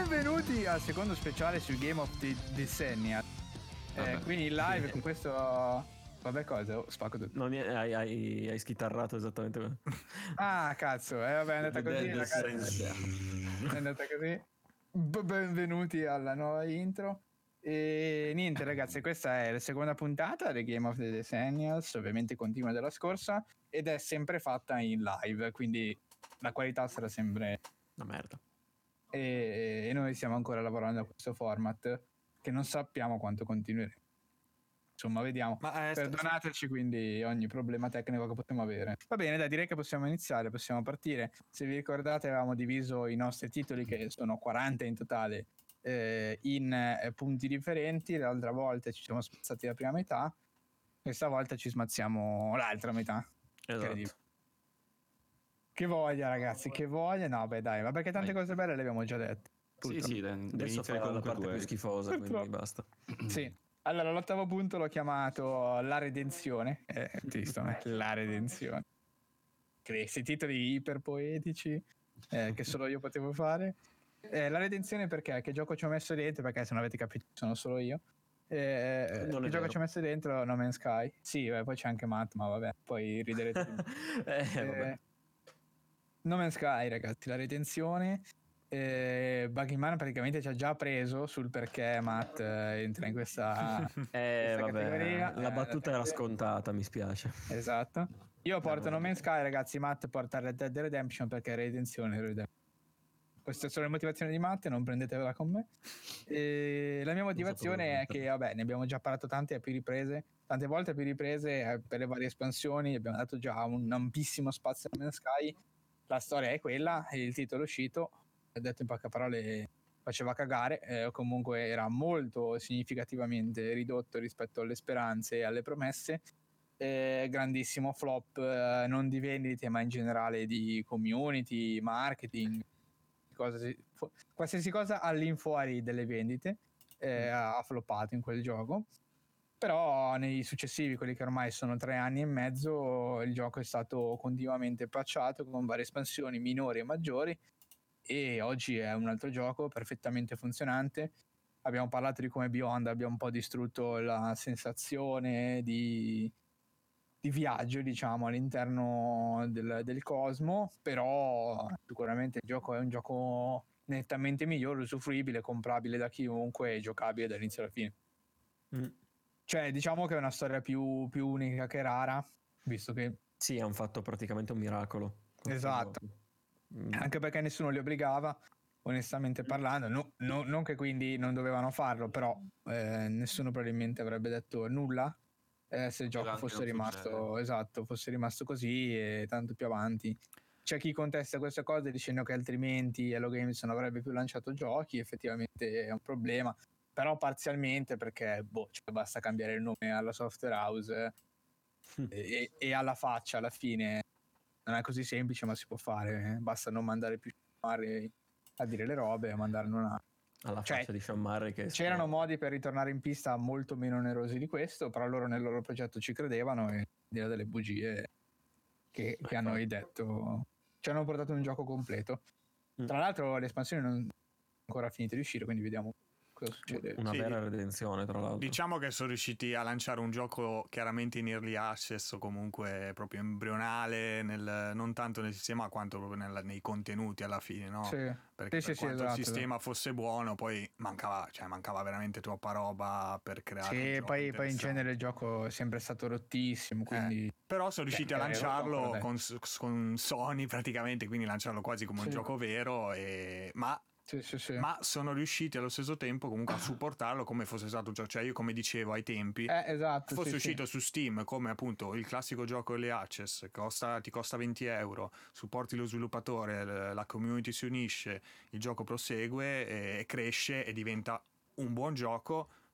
Benvenuti al secondo speciale sui Game of the Decennia. Quindi in live con questo... Vabbè, cosa? Spacco tutto. Non hai schitarrato esattamente come... Ah, cazzo, vabbè, è andata così, ragazzi. È andata così. Benvenuti alla nuova intro. E niente, ragazzi, questa è la seconda puntata del Game of the Decennials, ovviamente continua della scorsa, ed è sempre fatta in live, quindi la qualità sarà sempre una merda. E noi stiamo ancora lavorando a questo format che non sappiamo quanto continueremo. Insomma, vediamo. Perdonateci quindi ogni problema tecnico che possiamo avere. Va bene, dai, direi che possiamo iniziare, possiamo partire. Se vi ricordate, avevamo diviso i nostri titoli, che sono 40 in totale, in punti differenti. L'altra volta ci siamo spazzati la prima metà, questa volta ci smazziamo l'altra metà. Esatto. Che voglia, ragazzi, che voglia. No, beh, dai, ma perché tante cose belle le abbiamo già dette. Sì, adesso fa la parte più schifosa, quindi basta. Sì. Allora, l'ottavo punto l'ho chiamato La Redenzione. La Redenzione. Questi titoli iperpoetici che solo io potevo fare. La Redenzione perché? Che gioco ci ho messo dentro? Perché se non avete capito sono solo io. Che gioco ci ho messo dentro? No Man's Sky. Sì, poi c'è anche Matt, ma vabbè, poi riderete. Vabbè. No Man's Sky, ragazzi, La Redenzione. Buggyman praticamente ci ha già preso sul perché Matt entra in questa categoria. La battuta era scontata, mi spiace. Esatto. Io porto No Man's Sky, ragazzi. Matt porta Red Dead Redemption perché è Redenzione. Queste sono le motivazioni di Matt, non prendetevela con me. La mia motivazione è che, vabbè, ne abbiamo già parlato tante volte a più riprese per le varie espansioni. Abbiamo dato già un ampissimo spazio a No Man's Sky. La storia è quella, il titolo è uscito, detto in poche parole faceva cagare, comunque era molto significativamente ridotto rispetto alle speranze e alle promesse, grandissimo flop, non di vendite ma in generale di community, marketing, qualsiasi cosa all'infuori delle vendite ha floppato in quel gioco. Però nei successivi, quelli che ormai sono 3 anni e mezzo, il gioco è stato continuamente patchato con varie espansioni minori e maggiori, e oggi è un altro gioco perfettamente funzionante. Abbiamo parlato di come Beyond abbia un po' distrutto la sensazione di viaggio, diciamo, all'interno del cosmo, però sicuramente il gioco è un gioco nettamente migliore, usufruibile, comprabile da chiunque e giocabile dall'inizio alla fine. Cioè, diciamo che è una storia più unica che rara, visto che... Sì, hanno fatto praticamente un miracolo. Esatto. Anche perché nessuno li obbligava, onestamente parlando. Non che quindi non dovevano farlo, però nessuno probabilmente avrebbe detto nulla se il gioco fosse rimasto così, e tanto più avanti. C'è chi contesta queste cose dicendo che altrimenti Hello Games non avrebbe più lanciato giochi. Effettivamente è un problema, però parzialmente, perché basta cambiare il nome alla software house e alla faccia alla fine. Non è così semplice, ma si può fare. Basta non mandare più Sciammarri a dire le robe e mandarne una. Alla faccia di Sciammarri che... C'erano modi per ritornare in pista molto meno onerosi di questo, però loro nel loro progetto ci credevano e dire delle bugie che hanno detto ci hanno portato un gioco completo. Tra l'altro le espansioni non sono ancora finite di uscire, quindi vediamo cosa succede. Una vera redenzione, tra l'altro. Diciamo che sono riusciti a lanciare un gioco chiaramente in early access, o comunque proprio embrionale, non tanto nel sistema quanto proprio nei contenuti alla fine, no? Sì. Perché per quanto il sistema fosse buono, poi mancava veramente troppa roba per creare un poi in genere il gioco è sempre stato rottissimo, quindi... Però sono riusciti a lanciarlo con Sony praticamente, quindi lanciarlo quasi come un gioco vero, ma sono riusciti allo stesso tempo comunque a supportarlo come fosse stato un gioco. Cioè, io, come dicevo ai tempi, fosse uscito su Steam come appunto il classico gioco early access, ti costa 20 euro, supporti lo sviluppatore, la community si unisce, il gioco prosegue e cresce e diventa un buon gioco,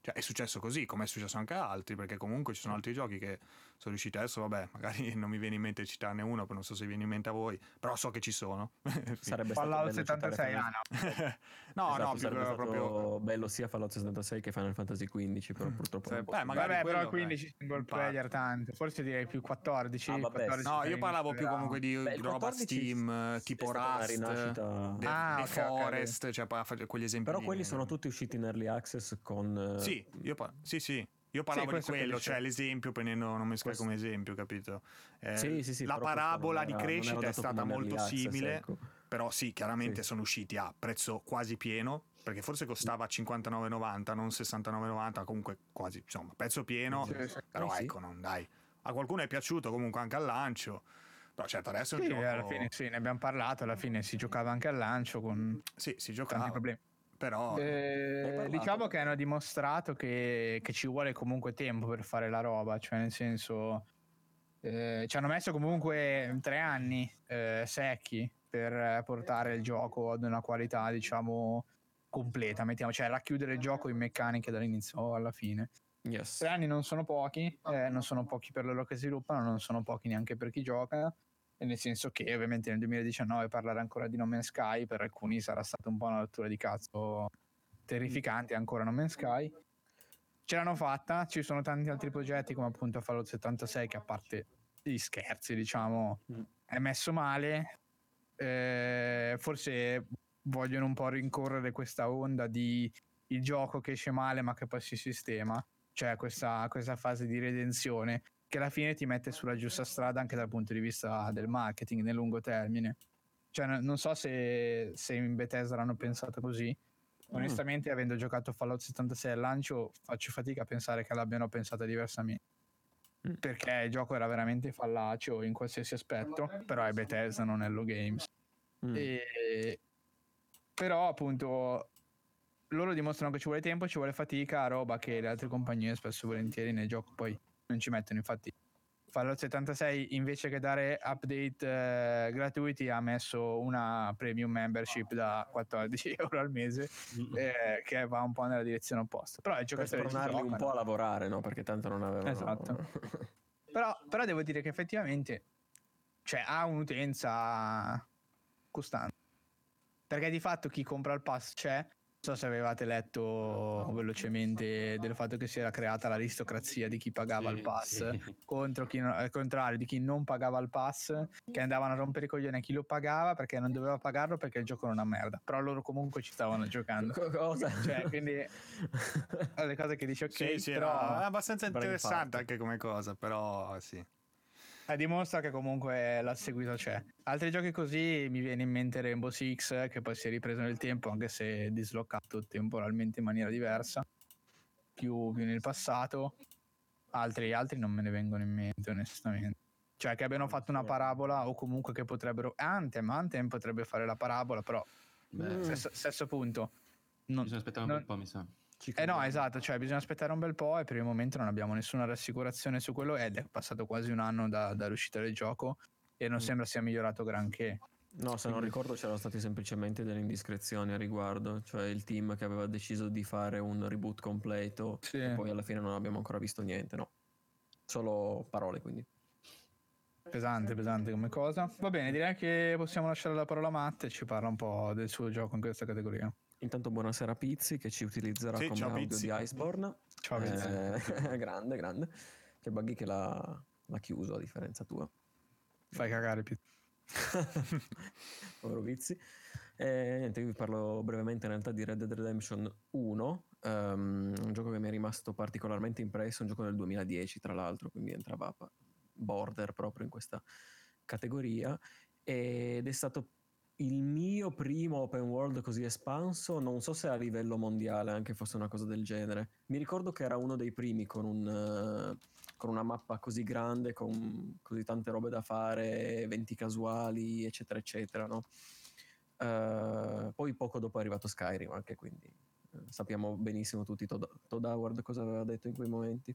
Cioè, è successo così, come è successo anche a altri, perché comunque ci sono altri giochi che sono riusciti adesso, vabbè, magari non mi viene in mente di citarne uno, non so se viene in mente a voi, però so che ci sono. Sarebbe Fallout stato bello 76, no. No, esatto, no, sarebbe stato proprio bello sia Fallout 76 che Final Fantasy XV, però purtroppo non posso magari vabbè, quello, però 15 single player tanto, forse direi più 14. Ah, vabbè, 14 no, io parlavo più comunque di roba 14 Steam, tipo Rust, The Forest, cioè quegli esempi. Però quelli sono tutti usciti in early access con sì, io parlavo di quello, cioè l'esempio, prendendo, non mi scrivo come esempio, capito? Sì, la parabola di crescita è stata molto access, simile, ecco. però sì, chiaramente sono usciti a prezzo quasi pieno, perché forse costava 59,90, non 69,90, comunque quasi, insomma, prezzo pieno, però ecco, non dai. A qualcuno è piaciuto comunque anche al lancio, però certo adesso è un gioco... alla fine sì, ne abbiamo parlato, alla fine si giocava anche al lancio con si giocava, tanti problemi. Però diciamo che hanno dimostrato che ci vuole comunque tempo per fare la roba, cioè nel senso ci hanno messo comunque 3 anni secchi per portare il gioco ad una qualità diciamo completa, cioè racchiudere il gioco in meccaniche dall'inizio alla fine. 3 anni non sono pochi, non sono pochi per loro che sviluppano, non sono pochi neanche per chi gioca, nel senso che ovviamente nel 2019 parlare ancora di No Man's Sky per alcuni sarà stata un po' una rottura di cazzo terrificante, ancora No Man's Sky. Ce l'hanno fatta, ci sono tanti altri progetti come appunto Fallout 76 che a parte gli scherzi diciamo è messo male, forse vogliono un po' rincorrere questa onda di il gioco che esce male ma che poi si sistema, cioè questa fase di redenzione che alla fine ti mette sulla giusta strada anche dal punto di vista del marketing nel lungo termine. Cioè non so se in Bethesda l'hanno pensato così. Onestamente, avendo giocato Fallout 76 al lancio, faccio fatica a pensare che l'abbiano pensata diversamente. Perché il gioco era veramente fallacio in qualsiasi aspetto, però è Bethesda, non è Hello Games. Però appunto loro dimostrano che ci vuole tempo, ci vuole fatica, roba che le altre compagnie spesso e volentieri nel gioco poi non ci mettono. Infatti Fallout 76 invece che dare update gratuiti ha messo una premium membership da 14 euro al mese che va un po' nella direzione opposta, però i giocatori per spronarli un po' a lavorare, no? Perché tanto non avevano esatto. però devo dire che effettivamente cioè ha un'utenza costante, perché di fatto chi compra il pass c'è. Non so se avevate letto velocemente del fatto che si era creata l'aristocrazia di chi pagava il pass contro chi al contrario di chi non pagava il pass, che andavano a rompere i coglioni a chi lo pagava perché non doveva pagarlo perché il gioco era una merda, però loro comunque ci stavano giocando. Cosa? Cioè, quindi le cose che dici ok, però è abbastanza interessante anche come cosa, però sì. Dimostra che comunque la seguito c'è. Altri giochi così mi viene in mente Rainbow Six, che poi si è ripreso nel tempo anche se dislocato temporalmente in maniera diversa più nel passato. Altri non me ne vengono in mente onestamente, cioè che abbiano fatto una parabola o comunque che potrebbero Anthem potrebbe fare la parabola, però stesso punto bisogna aspettare un po', mi sa. No, esatto, cioè bisogna aspettare un bel po' e per il momento non abbiamo nessuna rassicurazione su quello ed è passato quasi un anno dall'uscita del gioco e non sembra sia migliorato granché. No, se non ricordo c'erano state semplicemente delle indiscrezioni a riguardo, cioè il team che aveva deciso di fare un reboot completo e poi alla fine non abbiamo ancora visto niente, no, solo parole, quindi pesante come cosa. Va bene, direi che possiamo lasciare la parola a Matt e ci parla un po' del suo gioco in questa categoria. Intanto buonasera a Pizzi che ci utilizzerà come audio Pizzi. di Iceborne. Ciao Pizzi. Grande. Che Buggy che l'ha chiuso a differenza tua. Fai cagare Pizzi. Povero Pizzi. Niente, io vi parlo brevemente in realtà di Red Dead Redemption 1, un gioco che mi è rimasto particolarmente impresso, un gioco del 2010 tra l'altro, quindi entrava border proprio in questa categoria ed è stato il mio primo open world così espanso, non so se a livello mondiale anche fosse una cosa del genere. Mi ricordo che era uno dei primi con una mappa così grande, con così tante robe da fare, eventi casuali, eccetera, eccetera, no? Poi poco dopo è arrivato Skyrim, anche quindi sappiamo benissimo tutti Todd Howard cosa aveva detto in quei momenti.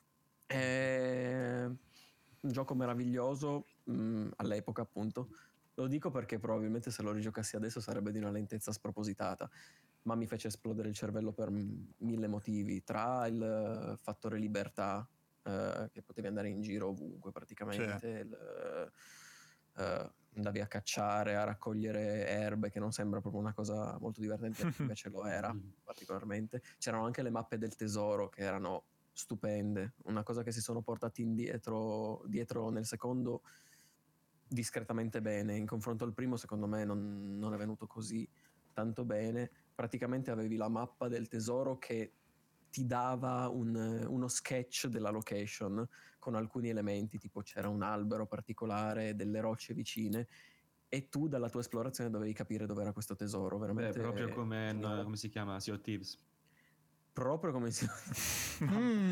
Un gioco meraviglioso all'epoca, appunto. Lo dico perché probabilmente se lo rigiocassi adesso sarebbe di una lentezza spropositata. ma mi fece esplodere il cervello per 1000 motivi, tra il fattore libertà, che potevi andare in giro ovunque praticamente, andavi a cacciare, a raccogliere erbe, che non sembra proprio una cosa molto divertente, invece lo era particolarmente. C'erano anche le mappe del tesoro che erano stupende, una cosa che si sono portati dietro nel secondo discretamente bene, in confronto al primo secondo me non è venuto così tanto bene. Praticamente avevi la mappa del tesoro che ti dava uno sketch della location con alcuni elementi, tipo c'era un albero particolare, delle rocce vicine, e tu dalla tua esplorazione dovevi capire dove era questo tesoro. Veramente proprio come si chiama Sea of Thieves. Proprio come si sì,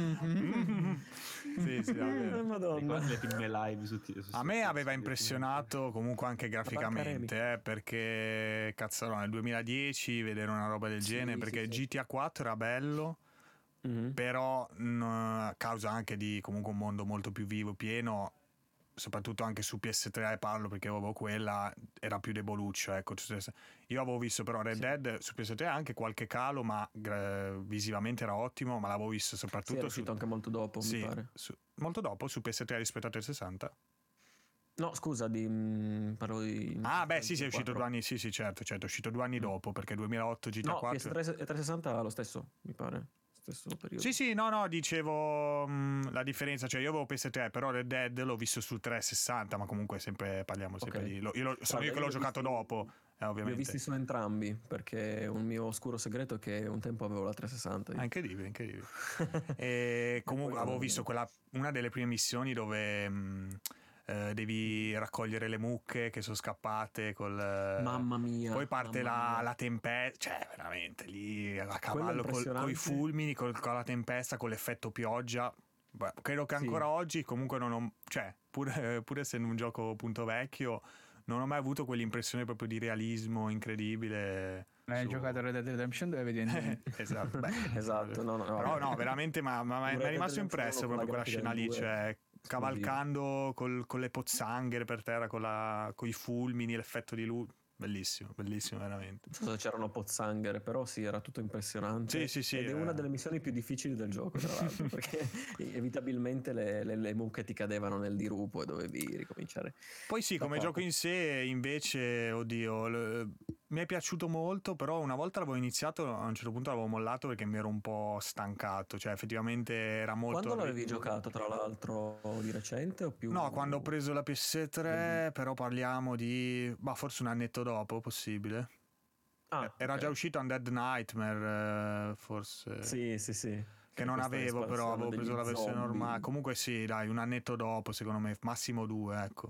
Madonna. Le prime live su a me aveva impressionato comunque anche graficamente, perché cazzo nel 2010 vedere una roba del genere, perché GTA 4 era bello, però a causa anche di comunque un mondo molto più vivo, pieno, soprattutto anche su PS3 parlo, perché avevo quella, era più deboluccio, ecco. Io avevo visto però Red Dead su PS3 anche qualche calo, ma visivamente era ottimo, ma l'avevo visto soprattutto era uscito anche molto dopo, mi pare. Molto dopo su PS3 rispetto a 360. No, scusa, parlo di... sì, è uscito 2 anni, sì, certo, è uscito 2 anni dopo, perché 2008 GTA 4... PS3 e 360 lo stesso, mi pare. Stesso periodo. Sì, no, dicevo la differenza, cioè io avevo PS3, però Red Dead l'ho visto sul 360, ma comunque parliamo sempre di... Sono io che l'ho giocato dopo, ovviamente. Li ho visti su entrambi, perché un mio oscuro segreto è che un tempo avevo la 360. Incredibile. E comunque avevo visto una delle prime missioni dove... devi raccogliere le mucche che sono scappate mamma mia, poi parte la tempesta, cioè veramente lì a cavallo con i fulmini, con la tempesta, con l'effetto pioggia. Beh, credo che ancora oggi comunque cioè pur essendo un gioco appunto vecchio, non ho mai avuto quell'impressione proprio di realismo incredibile. Hai giocato Red Dead Redemption 2 vedendo esatto, esatto, no, però no, veramente ma è rimasto impresso proprio quella scena lì, cioè cavalcando con le pozzanghere per terra, con i fulmini, l'effetto di luce, bellissimo veramente. Non so se c'erano pozzanghere, però sì, era tutto impressionante. Sì, ed è una delle missioni più difficili del gioco, tra l'altro, perché inevitabilmente le mucche ti cadevano nel dirupo e dovevi ricominciare. Poi sì, come gioco in sé invece, oddio, mi è piaciuto molto, però una volta l'avevo iniziato, a un certo punto l'avevo mollato perché mi ero un po' stancato, cioè effettivamente era molto... Quando l'avevi giocato, tra l'altro, di recente o più? No, quando ho preso la PS3, però parliamo di... forse un annetto dopo, possibile. Era già uscito Undead Nightmare, forse. Sì. Che non avevo, però avevo preso la versione normale. Comunque sì, dai, un annetto dopo, secondo me, massimo 2, ecco.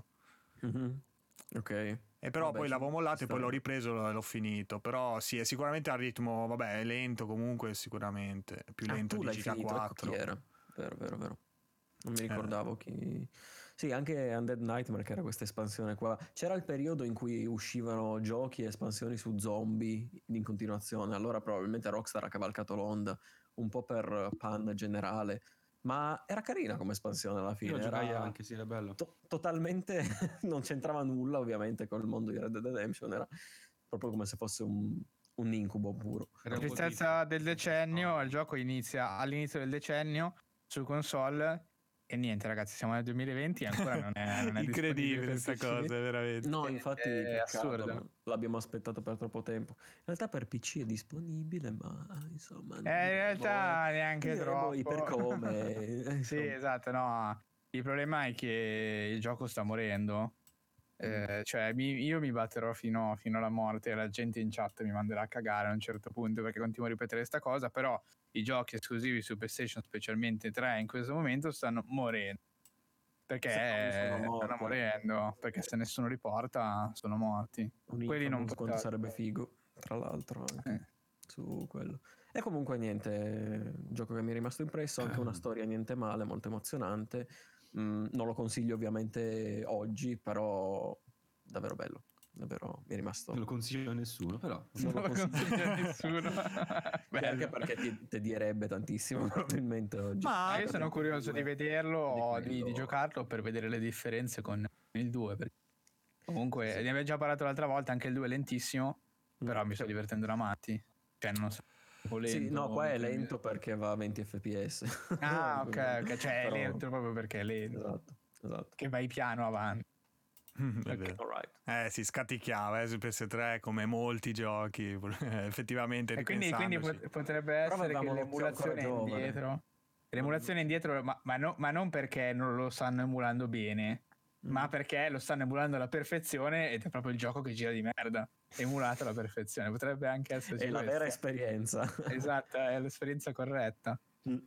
Ok. E però poi l'avevo mollato e poi l'ho ripreso e l'ho finito. Però sì, è sicuramente al ritmo, è lento comunque, sicuramente. Più lento di GTA 4. Ecco chi era. Vero. Non mi ricordavo chi... Sì, anche Undead Nightmare, che era questa espansione qua. C'era il periodo in cui uscivano giochi e espansioni su zombie in continuazione. Allora probabilmente Rockstar ha cavalcato l'onda un po' per pan generale. Ma era carina come espansione alla fine. Io giocai anche, sì, era bello. Totalmente non c'entrava nulla ovviamente con il mondo di Red Dead Redemption. Era proprio come se fosse un incubo puro. La tristezza del decennio, il gioco inizia all'inizio del decennio su console. E niente ragazzi, siamo nel 2020 e ancora non è incredibile questa cosa, veramente. No, infatti è assurdo. L'abbiamo aspettato per troppo tempo. In realtà per PC è disponibile, ma insomma in realtà neanche troppo per come. Sì, esatto, no. Il problema è che il gioco sta morendo. Cioè io mi batterò fino alla morte e la gente in chat mi manderà a cagare a un certo punto perché continuo a ripetere questa cosa, però i giochi esclusivi su PlayStation, specialmente 3 in questo momento, stanno morendo perché stanno morendo, perché se nessuno riporta sono morti. Quelli non quanto sarebbe figo, tra l'altro, anche su quello. E comunque niente, un gioco che mi è rimasto impresso, anche una storia niente male, molto emozionante. Non lo consiglio ovviamente oggi, però davvero bello, davvero mi è rimasto. Non lo consiglio a nessuno, però non lo consiglio a nessuno. Anche perché ti direbbe tantissimo probabilmente oggi. Ma io sono curioso di vederlo, di giocarlo per vedere le differenze con il 2, perché comunque ne avevo già parlato l'altra volta, anche il 2 è lentissimo, però mi sto divertendo da matti. cioè non so. Lento, sì, no, qua è lento perché va a 20 fps. Ah, ok, cioè è lento proprio perché è lento. Esatto. Che vai piano avanti. Okay. Si scaticchiava su PS3 come molti giochi effettivamente, e quindi potrebbe essere che l'emulazione è indietro. L'emulazione è indietro, ma non perché non lo stanno emulando bene, ma perché lo stanno emulando alla perfezione ed è proprio il gioco che gira di merda, emulato alla perfezione. Potrebbe anche essere la vera esperienza. Esatto, è l'esperienza corretta.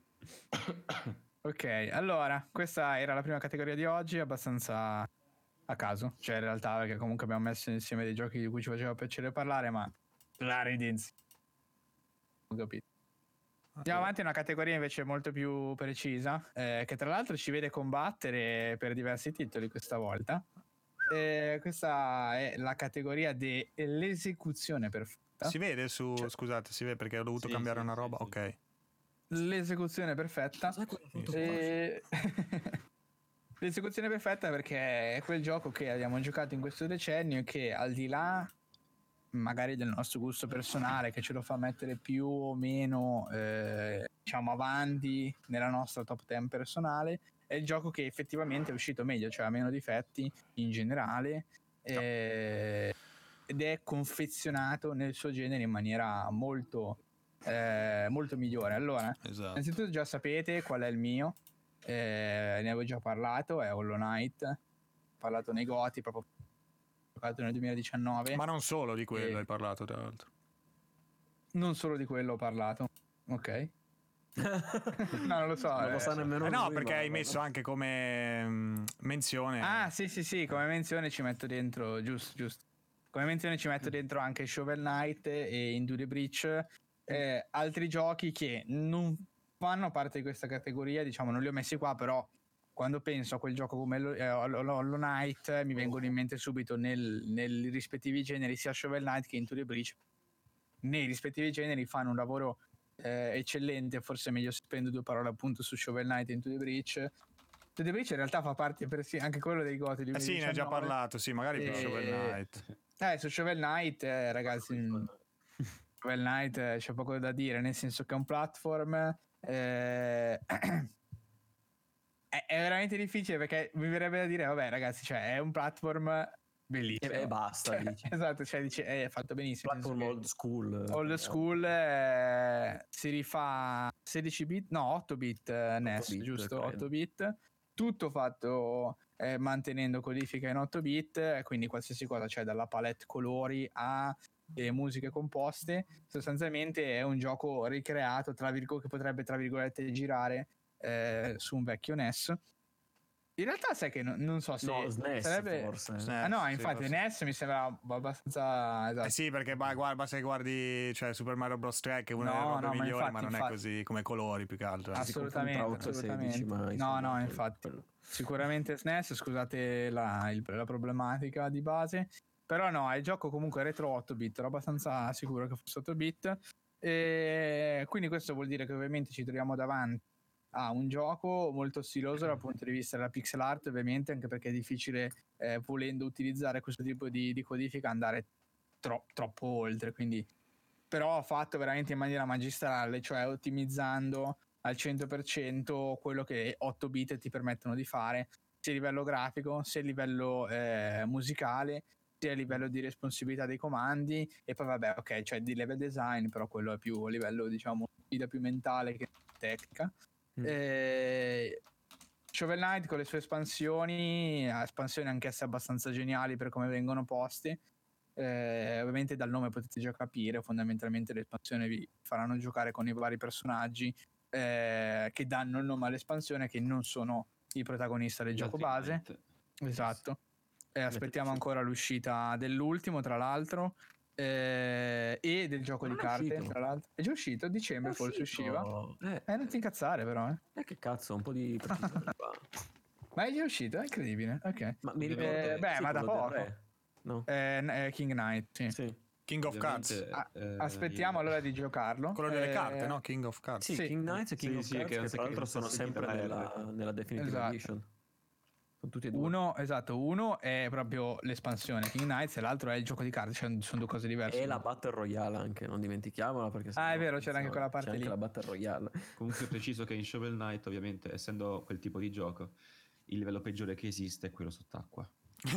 Ok, allora questa era la prima categoria di oggi, abbastanza a caso, cioè in realtà, perché comunque abbiamo messo insieme dei giochi di cui ci faceva piacere parlare, ma la redenzione, ho capito. Andiamo avanti a una categoria invece molto più precisa, che tra l'altro ci vede combattere per diversi titoli questa volta. Questa è la categoria dell'esecuzione perfetta. Si vede scusate, si vede perché ho dovuto cambiare una roba, ok. L'esecuzione perfetta. L'esecuzione perfetta perché è quel gioco che abbiamo giocato in questo decennio e che, al di là magari del nostro gusto personale, che ce lo fa mettere più o meno diciamo avanti nella nostra top 10 personale, è il gioco che effettivamente è uscito meglio, cioè ha meno difetti in generale, ed è confezionato nel suo genere in maniera molto migliore. Allora, innanzitutto già sapete qual è il mio, ne avevo già parlato, è Hollow Knight, ho parlato nei GOTY, proprio giocato nel 2019. Ma non solo di quello hai parlato, tra l'altro. Non solo di quello ho parlato, ok. No, non lo so. Non lo sa nemmeno no, perché hai messo anche come menzione. Ah, sì, come menzione ci metto dentro, giusto. Come menzione ci metto dentro anche Shovel Knight e Into the Breach, altri giochi che non fanno parte di questa categoria, diciamo, non li ho messi qua, però quando penso a quel gioco come Hollow Knight mi vengono in mente subito nei rispettivi generi sia Shovel Knight che Into the Breach. Nei rispettivi generi fanno un lavoro eccellente, forse è meglio spendo due parole appunto su Shovel Knight e Into the Breach. Into the Breach in realtà fa parte anche quello dei GOTY di 2019. Sì, ne hai già parlato, sì, magari per Shovel Knight. Su Shovel Knight, ragazzi, Shovel Knight c'è poco da dire, nel senso che è un platform è veramente difficile, perché mi verrebbe da dire vabbè ragazzi, cioè è un platform bellissimo e basta, cioè, esatto, cioè dice è fatto benissimo, platform old school, si rifà 16 bit, no 8 bit NES, giusto, credo. 8 bit, tutto fatto mantenendo codifica in 8 bit, quindi qualsiasi cosa, cioè dalla palette colori a musiche composte, sostanzialmente è un gioco ricreato che potrebbe tra virgolette girare su un vecchio NES. In realtà sai che non so se SNES sarebbe forse. Infatti forse. NES mi sembra abbastanza esatto. Sì, perché basta che guardi, cioè Super Mario Bros 3 che è una delle robe migliori, ma non è così come colori più che altro. Assolutamente. 16, ma infatti sicuramente SNES, scusate la problematica di base, però no, il gioco comunque retro 8 bit, ero abbastanza sicuro che fosse 8 bit, e quindi questo vuol dire che ovviamente ci troviamo davanti a un gioco molto stiloso dal punto di vista della pixel art, ovviamente, anche perché è difficile volendo utilizzare questo tipo di codifica andare troppo oltre, quindi però fatto veramente in maniera magistrale, cioè ottimizzando al 100% quello che 8 bit ti permettono di fare, sia a livello grafico, sia a livello musicale, sia a livello di responsabilità dei comandi, e poi vabbè, ok, cioè di level design, però quello è più a livello, diciamo, sfida più mentale che tecnica. Shovel Knight con le sue espansioni anch'esse abbastanza geniali per come vengono poste, ovviamente dal nome potete già capire, fondamentalmente le espansioni vi faranno giocare con i vari personaggi che danno il nome all'espansione, che non sono il protagonista del gioco base. Esatto. Aspettiamo ancora l'uscita dell'ultimo, tra l'altro, e del gioco di carte, tra l'altro. È già uscito a dicembre, forse usciva. Non ti incazzare però, che cazzo, un po' di ma è già uscito, è incredibile. Ok. Ma mi ricordo ma da poco. No. King Knight, sì. King of Cards. Aspettiamo allora di giocarlo. Quello delle carte, no? King of Cards. Sì, King Knights e King of Cards, che tra l'altro sono sempre nella Definitive Edition. Sono tutti e due. Uno è proprio l'espansione King Knights e l'altro è il gioco di carte, cioè sono due cose diverse. E la Battle Royale anche, non dimentichiamola perché è vero, c'era anche quella parte c'è lì. anche la Battle Royale. Comunque è preciso che in Shovel Knight, ovviamente, essendo quel tipo di gioco, il livello peggiore che esiste è quello sott'acqua.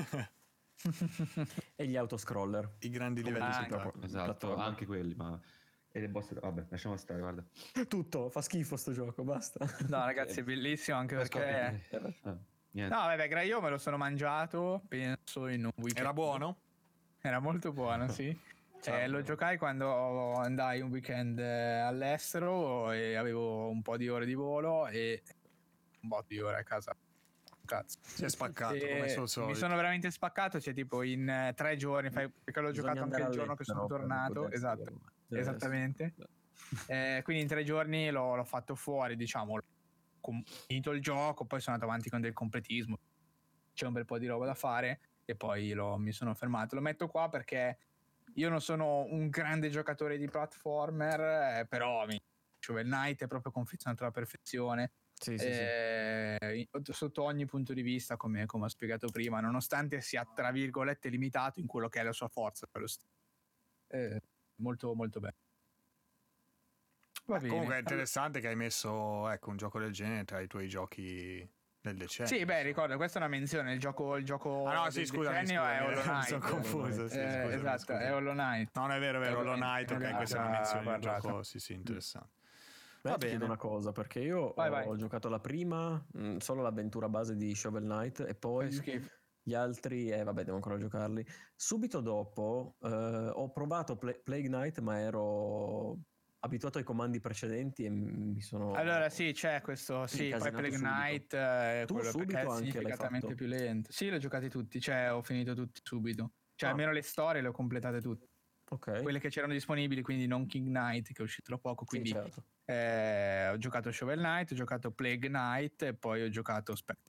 E gli autoscroller. I grandi livelli proprio, Esatto, platformer. anche quelli, ma... E le boss... Vabbè, lasciamo stare, guarda. Tutto, fa schifo sto gioco, basta. No ragazzi, è bellissimo anche perché... Niente. No vabbè, io me lo sono mangiato, penso, in un weekend. Era buono? Era molto buono, sì. Lo giocai quando andai un weekend all'estero e avevo un po' di ore di volo e un botto di ore a casa. Cazzo. Si è spaccato come sul solito. Mi sono veramente spaccato, cioè tipo in 3 giorni, perché l'ho Bisogna giocato anche il giorno che sono tornato. Esatto, esattamente. Quindi in 3 giorni l'ho fatto fuori, diciamo, ho finito il gioco, poi sono andato avanti con del completismo. C'è un bel po' di roba da fare e poi mi sono fermato. Lo metto qua perché io non sono un grande giocatore di platformer, però Shovel Knight è proprio confezionato alla perfezione. Sì. Sotto ogni punto di vista, come ho spiegato prima, nonostante sia tra virgolette limitato in quello che è la sua forza, molto molto bello. Comunque è interessante che hai messo un gioco del genere tra i tuoi giochi del decennio. Sì, beh, ricordo, questa è una menzione, il gioco decennio è Hollow Knight. Sono confuso. Esatto, è Hollow Knight. Non è vero, Hollow Knight, ok, questa è una menzione di un gioco, sì, interessante. Va bene. Chiedo una cosa, perché io ho giocato la prima, solo l'avventura base di Shovel Knight e poi gli altri, devo ancora giocarli. Subito dopo ho provato Plague Knight, ma ero abituato ai comandi precedenti e mi sono... Allora sì, c'è questo, sì, poi Plague Knight è quello che è significativamente più lento. Sì, l'ho giocati tutti, cioè ho finito tutti subito. Cioè almeno le storie le ho completate tutte. Okay. Quelle che c'erano disponibili, quindi non King Knight che è uscito da poco, quindi sì, certo. Ho giocato Shovel Knight, ho giocato Plague Knight e poi ho giocato Spectre.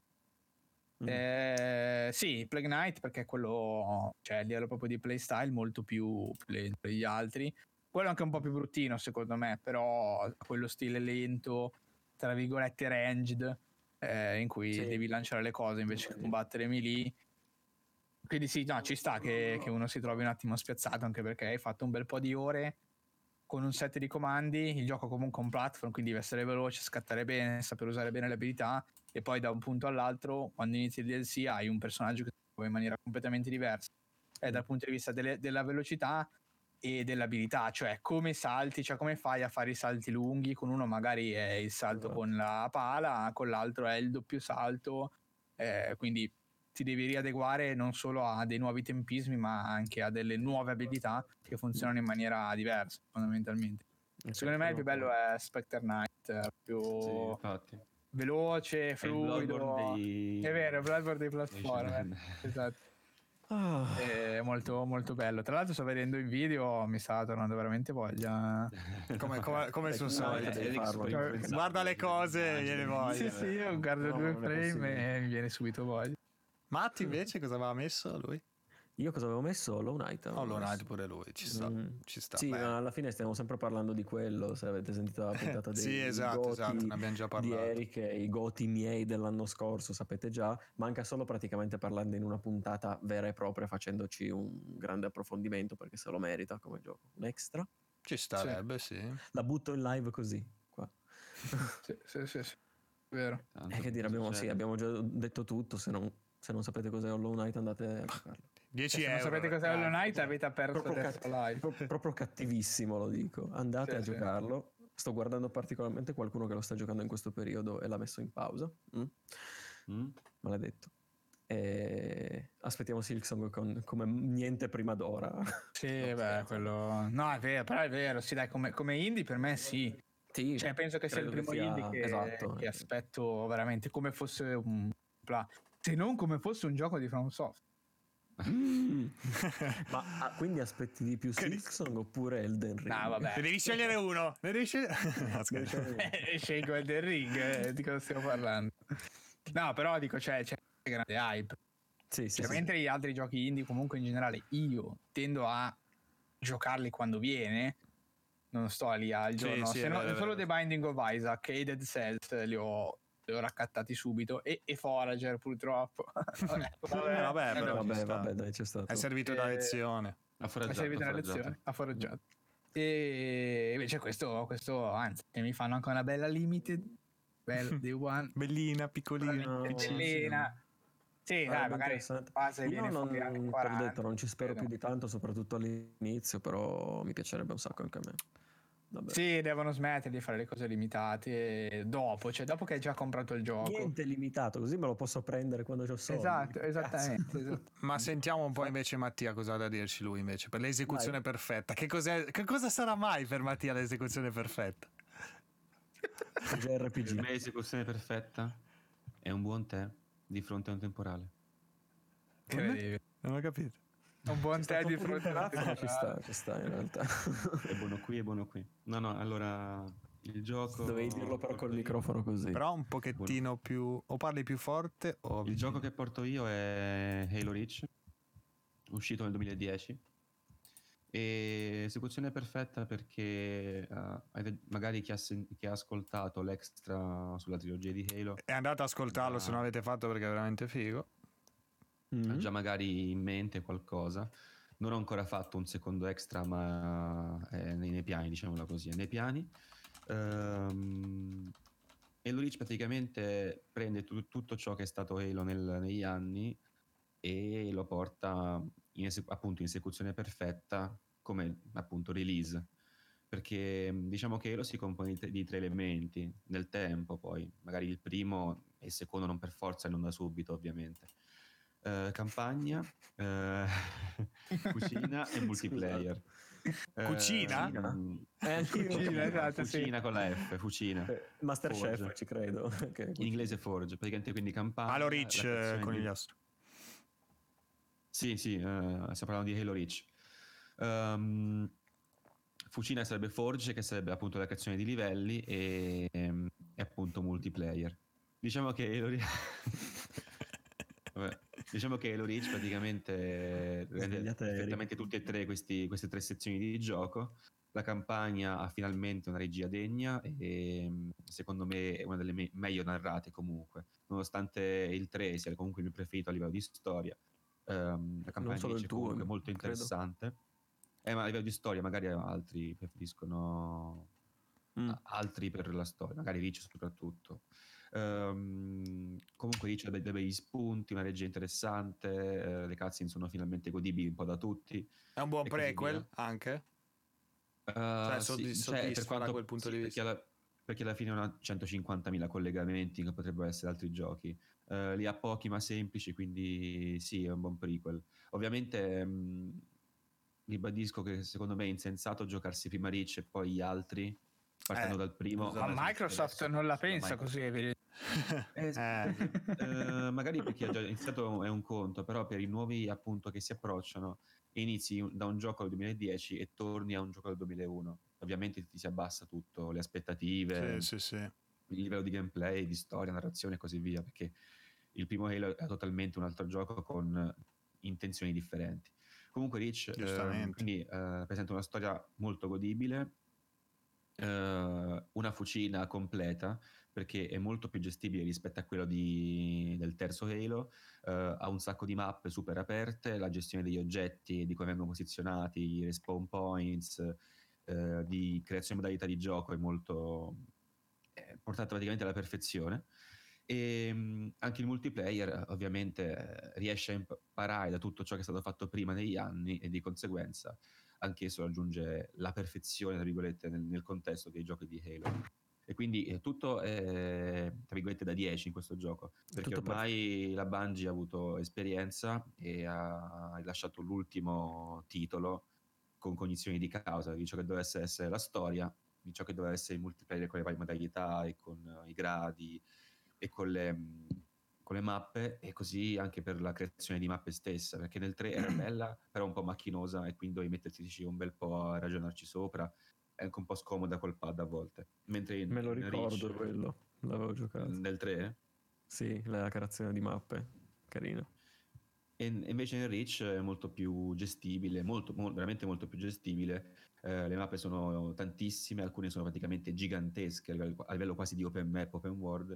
Sì, Plague Knight perché è quello, cioè a livello proprio di playstyle molto più lento degli altri. Quello anche un po' più bruttino secondo me, però quello stile lento, tra virgolette ranged, in cui devi lanciare le cose invece che combattere melee. Quindi sì, no, ci sta che uno si trovi un attimo spiazzato, anche perché hai fatto un bel po' di ore con un set di comandi. Il gioco comunque è un platform, quindi deve essere veloce, scattare bene, saper usare bene le abilità, e poi da un punto all'altro, quando inizi il DLC, hai un personaggio che si muove in maniera completamente diversa dal punto di vista della velocità e dell'abilità, cioè come salti, cioè come fai a fare i salti lunghi. Con uno magari è il salto con la pala, con l'altro è il doppio salto, quindi ti devi riadeguare non solo a dei nuovi tempismi ma anche a delle nuove abilità che funzionano in maniera diversa fondamentalmente. Secondo me il più bello è Spectre Knight, più veloce, fluido, è vero, Bloodborne dei platform, esatto. È molto molto bello. Tra l'altro sto vedendo i video, mi sta tornando veramente voglia. Come il suo solito. Guarda le cose, viene voglia. Sì, io guardo 2 frame e mi viene subito voglia. Matti invece cosa aveva messo lui? Io cosa avevo messo? Hollow Knight. Hollow Knight pure lui, ci sta. Sì, ma alla fine stiamo sempre parlando di quello, se avete sentito la puntata dei sì, esatto, ne abbiamo già parlato. Di Eric e i goti miei dell'anno scorso, sapete già, manca solo praticamente parlando in una puntata vera e propria, facendoci un grande approfondimento, perché se lo merita come gioco, un extra. Ci starebbe, sì. La butto in live così, qua. Sì. Vero. Che dire, abbiamo già detto tutto, se non sapete cos'è Hollow Knight andate a giocarlo. 10 se non sapete cos'è Hollow Knight avete perso proprio cattivissimo, lo dico. Andate a giocarlo. Sto guardando particolarmente qualcuno che lo sta giocando in questo periodo e l'ha messo in pausa. Maledetto. Aspettiamo Silksong come niente prima d'ora. Sì, beh, quello... No, è vero, però è vero, sì, dai, come indie per me sì. Sì, cioè penso che sia il primo indie che aspetto veramente come fosse un... se non come fosse un gioco di FromSoft. Ma quindi aspetti di più Silksong oppure Elden Ring? No, vabbè. Ne devi scegliere uno. Scelgo Elden Ring, di cosa stiamo parlando? No, però dico, c'è grande hype. Sì. Mentre gli altri giochi indie comunque in generale io tendo a giocarli quando viene, non sto lì al giorno. Se no, solo The Binding of Isaac e Dead Cells li ho li ho raccattati subito, e Forager purtroppo. vabbè, dai, c'è stato. È servito da lezione. È servito da lezione, ha foraggiato. E invece questo anzi, mi fanno anche una bella limited, bella Day One, bellina, piccolina, bellina. Sì, dai, magari io non ci spero più di tanto, soprattutto all'inizio, però mi piacerebbe un sacco anche a me. Vabbè. Sì, devono smettere di fare le cose limitate dopo che hai già comprato il gioco. Niente limitato, così me lo posso prendere quando ho soldi. Esattamente. Ma sentiamo un po' invece Mattia cosa ha da dirci lui invece per l'esecuzione perfetta. Che cosa sarà mai per Mattia l'esecuzione perfetta? JRPG. Per me l'esecuzione perfetta è un buon tè di fronte a un temporale. Non ho capito. Un buon tè di fronte a un temporale. Ci sta in realtà. È buono qui. No, allora il gioco... Dovevi dirlo però col microfono così. Però un pochettino più... O parli più forte o... Il gioco che porto io è Halo Reach, uscito nel 2010. E esecuzione perfetta perché magari chi ha ascoltato l'extra sulla trilogia di Halo è andato ad ascoltarlo se non l'avete fatto perché è veramente figo. Ha già magari in mente qualcosa. Non ho ancora fatto un secondo extra, ma è nei piani, diciamola così, è nei piani. Halo Reach praticamente prende tutto ciò che è stato Halo negli anni e lo porta appunto in esecuzione perfetta come appunto release, perché diciamo che Halo si compone di 3 elementi nel tempo, poi magari il primo e il secondo non per forza e non da subito ovviamente. Campagna, cucina e multiplayer. Cucina? Cucina con la F, cucina. Masterchef, ci credo. In inglese Forge, praticamente quindi campagna. Halo Reach con gli astri. Sì, stiamo parlando di Halo Reach. Fucina sarebbe Forge, che sarebbe appunto la creazione di livelli e appunto multiplayer. Diciamo che Halo Reach praticamente rende perfettamente tutte e tre queste 3 sezioni di gioco. La campagna ha finalmente una regia degna e secondo me è una delle meglio narrate comunque, nonostante il 3 sia comunque il mio preferito a livello di storia. La campagna è comunque molto interessante. Ma a livello di storia magari altri preferiscono altri per la storia, magari Reach soprattutto. Comunque Reach ha dei begli spunti, una regia interessante, le cutscene sono finalmente godibili un po' da tutti. È un buon prequel anche? Soddisfa da quel punto di vista? Perché alla fine ha 150.000 collegamenti che potrebbero essere altri giochi. Li ha pochi ma semplici, quindi sì, è un buon prequel. Ovviamente ribadisco che secondo me è insensato giocarsi prima Reach e poi gli altri partendo dal primo. Ma Microsoft non la pensa così, magari perché ha già iniziato è un conto, però per i nuovi appunto che si approcciano inizi da un gioco del 2010 e torni a un gioco del 2001, ovviamente ti si abbassa tutto, le aspettative, sì. il livello di gameplay, di storia, narrazione e così via, perché il primo Halo è totalmente un altro gioco con intenzioni differenti. Comunque Reach quindi presenta una storia molto godibile, una fucina completa perché è molto più gestibile rispetto a quello del terzo Halo, ha un sacco di mappe super aperte, la gestione degli oggetti, di come vengono posizionati, i respawn points, di creazione modalità di gioco è molto portata praticamente alla perfezione. E anche il multiplayer ovviamente riesce a imparare da tutto ciò che è stato fatto prima negli anni e di conseguenza anch'esso raggiunge la perfezione tra virgolette nel contesto dei giochi di Halo, e quindi tutto è tra virgolette da 10 in questo gioco, perché ormai la Bungie ha avuto esperienza e ha rilasciato l'ultimo titolo con cognizioni di causa di ciò che dovesse essere la storia, di ciò che doveva essere il multiplayer con le varie modalità e con i gradi e con le mappe, e così anche per la creazione di mappe stessa, perché nel 3 era bella però un po' macchinosa e quindi dovevi metterti un bel po' a ragionarci sopra, è anche un po' scomoda col pad a volte, mentre me lo ricordo Reach, quello l'avevo giocato nel 3? Sì, la creazione di mappe carina. E invece nel Reach è molto più gestibile, veramente molto più gestibile. Le mappe sono tantissime, alcune sono praticamente gigantesche a livello quasi di open map, open world,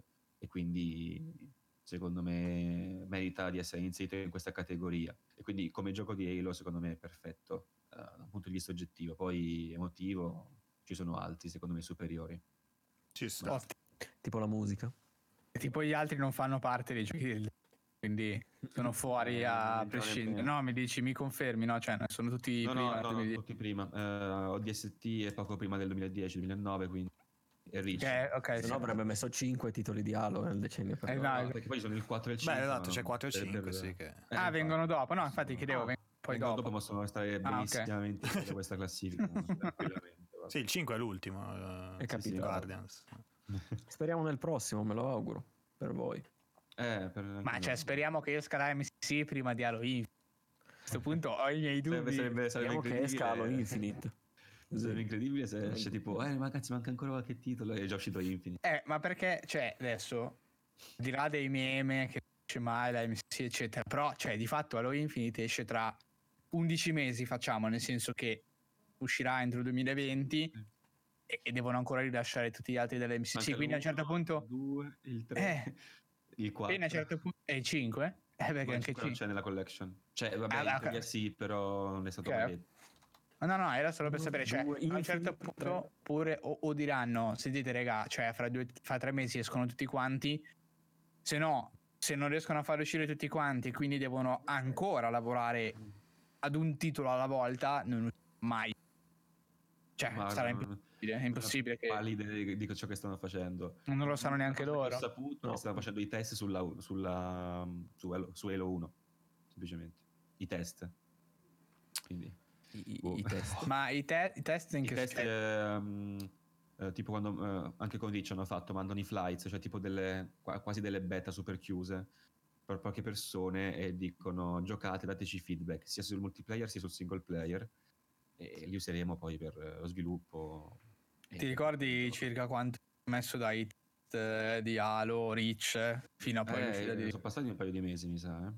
e quindi secondo me merita di essere inserito in questa categoria, e quindi come gioco di Halo secondo me è perfetto da un punto di vista oggettivo. Poi emotivo ci sono altri secondo me superiori. Ci sta. Tipo la musica. Tipo gli altri non fanno parte dei giochi quindi sono fuori a prescindere. No, mi dici, mi confermi? No, cioè sono tutti prima. No, tutti prima. ODST è poco prima del 2010-2009, quindi è Reach. Okay, se no avrebbe messo 5 titoli di Halo nel decennio. Perché poi sono il 4 e il 5. Beh, esatto, c'è 4 e 5, sì. Che... vengono dopo. No, infatti chiedevo, poi vengono dopo. Possono stare benissimamente in questa classifica. Sì, il 5 è l'ultimo. È capito. Guardians. Speriamo nel prossimo, me lo auguro, per voi. Ma cioè, speriamo che esca la MC prima di Halo Infinite. A questo punto ho i miei dubbi. Speriamo che esca Halo Infinite. Sarebbe incredibile se esce tipo ragazzi, manca ancora qualche titolo e è già uscito Infinite. Ma perché, cioè, adesso, di là dei meme che esce mai la MC eccetera, però, cioè, di fatto Halo Infinite esce tra 11 mesi, facciamo, nel senso che uscirà entro il 2020 e devono ancora rilasciare tutti gli altri dell'MCC, quindi a un certo punto... Il 2, il 3... Il 4. Quindi a un certo punto è il 5? Perché anche 5 non c'è nella collection. Cioè, vabbè, okay. Sì, però non è stato detto. No, era solo per sapere, cioè, a un certo punto pure o diranno, sentite raga, cioè fra 3 mesi escono tutti quanti, se no, se non riescono a far uscire tutti quanti, quindi devono ancora lavorare ad un titolo alla volta, non mai. Cioè, sarà impossibile, è impossibile che... Valide di ciò che stanno facendo. Non lo sanno neanche loro. Ho saputo che stanno facendo i test su Halo 1, semplicemente. I test. Quindi... I test. Ma i test in che senso? Tipo quando anche con Reach hanno fatto, mandano i flights, cioè tipo quasi delle beta super chiuse per poche persone e dicono giocate, dateci feedback sia sul multiplayer sia sul single player e li useremo poi per lo sviluppo. Ti ricordi circa quanto ho messo dai test di Halo Reach fino a poi l'uscita di... Sono passati un paio di mesi, mi sa,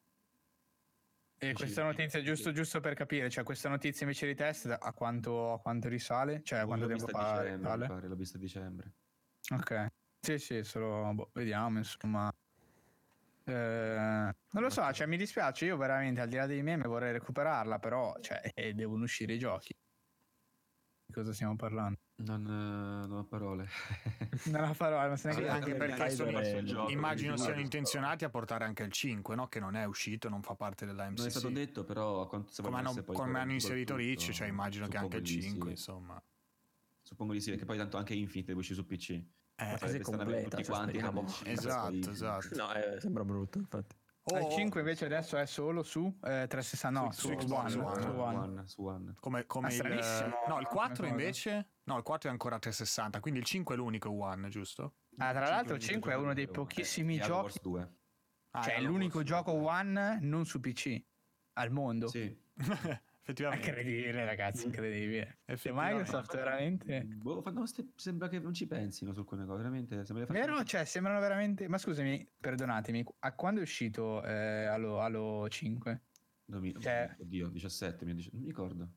E questa notizia, giusto per capire, cioè questa notizia invece di test a quanto risale? Cioè a quanto tempo fa? L'ho vista a dicembre. Ok, sì, solo vediamo, insomma. Non lo so, cioè mi dispiace, io veramente al di là dei meme vorrei recuperarla, però cioè devono uscire i giochi. Di cosa stiamo parlando? Non ho parole. Non ho parole, ma se ne anche perché immagino siano intenzionati a portare anche il 5, no? Che non è uscito, non fa parte della MCC. Non è stato detto, però come hanno inserito Reach, cioè immagino che anche il 5, insomma. Suppongo di sì, perché poi tanto anche Infinite deve uscire su PC. È completa, tutti quanti. Esatto. No, sembra brutto, infatti. Il 5 invece adesso è solo su 360, no, su One. Come il 4 invece? No, il 4 è ancora 360, quindi il 5 è l'unico One, giusto? Tra l'altro il 5 è uno dei pochissimi giochi, 2. Cioè è l'unico gioco One non su PC al mondo. Sì. Effettivamente. Incredibile, ragazzi, incredibile. Microsoft veramente... sembra che non ci pensino su alcune cose, veramente. Vero? Cioè, sembrano veramente... Ma scusami, perdonatemi, a quando è uscito Halo 5? Oddio, 17, non mi ricordo.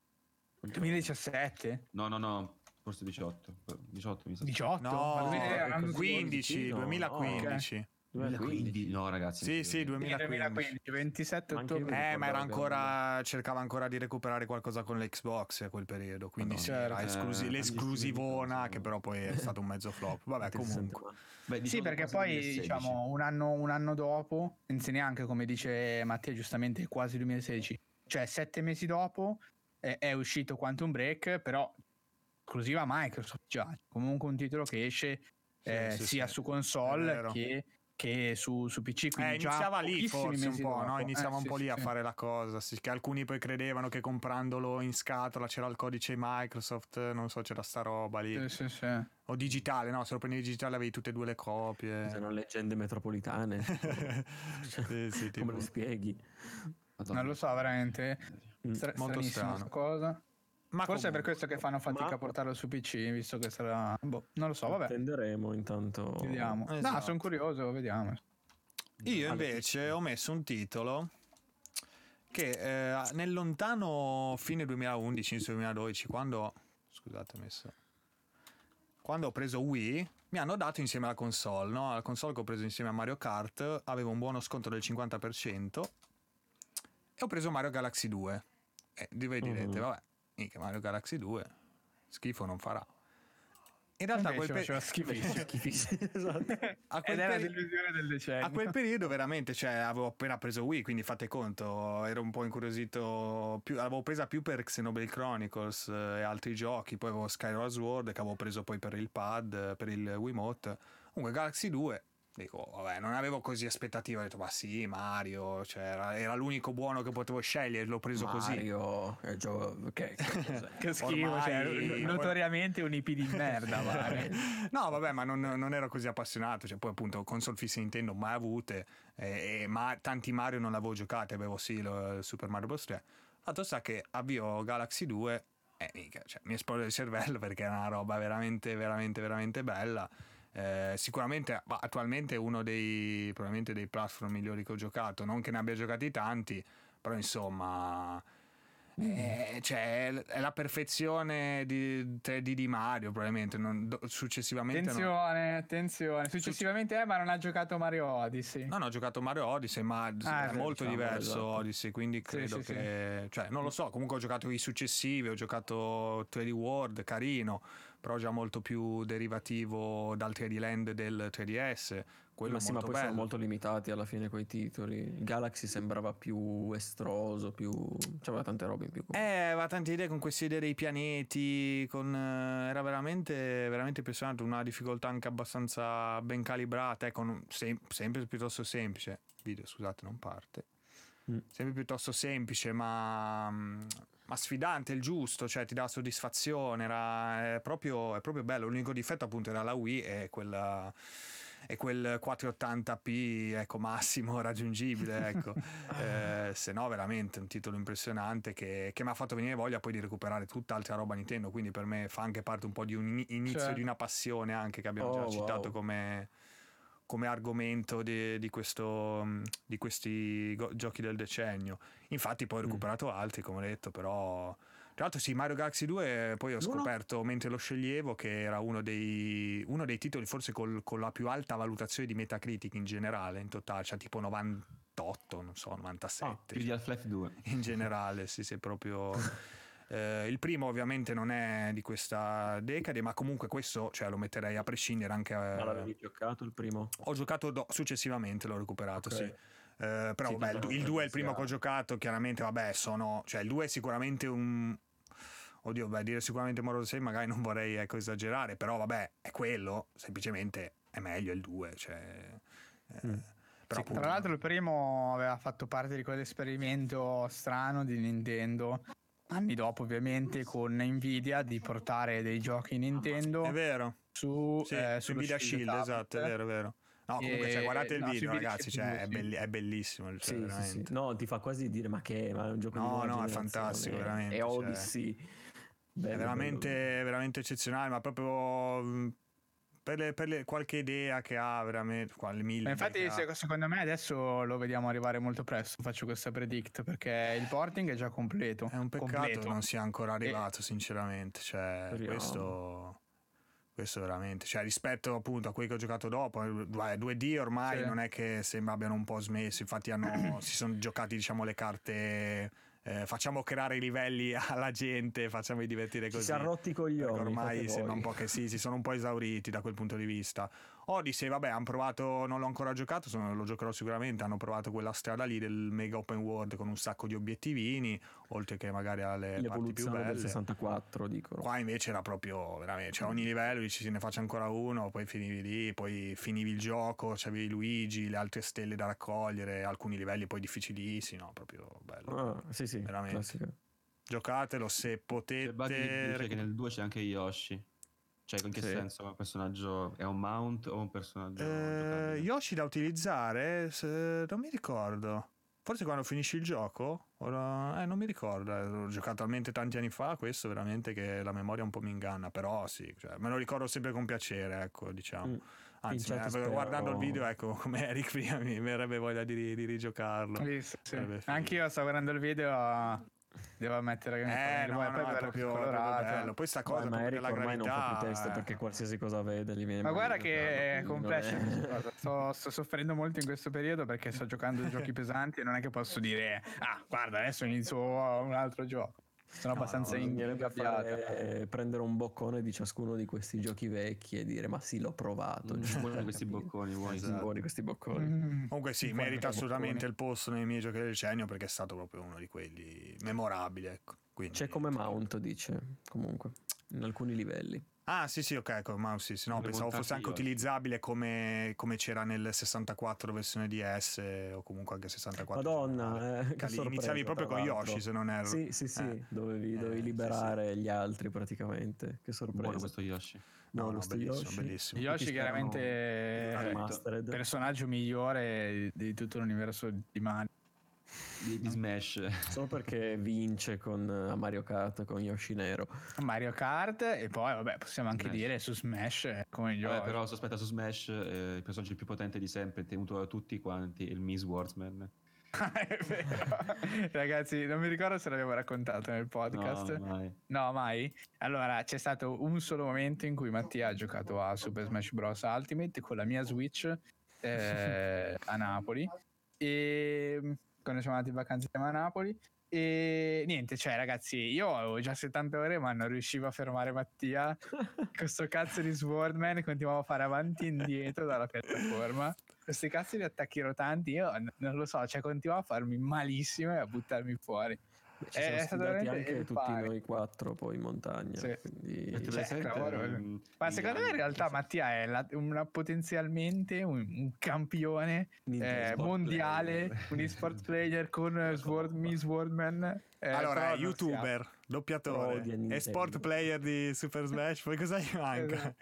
2017? No, forse 18 mi sa. 18? No, 2015. 2015. No, ragazzi. Sì, 2015. 27 ottobre. Ma era cercava ancora di recuperare qualcosa con l'Xbox a quel periodo, quindi era l'esclusivona che però poi è stato un mezzo flop. Vabbè, comunque. Sì, perché poi 2016. Diciamo un anno dopo, anzi neanche come dice Mattia giustamente, quasi 2016, cioè 7 mesi dopo è uscito Quantum Break, però esclusiva Microsoft già, comunque un titolo che esce sia su console che su PC, quindi iniziava lì forse un po', dopo. No? Iniziava un po' lì a fare la cosa, che alcuni poi credevano che comprandolo in scatola c'era il codice Microsoft, non so, c'era sta roba lì. Sì. O digitale, no? Se lo prendi digitale avevi tutte e due le copie. Sono leggende metropolitane. sì, come le spieghi? Non lo so, veramente. Molto strano. Cosa. Ma forse è per questo che fanno fatica a portarlo su PC, visto che sarà... non lo so, vabbè. Attenderemo intanto. Vediamo. Esatto. No, sono curioso, vediamo. Io invece ho messo un titolo che nel lontano fine 2011, inizio 2012, quando... Scusate, ho messo... quando ho preso Wii mi hanno dato insieme alla console, no? La console che ho preso insieme a Mario Kart avevo un buono sconto del 50% e ho preso Mario Galaxy 2. E voi direte, vabbè, mica Mario Galaxy 2 schifo non farà. In realtà faceva schifissimo. Esatto. Era la delusione del decennio. A quel periodo veramente, cioè, avevo appena preso Wii, quindi fate conto, ero un po' incuriosito, avevo presa più per Xenoblade Chronicles e altri giochi, poi avevo Skyward Sword che avevo preso poi per il pad, per il Wiimote. Comunque Galaxy 2, dico, vabbè, non avevo così aspettative, ho detto, ma sì, Mario, cioè, era l'unico buono che potevo scegliere, l'ho preso Mario, è gioco che schifo, ormai, cioè, notoriamente un IP di merda. No, vabbè, ma non ero così appassionato, cioè, poi appunto console fisse Nintendo mai avute, ma tanti Mario non l'avevo giocati, avevo sì lo Super Mario Bros 3. Fatto sta che avvio Galaxy 2 cioè, mi esplode il cervello perché è una roba veramente veramente veramente bella. Sicuramente attualmente è uno dei probabilmente dei platform migliori che ho giocato, non che ne abbia giocati tanti, però insomma cioè, è la perfezione di 3D di Mario probabilmente, successivamente attenzione successivamente ma non ha giocato Mario Odyssey. No, ho giocato Mario Odyssey, ma è molto diverso, esatto. Odyssey, quindi credo che cioè non lo so, comunque ho giocato i successivi, ho giocato 3D World, carino, però già molto più derivativo dal 3D Land del 3DS. Quello ma poi sono molto limitati alla fine quei titoli. Galaxy sembrava più estroso, c'aveva tante robe in più. Aveva tante idee con queste idee dei pianeti, era veramente veramente impressionante, una difficoltà anche abbastanza ben calibrata, sempre piuttosto semplice. Video, scusate, non parte. Sempre piuttosto semplice, ma sfidante, il giusto, cioè ti dà soddisfazione, è proprio bello. L'unico difetto appunto era la Wii e quel 480p, ecco, massimo raggiungibile, ecco. Se no veramente un titolo impressionante che mi ha fatto venire voglia poi di recuperare tutta altra roba Nintendo, quindi per me fa anche parte un po' di un inizio di una passione anche che abbiamo già citato come argomento di questi giochi del decennio. Infatti poi ho recuperato altri, come ho detto, però tra l'altro sì, Mario Galaxy 2 poi ho scoperto mentre lo sceglievo che era uno dei titoli forse con la più alta valutazione di Metacritic in generale, in totale, cioè tipo 98, non so, 97. Più di Half-Life 2. In generale, sì, proprio... il primo ovviamente non è di questa decade, ma comunque questo, cioè, lo metterei a prescindere anche. Ma l'avevi giocato il primo? Ho giocato successivamente, l'ho recuperato, okay. Sì. Però sì, vabbè, il 2 è il primo che ho giocato, chiaramente vabbè cioè il 2 è sicuramente dire sicuramente Mortal 6 magari non vorrei esagerare, però vabbè è quello, semplicemente è meglio il 2, cioè però tra l'altro il primo aveva fatto parte di quell'esperimento strano di Nintendo anni dopo ovviamente con Nvidia di portare dei giochi Nintendo è vero su Nvidia Shield, esatto, è vero. No, comunque cioè, guardate il video ragazzi, cioè, è bellissimo, cioè, sì. No, ti fa quasi dire ma è un gioco no, è fantastico, veramente, è Odyssey, bello, è veramente eccezionale, ma proprio per qualche idea che ha veramente ma infatti secondo me adesso lo vediamo arrivare molto presto, faccio questa predict perché il porting è già completo, è un peccato non sia ancora arrivato sinceramente, cioè questo veramente, cioè rispetto appunto a quelli che ho giocato dopo 2D ormai non è che sembra abbiano un po' smesso, infatti si sono giocati diciamo le carte facciamo creare i livelli alla gente, facciamo divertire così, si arrotti con gli occhi, ormai sembra un po' che si sono un po' esauriti da quel punto di vista. Odyssey vabbè hanno provato, non l'ho ancora giocato, lo giocherò sicuramente, hanno provato quella strada lì del mega open world con un sacco di obiettivini oltre che magari alle parti più belle del 64 dicono. Qua invece era proprio veramente, cioè ogni livello dici se ne faccia ancora uno, poi finivi lì, poi finivi il gioco, c'avevi Luigi, le altre stelle da raccogliere, alcuni livelli poi difficilissimi, no, proprio bello. Sì, veramente classica. Giocatelo se potete. Dice che nel 2 c'è anche Yoshi. Cioè, in che senso? Un personaggio è un mount o un personaggio Yoshi da utilizzare? Non mi ricordo. Forse quando finisci il gioco? Non mi ricordo. L'ho giocato talmente tanti anni fa, questo veramente che la memoria un po' mi inganna. Però sì, cioè, me lo ricordo sempre con piacere, ecco, diciamo. Anzi, guardando il video, ecco, come Eric prima mi verrebbe voglia di rigiocarlo. Anche io sto guardando il video. devo ammettere che no, è proprio bello. Poi sta cosa ma Eric la ormai gravità, non fa più test perché qualsiasi cosa vede gli viene. Ma guarda che è complessa. Sto soffrendo molto in questo periodo perché sto giocando giochi pesanti e non è che posso dire guarda, adesso inizio un altro gioco. Sono abbastanza ingabbiato. Prendere un boccone di ciascuno di questi giochi vecchi e dire ma sì, l'ho provato. Uno di questi bocconi, buoni questi bocconi. Comunque sì, merita assolutamente il posto nei miei giochi del decennio perché è stato proprio uno di quelli memorabili, ecco. Quindi, c'è come mount, dice, comunque, in alcuni livelli. Ah sì, ok, come mouse sì. No, pensavo fosse anche utilizzabile come c'era nel 64 versione DS o comunque anche 64. Madonna, che sorpresa, iniziavi proprio con Yoshi, se non erro. Sì, dovevi liberare gli altri praticamente. Che sorpresa. Buono questo Yoshi. No, bellissimo. Yoshi chiaramente personaggio migliore di tutto l'universo di Mario. Di Smash, solo perché vince con Mario Kart con Yoshi nero. Mario Kart e poi vabbè possiamo anche dire su Smash come gioco. Però sospetta su Smash il personaggio più potente di sempre tenuto da tutti quanti è il Miss Swordsman. È vero. Ragazzi, non mi ricordo se l'avevo raccontato nel podcast. No, mai. Allora c'è stato un solo momento in cui Mattia ha giocato a Super Smash Bros. Ultimate con la mia Switch a Napoli e quando siamo andati in vacanza a Napoli e niente, cioè ragazzi, io avevo già 70 ore ma non riuscivo a fermare Mattia questo cazzo di Swordman, continuavo a fare avanti e indietro dalla piattaforma, questi cazzo di attacchi rotanti, io non lo so, cioè continuavo a farmi malissimo e a buttarmi fuori. Ci siamo sfidati anche tutti noi 4 poi in montagna, sì. Quindi ma secondo me in realtà Mattia è potenzialmente un campione mondiale, un esport player con Swordman. Allora, youtuber, doppiatore, esport player di Super Smash, poi cosa gli manca?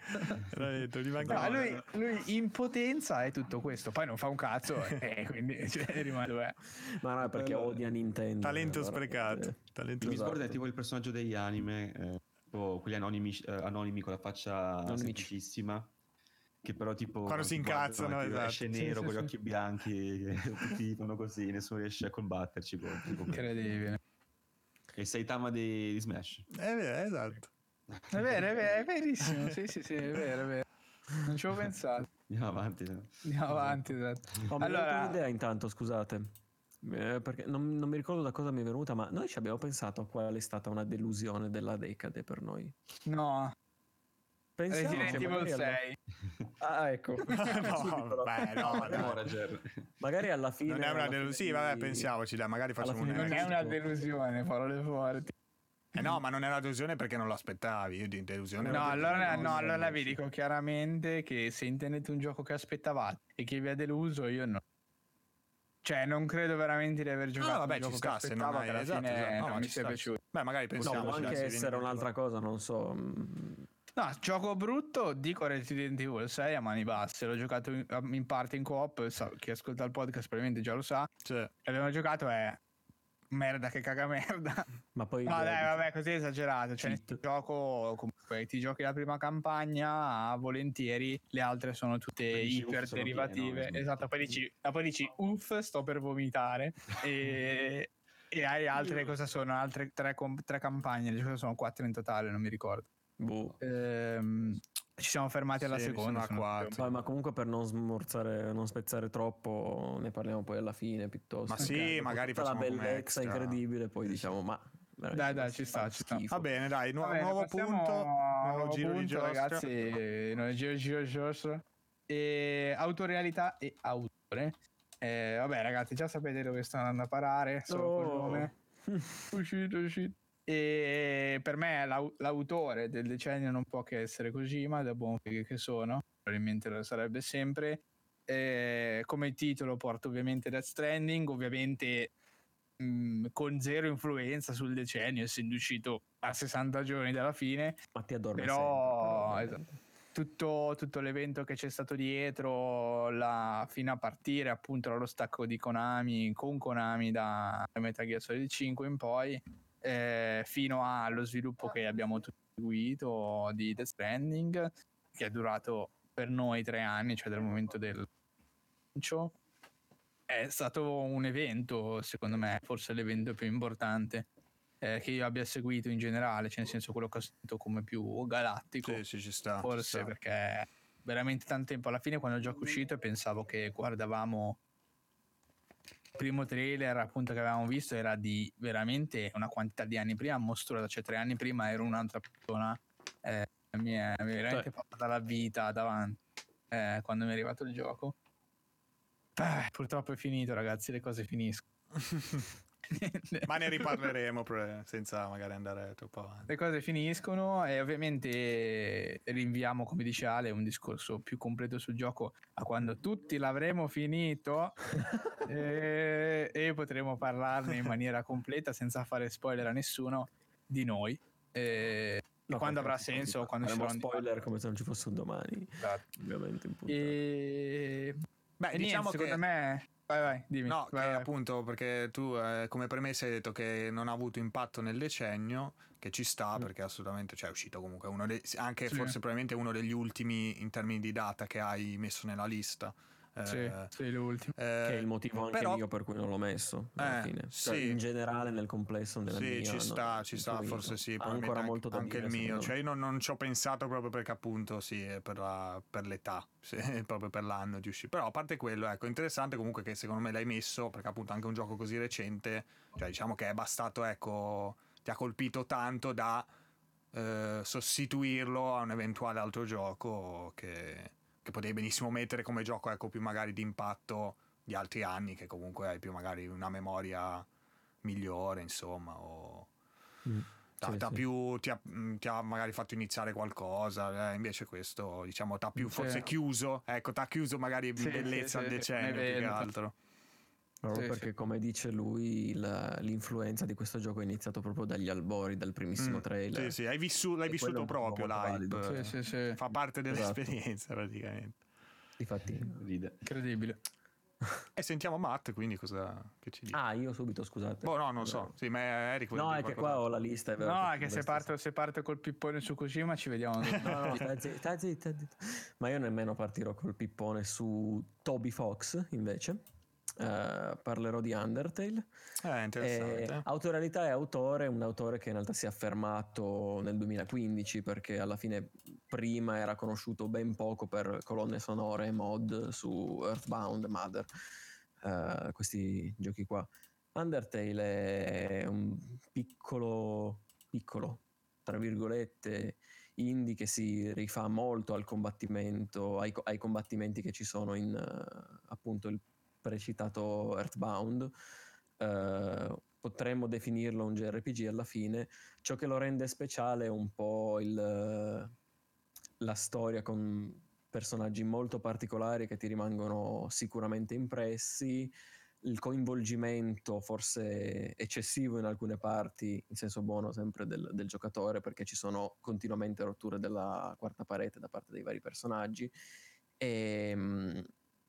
Lui in potenza è tutto questo, poi non fa un cazzo e quindi rimane dov'è. Ma no, perché odia Nintendo. Talento sprecato. Mi scorda è tipo il personaggio degli anime, quelli anonimi con la faccia semplicissima, che però tipo quando si incazzano, esce nero con gli occhi bianchi, tutti fanno così, nessuno riesce a combatterci. Incredibile. E Saitama di Smash. È vero, esatto. È verissimo. Sì, è vero. Non ci avevo pensato. Andiamo avanti. Esatto. Allora, un'idea intanto, scusate. Perché non mi ricordo da cosa mi è venuta, ma noi ci abbiamo pensato a qual è stata una delusione della decade per noi. No. Resident Evil 6. Ecco. No. Magari alla fine non è una delusione. Sì, vabbè, pensiamoci, dai, magari facciamo non è una delusione, parole forti. No, ma non è una delusione perché non lo aspettavi. Io di delusione. No, allora vi dico chiaramente che se intendete un gioco che aspettavate e che vi ha deluso, io no. Cioè, non credo veramente di aver giocato un gioco che aspettava, che alla fine non mi sia piaciuto. Beh, magari pensiamo. Può anche essere un'altra cosa, non so. No, gioco brutto, dico Resident Evil 6 a mani basse. L'ho giocato in parte in co-op, chi ascolta il podcast probabilmente già lo sa. Abbiamo giocato merda che caga merda. Ma poi no dai, vabbè, così è esagerato. Cioè nel gioco comunque ti giochi la prima campagna volentieri, le altre sono tutte iper derivative. Esatto, poi dici uff, sto per vomitare e hai altre, cosa sono? Altre tre campagne, sono 4 in totale, non mi ricordo. Ci siamo fermati alla seconda. Ma comunque per non smorzare, non spezzare troppo, ne parliamo poi alla fine piuttosto. Ma sì, magari facciamo la bellezza incredibile, poi diciamo ma dai, ci sta. Va bene, dai, nuovo punto, nuovo giro di giostra. Ragazzi, nuovo giro di giostra. E autorealità e autore. Vabbè, ragazzi, già sapete dove sto andando a parare, solo col nome. Uscito. E per me l'autore del decennio non può che essere Kojima, da buon figo che sono, probabilmente lo sarebbe sempre. Come titolo porto ovviamente Death Stranding, ovviamente con zero influenza sul decennio, essendo uscito a 60 giorni dalla fine. Ma ti adorno però tutto l'evento che c'è stato dietro fino a partire appunto dallo stacco di Konami con Konami da Metal Gear Solid 5 in poi, fino allo sviluppo che abbiamo tutti seguito di Death Stranding, che è durato per noi 3 anni, cioè dal momento del lancio. È stato un evento, secondo me, forse l'evento più importante che io abbia seguito in generale, cioè nel senso quello che ho sentito come più galattico. Sì, ci sta. Forse ci sta. perché veramente tanto tempo, alla fine quando il gioco è uscito pensavo che guardavamo il primo trailer appunto che avevamo visto era di veramente una quantità di anni prima, mostruosa, cioè 3 anni prima ero un'altra persona, mi è veramente passata la vita davanti quando mi è arrivato il gioco. Purtroppo è finito, ragazzi, le cose finiscono. Ma ne riparleremo senza magari andare troppo avanti. Le cose finiscono e ovviamente rinviamo, come dice Ale, un discorso più completo sul gioco a quando tutti l'avremo finito e potremo parlarne in maniera completa senza fare spoiler a nessuno di noi. No, quando avrà senso, quando ci sarà un spoiler come se non ci fosse un domani. Esatto. Ovviamente in puntata. Beh, diciamo secondo me vai, dimmi. No, vai. Appunto perché tu come premessa hai detto che non ha avuto impatto nel decennio, che ci sta perché assolutamente, cioè è uscito comunque anche forse probabilmente uno degli ultimi in termini di data che hai messo nella lista. Sì, l'ultimo. Che è il motivo anche mio per cui non l'ho messo alla fine. Cioè, in generale nel complesso nella mia, ci sta forse sì, ancora molto da anche dire, il mio, cioè io non ci ho pensato proprio perché appunto per l'età, proprio per l'anno di uscita. Però a parte quello, ecco, interessante comunque che secondo me l'hai messo perché appunto anche un gioco così recente, cioè diciamo che è bastato, ecco, ti ha colpito tanto da sostituirlo a un eventuale altro gioco che potevi benissimo mettere come gioco, ecco, più magari di impatto di altri anni, che comunque hai più magari una memoria migliore, insomma, o ti ha magari fatto iniziare qualcosa, invece questo diciamo t'ha più forse chiuso, ecco, t'ha chiuso magari in bellezza al decennio più che altro. Proprio perché come dice lui l'influenza di questo gioco è iniziato proprio dagli albori, dal primissimo trailer. L'hai vissuto proprio l'hype. Sì. Fa parte dell'esperienza praticamente. Infatti ride. Incredibile. E sentiamo Matt, quindi che ci dici? Io subito, scusate. Non so. Sì, ma Eric no, è che qua ho la lista. È vero, no, è che se parte col pippone su Kojima ci vediamo. No, stai zitto. Ma io nemmeno partirò col pippone su Toby Fox, invece. Parlerò di Undertale. Interessante. Autorialità e autore, un autore che in realtà si è affermato nel 2015 perché alla fine prima era conosciuto ben poco per colonne sonore e mod su Earthbound, Mother, questi giochi qua. Undertale è un piccolo tra virgolette indie che si rifà molto al combattimento, ai combattimenti che ci sono in appunto il precitato Earthbound. Potremmo definirlo un JRPG alla fine. Ciò che lo rende speciale è un po' la storia con personaggi molto particolari che ti rimangono sicuramente impressi, il coinvolgimento forse eccessivo in alcune parti, in senso buono sempre del giocatore, perché ci sono continuamente rotture della quarta parete da parte dei vari personaggi, e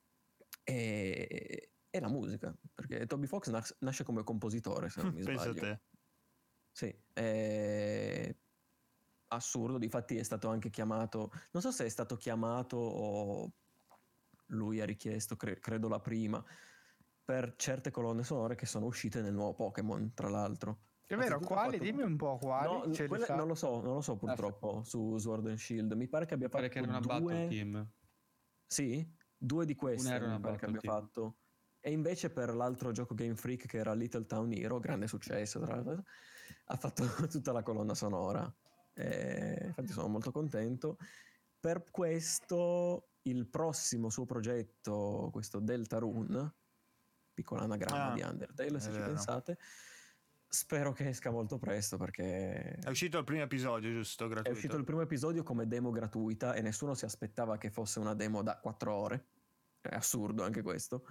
la musica, perché Toby Fox nasce come compositore, se non mi sbaglio. Pensa a te. Sì, è assurdo, difatti è stato anche chiamato, non so se è stato chiamato o lui ha richiesto, credo la prima, per certe colonne sonore che sono uscite nel nuovo Pokémon, tra l'altro. È vero, quali? Dimmi un po' quali. No, non lo so purtroppo su Sword and Shield. Mi pare che abbia fatto che era una battle team. Sì, 2 di queste mi pare che abbia fatto. E invece per l'altro gioco Game Freak, che era Little Town Hero, grande successo tra l'altro, ha fatto tutta la colonna sonora. Infatti sono molto contento. Per questo il prossimo suo progetto, questo Deltarune, piccola anagramma di Undertale se ci pensate, spero che esca molto presto, perché è uscito il primo episodio, giusto? Gratuito. È uscito il primo episodio come demo gratuita e nessuno si aspettava che fosse una demo da 4 ore. È assurdo anche questo.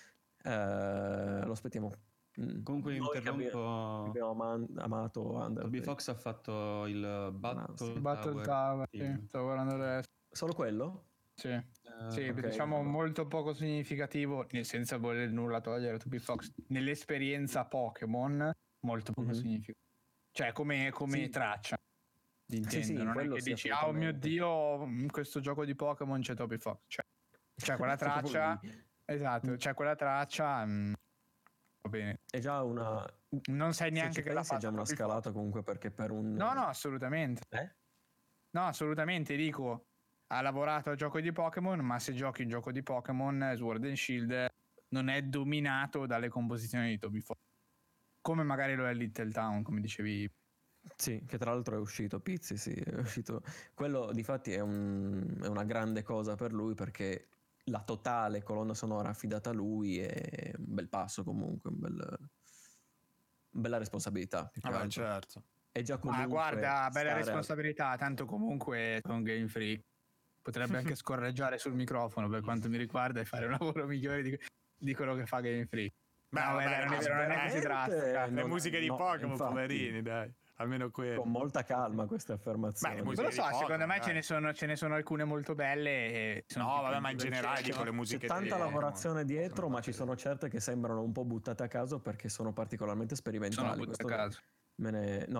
Lo aspettiamo. Comunque interrompo. Abbiamo amato Undertale. Toby Fox ha fatto il Battle Tower. Sì, sto guardando adesso. Solo quello? Sì, okay, diciamo molto poco significativo, senza voler nulla togliere a Toby Fox, nell'esperienza Pokémon molto poco significativo, cioè come traccia di intendo, non è che dici oh mio Dio, in questo gioco di Pokémon c'è Toby Fox, cioè quella traccia esatto, c'è quella traccia bene. È già una... Non sai neanche che l'ha fatto. È già una scalata comunque, perché per un... No, assolutamente. No, assolutamente, dico, ha lavorato al gioco di Pokémon, ma se giochi un gioco di Pokémon, Sword and Shield non è dominato dalle composizioni di Toby Fox, come magari lo è Little Town, come dicevi. Sì, che tra l'altro è uscito Pizzi, sì, è uscito. Quello difatti è una grande cosa per lui, perché la totale colonna sonora affidata a lui è un bel passo comunque, bella responsabilità. Certo. È già comunque guarda, bella responsabilità, tanto comunque con Game Freak potrebbe anche scorreggiare sul microfono per quanto mi riguarda e fare un lavoro migliore di quello che fa Game Freak. Non è così drastica. Le musiche di Pokémon, poverini, dai. Almeno quello. Con molta calma queste affermazioni. Non lo so, secondo me ce ne sono alcune molto belle. Ma in generale dico le musiche. C'è tanta lavorazione dietro, ma ci sono certe che sembrano un po' buttate a caso perché sono particolarmente sperimentali. Sono buttate a caso. Me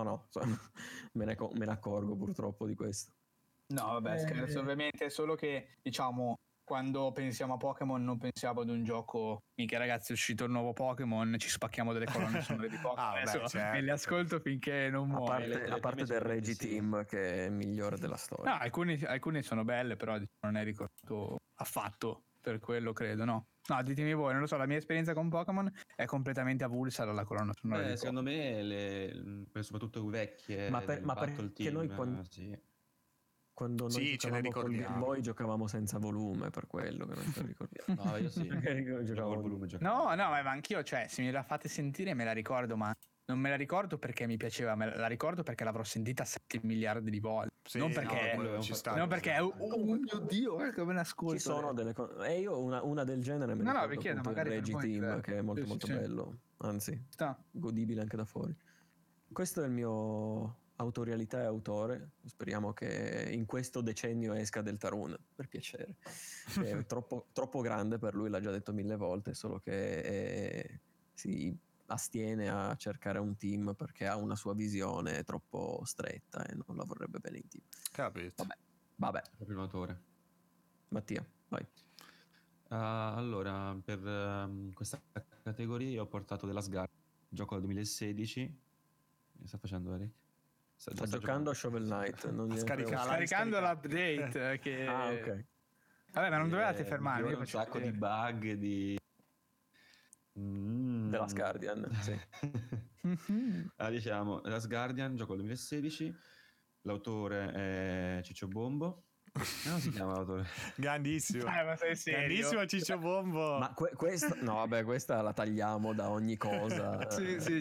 ne accorgo purtroppo di questo. No, vabbè, scherzo, ovviamente è solo che, diciamo, quando pensiamo a Pokémon non pensiamo ad un gioco, mica ragazzi è uscito il nuovo Pokémon, ci spacchiamo delle colonne sonore di Pokémon, me le ascolto finché non muore. A parte del Regi Team che è il migliore della storia. No, alcune sono belle, però non è ricordato affatto per quello, credo, no? No, ditemi voi, non lo so, la mia esperienza con Pokémon è completamente avulsa dalla colonna sonora. Secondo me, soprattutto vecchie, perché noi quando noi giocavamo con Game Boy giocavamo senza volume, per quello che non ce lo ricordiamo. No, io sì. Giocavo il volume. No, ma anch'io, cioè, se me la fate sentire me la ricordo, ma non me la ricordo perché mi piaceva, me la ricordo perché l'avrò sentita 7 miliardi di volte. Sì, non perché oh mio Dio, come l'ascolto. Ci sono delle cose. E io una del genere me la ricordo, magari il Regi Team, che è molto bello, anzi godibile anche da fuori. Questo è il mio autorialità e autore. Speriamo che in questo decennio esca Deltarune, per piacere. È troppo grande per lui, l'ha già detto 1000 volte, solo che si astiene a cercare un team perché ha una sua visione troppo stretta e non la vorrebbe bene in team. Capito. Vabbè. Proprio un autore. Mattia, vai. Allora, per questa categoria io ho portato The Last Guardian, gioco del 2016. Mi sta facendo Eric? Sta giocando a Shovel Knight. Scaricando l'update. Che... ok. Vabbè, ma non dovevate fermarmi. Un sacco di bug The Last Guardian, sì. Diciamo, The Last Guardian, gioco del 2016. L'autore è Ciccio Bombo. Non si chiama l'autore. Grandissimo. Ma sei serio? Grandissimo Ciccio Bombo. Ma questa la tagliamo da ogni cosa. sì,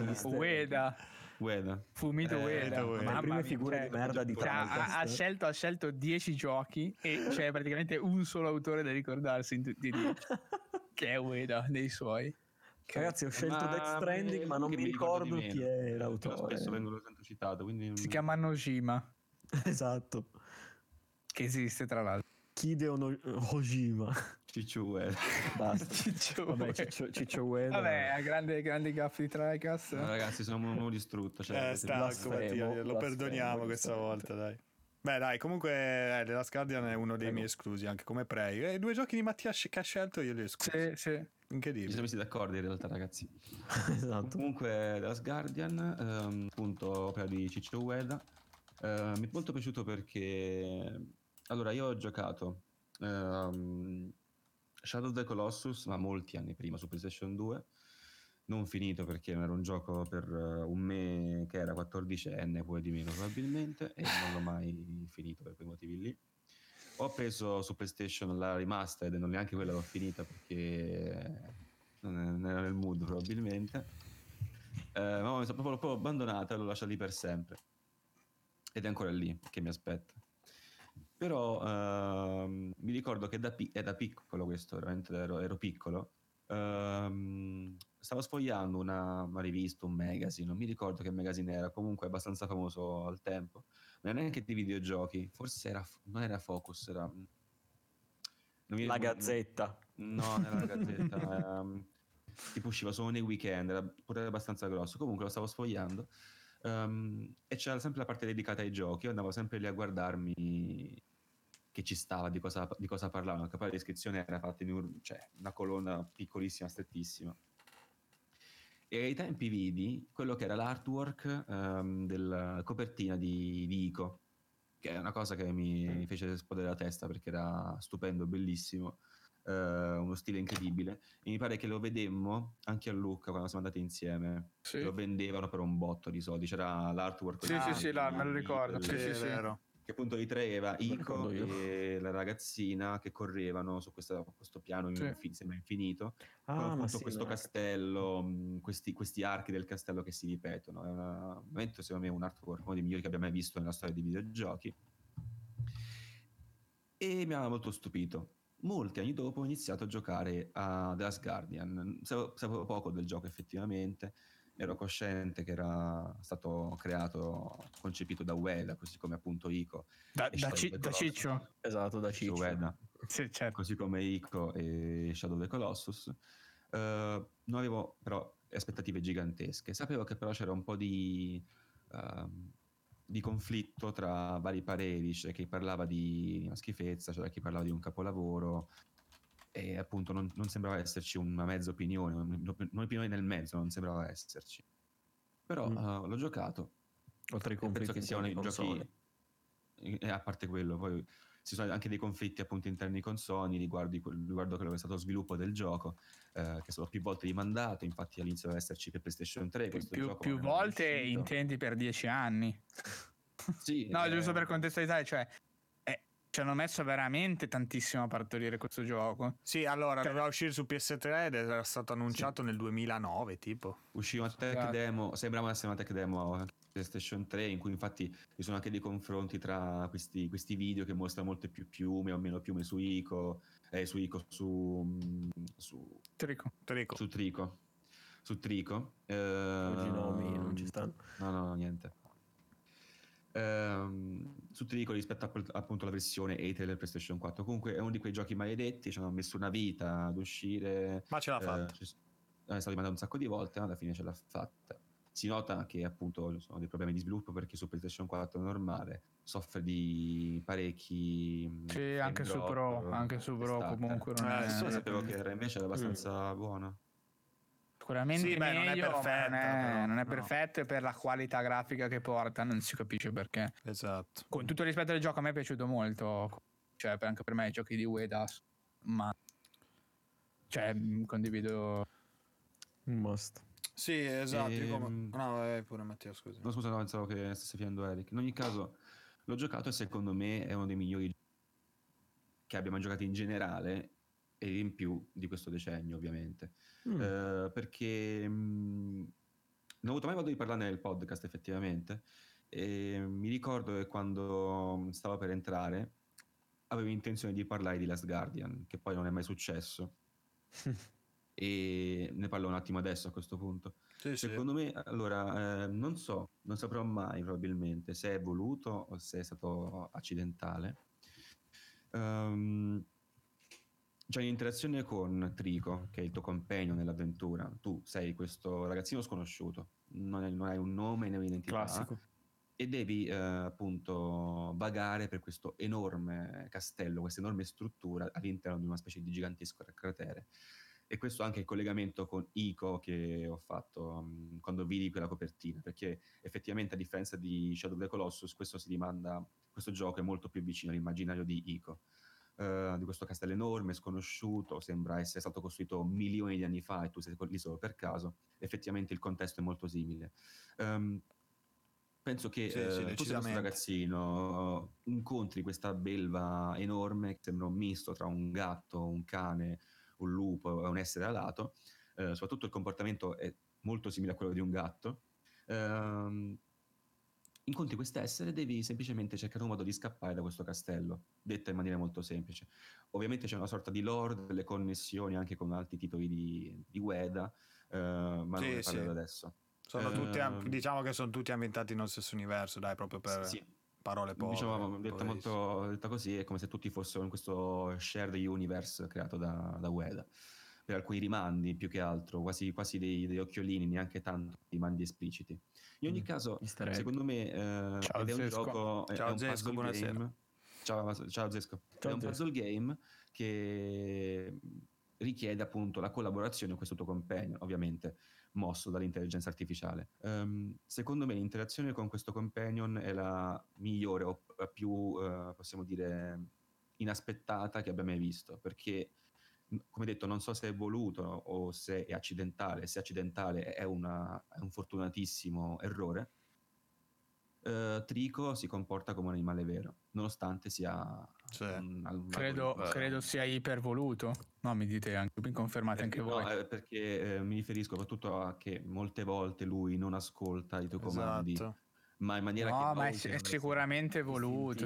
Ueda. Fumito Ueda. Ma le prime figure di merda di ha scelto 10 giochi e c'è praticamente un solo autore da ricordarsi in tutti i 10, che è Ueda dei suoi. Ragazzi, ho scelto Death Stranding, ma non mi ricordo chi è l'autore. Spesso vengo sempre citato, quindi si chiama Nojima. Esatto. Che esiste tra l'altro. Hideo Kojima. Ciccio Ueda. Basta. Ciccio Ueda. Vabbè, grandi gaffi di Tricast. No, ragazzi, sono un uomo distrutto. Stacco, Mattia, lo perdoniamo questa volta, dai. Beh, dai, comunque The Last Guardian è uno dei miei esclusi, anche come Prey. E 2 giochi di Mattia che ha scelto io li esclusi. Sì. Incredibile. Ci siamo messi d'accordo in realtà, ragazzi. Esatto. Comunque The Last Guardian, appunto opera di Ciccio Ueda, mi è molto piaciuto perché allora io ho giocato Shadow of the Colossus, ma molti anni prima su PlayStation 2, non finito perché non era un gioco per un me che era 14enne, poi di meno probabilmente, e non l'ho mai finito per quei motivi lì. Ho preso su PlayStation la remastered e non neanche quella l'ho finita perché non era nel mood probabilmente, ma mi sono proprio abbandonata e l'ho lasciata lì per sempre ed è ancora lì che mi aspetta. Però mi ricordo che è da piccolo questo, veramente ero piccolo, stavo sfogliando una rivista, un magazine, non mi ricordo che magazine era, comunque abbastanza famoso al tempo, non è neanche di videogiochi, forse non era Focus, era la Gazzetta. No, non era la Gazzetta. Tipo usciva solo nei weekend, era pure abbastanza grosso, comunque lo stavo sfogliando, e c'era sempre la parte dedicata ai giochi. Io andavo sempre lì a guardarmi che ci stava, di cosa parlavano, perché poi la descrizione era fatta in una colonna piccolissima, strettissima. E ai tempi vidi quello che era l'artwork della copertina di Ico, che è una cosa che mi fece esplodere la testa perché era stupendo, bellissimo, uno stile incredibile. E mi pare che lo vedemmo anche a Lucca quando siamo andati insieme. Sì. Lo vendevano per un botto di soldi. C'era l'artwork. Sì, me lo ricordo. Sì, è vero. Che appunto ritraeva Ico e la ragazzina che correvano su questo piano sembra infinito, con appunto questo castello, questi archi del castello che si ripetono. È veramente, secondo me, un artwork uno dei migliori che abbia mai visto nella storia dei videogiochi, e mi ha molto stupito. Molti anni dopo ho iniziato a giocare a The Last Guardian. Sapevo poco del gioco effettivamente, ero cosciente che era stato concepito da Ueda, così come appunto Ico da Ciccio. Esatto, da Ciccio Ueda. Sì, certo. Così come Ico e Shadow of the Colossus. Non avevo però aspettative gigantesche. Sapevo che però c'era un po' di conflitto tra vari pareri. C'è chi parlava di una schifezza, c'era chi parlava di un capolavoro, e appunto non sembrava esserci una mezza opinione, un'opinione nel mezzo non sembrava esserci. Però l'ho giocato, oltre ai conflitti, penso che siano i giochi, e a parte quello poi ci sono anche dei conflitti appunto interni con Sony riguardo quello che è stato lo sviluppo del gioco, che è stato più volte rimandato. Infatti all'inizio deve esserci per PlayStation 3 questo gioco più volte, intenti per 10 anni. Sì, no, giusto per contestualizzare, cioè ci hanno messo veramente tantissimo a partorire questo gioco. Sì, allora doveva uscire su PS3 ed era stato annunciato nel 2009 tipo. Usciva una tech demo, sembrava essere una tech demo PlayStation 3, in cui infatti ci sono anche dei confronti tra questi video che mostrano molte più piume o meno piume su Trico. Oggi nomi non ci stanno. No, niente. Su Trico rispetto appunto alla versione Ether del PlayStation 4. Comunque è uno di quei giochi maledetti, ci hanno messo una vita ad uscire, ma ce l'ha fatta. È stato rimandato un sacco di volte, ma alla fine ce l'ha fatta. Si nota che appunto ci sono dei problemi di sviluppo, perché su PlayStation 4 normale soffre di parecchi anche su Pro comunque non è... sapevo che era invece abbastanza buono. Sicuramente meglio, non è perfetto, e per la qualità grafica che porta non si capisce perché. Esatto. Con tutto il rispetto del gioco, a me è piaciuto molto, cioè anche per me i giochi di Ueda, ma condivido un must. Sì, esatto. No, vai pure Matteo, scusa. No, scusa, no, pensavo che stesse finendo Eric. In ogni caso l'ho giocato e secondo me è uno dei migliori che abbiamo giocato in generale, e in più di questo decennio ovviamente, perché non ho avuto mai modo di parlarne nel podcast effettivamente, e mi ricordo che quando stavo per entrare avevo intenzione di parlare di Last Guardian, che poi non è mai successo. E ne parlo un attimo adesso a questo punto. Secondo me, allora, non saprò mai probabilmente se è voluto o se è stato accidentale. C'è un'interazione con Trico, che è il tuo compagno nell'avventura. Tu sei questo ragazzino sconosciuto, non hai un nome né un'identità. Classico. E devi appunto vagare per questo enorme castello, questa enorme struttura all'interno di una specie di gigantesco cratere. E questo anche il collegamento con Ico che ho fatto quando vidi quella copertina, perché effettivamente, a differenza di Shadow of the Colossus, questo gioco è molto più vicino all'immaginario di Ico, di questo castello enorme, sconosciuto, sembra essere stato costruito milioni di anni fa e tu sei lì solo per caso. Effettivamente il contesto è molto simile. Penso che tu sei questo ragazzino, incontri questa belva enorme che sembra un misto tra un gatto, un cane, un lupo e un essere alato. Soprattutto il comportamento è molto simile a quello di un gatto. Incontri quest'essere e devi semplicemente cercare un modo di scappare da questo castello, detta in maniera molto semplice. Ovviamente c'è una sorta di lore, delle connessioni anche con altri titoli di Ueda, ma non ne parlerò adesso. Sono tutti, diciamo che sono tutti ambientati nello stesso universo, dai, proprio per parole povere. Diciamo, detta così, è come se tutti fossero in questo shared universe creato da Ueda, per alcuni rimandi più che altro, quasi dei occhiolini, neanche tanto rimandi espliciti. In ogni caso, secondo me Ciao, è un gioco, ciao, è un Zesco, puzzle game. Ciao Zesco. È un puzzle game che richiede appunto la collaborazione con questo tuo companion, ovviamente mosso dall'intelligenza artificiale. Secondo me l'interazione con questo companion è la migliore o più, possiamo dire, inaspettata che abbia mai visto, perché come detto non so se è voluto o se è accidentale. Se è accidentale è un fortunatissimo errore. Trico si comporta come un animale vero, nonostante sia credo sia ipervoluto. No, mi dite anche, mi confermate anche voi. No, perché mi riferisco soprattutto a che molte volte lui non ascolta i tuoi comandi, ma in maniera che ma è sicuramente voluto.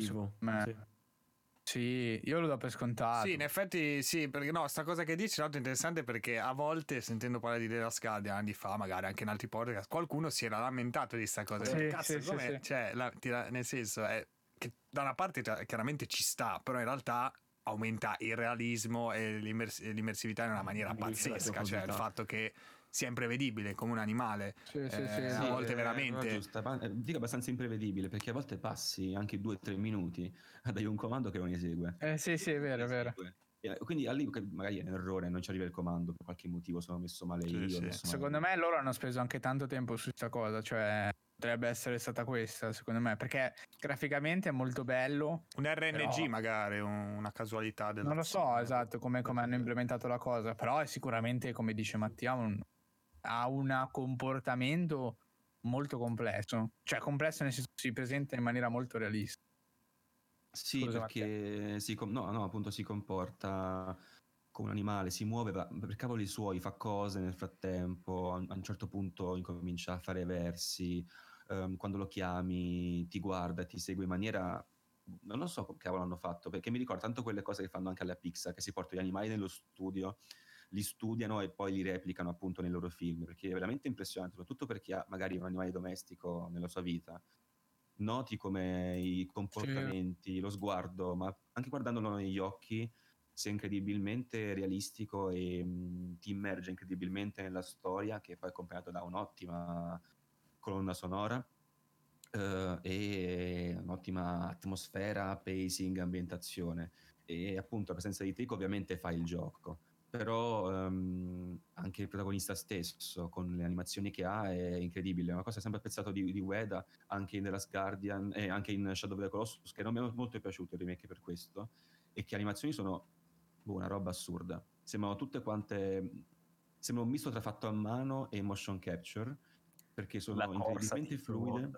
Sì, io lo do per scontato. Sì, in effetti sì, perché no, sta cosa che dici è molto interessante, perché a volte, sentendo parlare di The Last Guardian anni fa, magari anche in altri podcast, qualcuno si era lamentato di sta cosa. Cazzo, com'è? Cioè, nel senso è che da una parte chiaramente ci sta, però in realtà aumenta il realismo e l'immersività in una maniera pazzesca, cioè il fatto che sia imprevedibile come un animale, a volte veramente giusta, dico abbastanza imprevedibile, perché a volte passi anche 2-3 minuti a dargli un comando che non esegue. Sì, è vero, è vero. Quindi lì magari è un errore, non ci arriva il comando per qualche motivo, sono messo male io. Secondo me loro hanno speso anche tanto tempo su questa cosa, cioè potrebbe essere stata questa, secondo me, perché graficamente è molto bello. Un RNG però magari, una casualità non lo so esatto come hanno implementato la cosa, però è sicuramente, come dice Mattia, ha un comportamento molto complesso, cioè complesso nel senso si presenta in maniera molto realistica. Sì, perché appunto si comporta come un animale, si muove per cavoli suoi, fa cose nel frattempo, a un certo punto incomincia a fare versi, quando lo chiami ti guarda, ti segue in maniera, non lo so che cavolo hanno fatto, perché mi ricorda tanto quelle cose che fanno anche alla Pixar, che si portano gli animali nello studio, li studiano e poi li replicano appunto nei loro film, perché è veramente impressionante, soprattutto per chi ha magari un animale domestico nella sua vita. Noti come i comportamenti, lo sguardo, ma anche guardandolo negli occhi, sia incredibilmente realistico e ti immerge incredibilmente nella storia, che poi è accompagnata da un'ottima colonna sonora e un'ottima atmosfera, pacing, ambientazione. E appunto la presenza di Trico ovviamente fa il gioco, però anche il protagonista stesso con le animazioni che ha è incredibile. Una cosa sempre apprezzato di Ueda anche in The Last Guardian e anche in Shadow of the Colossus, che non mi è molto piaciuto il remake per questo, e che le animazioni sono una roba assurda, sembrano tutte quante, sembra un misto tra fatto a mano e motion capture, perché sono incredibilmente fluide.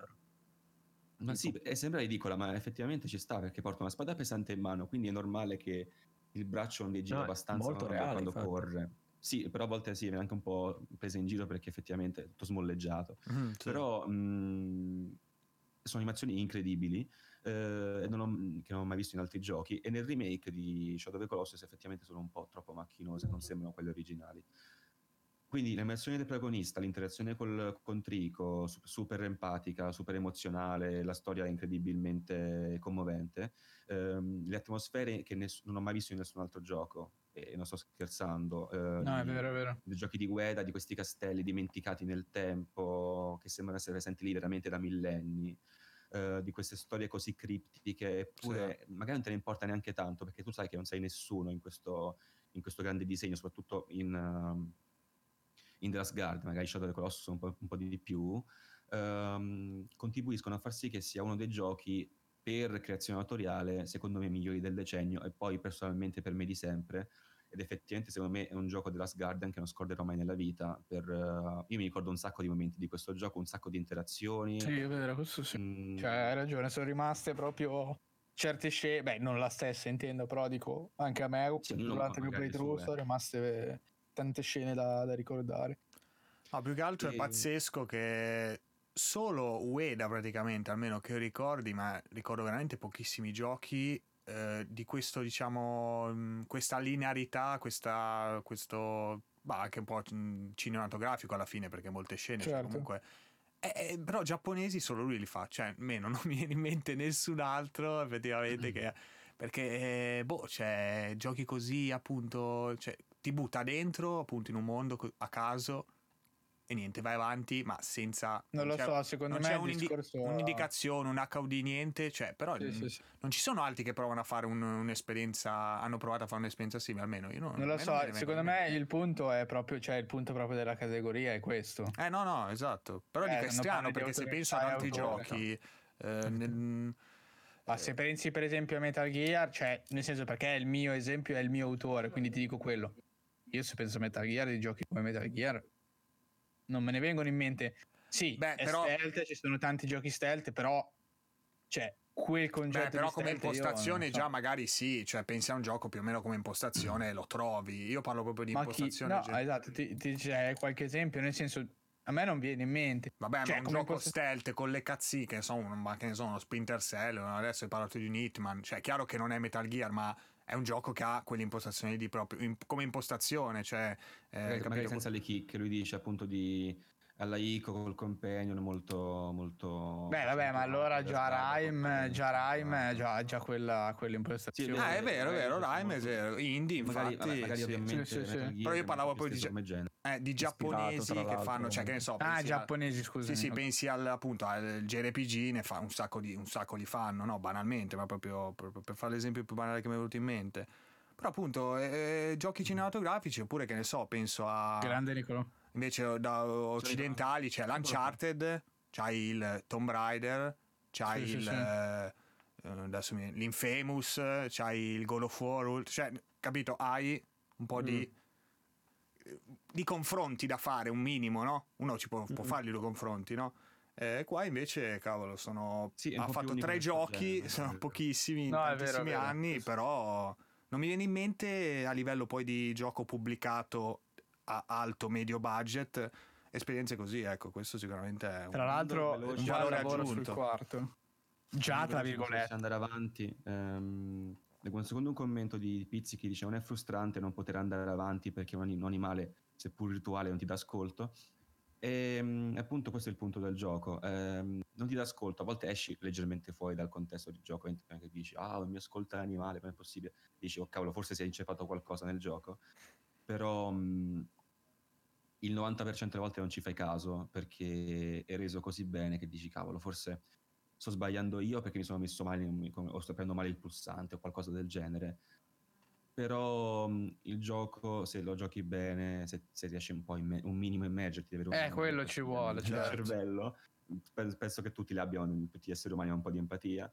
Ma sì, sembra ridicola, ma effettivamente ci sta, perché porta una spada pesante in mano, quindi è normale che il braccio non gira abbastanza quando corre. Sì, però a volte sì, viene anche un po' presa in giro perché effettivamente è tutto smolleggiato. Però sono animazioni incredibili che non ho mai visto in altri giochi, e nel remake di Shadow of the Colossus effettivamente sono un po' troppo macchinose, non sembrano quelle originali. Quindi l'immersione del protagonista, l'interazione con Trico, super empatica, super emozionale, la storia è incredibilmente commovente, le atmosfere che non ho mai visto in nessun altro gioco, e non sto scherzando, no, è vero. I giochi di Ueda, di questi castelli dimenticati nel tempo, che sembrano essere presenti lì veramente da millenni, di queste storie così criptiche, eppure magari non te ne importa neanche tanto, perché tu sai che non sei nessuno in questo grande disegno, soprattutto in The Last Guardian, magari Shadow of the Colossus un po' di più, contribuiscono a far sì che sia uno dei giochi per creazione autoriale secondo me migliori del decennio, e poi personalmente per me di sempre, ed effettivamente secondo me è un gioco The Last Guardian che non scorderò mai nella vita. Io mi ricordo un sacco di momenti di questo gioco, un sacco di interazioni. Sì, è vero, questo sì. Cioè, hai ragione, sono rimaste proprio certe scene, non la stessa intendo, però dico anche a me durante il mio playthrough sono rimaste tante scene da ricordare. No, più che altro è pazzesco che solo Ueda praticamente, almeno che io ricordi, ma ricordo veramente pochissimi giochi di questo, diciamo, questa linearità, questo anche un po' cinematografico alla fine, perché molte scene, certo. Cioè, comunque però giapponesi solo lui li fa, cioè almeno non mi viene in mente nessun altro effettivamente perché cioè giochi così appunto, cioè ti butta dentro appunto in un mondo a caso e niente, vai avanti, ma senza... Non lo so, secondo me il discorso... un'indicazione, un HUD, niente, cioè, però sì. Non ci sono altri che provano a fare un'esperienza, hanno provato a fare un'esperienza simile, almeno io non lo so, secondo me il punto è proprio, cioè il punto proprio della categoria è questo. No, esatto, però dico è strano, perché se penso ad altri giochi... Ma se pensi per esempio a Metal Gear, cioè nel senso, perché il mio esempio è il mio autore, quindi ti dico quello. Io se penso a Metal Gear, di giochi come Metal Gear non me ne vengono in mente. Sì, però stealth, ci sono tanti giochi stealth, però cioè quel concetto però di come impostazione so. già magari sì, cioè pensi a un gioco più o meno come impostazione lo trovi. Io parlo proprio di impostazione. Esatto, c'è qualche esempio, nel senso a me non viene in mente. Vabbè, ma un gioco stealth con le cazzine, che ne so, uno Splinter Cell, adesso hai parlato di un Hitman, cioè è chiaro che non è Metal Gear, ma è un gioco che ha quell'impostazione di proprio come impostazione, cioè magari senza le chicche, lui dice appunto di alla Ico col companion molto beh vabbè, ma allora già Rime già quell'impostazione. Sì, è vero, Rime è vero, indie infatti magari ovviamente sì. Però io parlavo poi di giapponesi che fanno, cioè che ne so, giapponesi, scusa. Sì, pensi appunto al JRPG, ne fa un sacco li fanno, no, banalmente, ma proprio per fare l'esempio più banale che mi è venuto in mente. Però appunto giochi cinematografici, oppure che ne so, penso a grande Nicolò. Invece da occidentali c'è l'Uncharted, c'hai il Tomb Raider, c'hai adesso l'Infamous, c'hai il God of War, cioè capito, hai un po' di confronti da fare, un minimo, no? Uno può farli due confronti, no? Qua invece, cavolo, ha fatto 3 giochi, sono pochissimi in tantissimi anni, però non mi viene in mente a livello poi di gioco pubblicato a alto medio budget esperienze così, ecco, questo sicuramente è tra l'altro un valore aggiunto sul quarto già tra virgolette andare avanti. Secondo un commento di Pizzichi dice: non è frustrante non poter andare avanti perché un animale seppur virtuale non ti dà ascolto, e appunto questo è il punto del gioco, non ti dà ascolto, a volte esci leggermente fuori dal contesto di gioco e dici mi ascolta l'animale, come è possibile, dici oh cavolo, forse si è inceppato qualcosa nel gioco, però il 90% delle volte non ci fai caso perché è reso così bene che dici cavolo, forse sto sbagliando io perché mi sono messo male o sto prendendo male il pulsante o qualcosa del genere. Però il gioco, se lo giochi bene, se riesci un po' un minimo immergerti, di avere quello ci vuole, certo. Cervello, penso che tutti tutti gli esseri umani hanno un po' di empatia,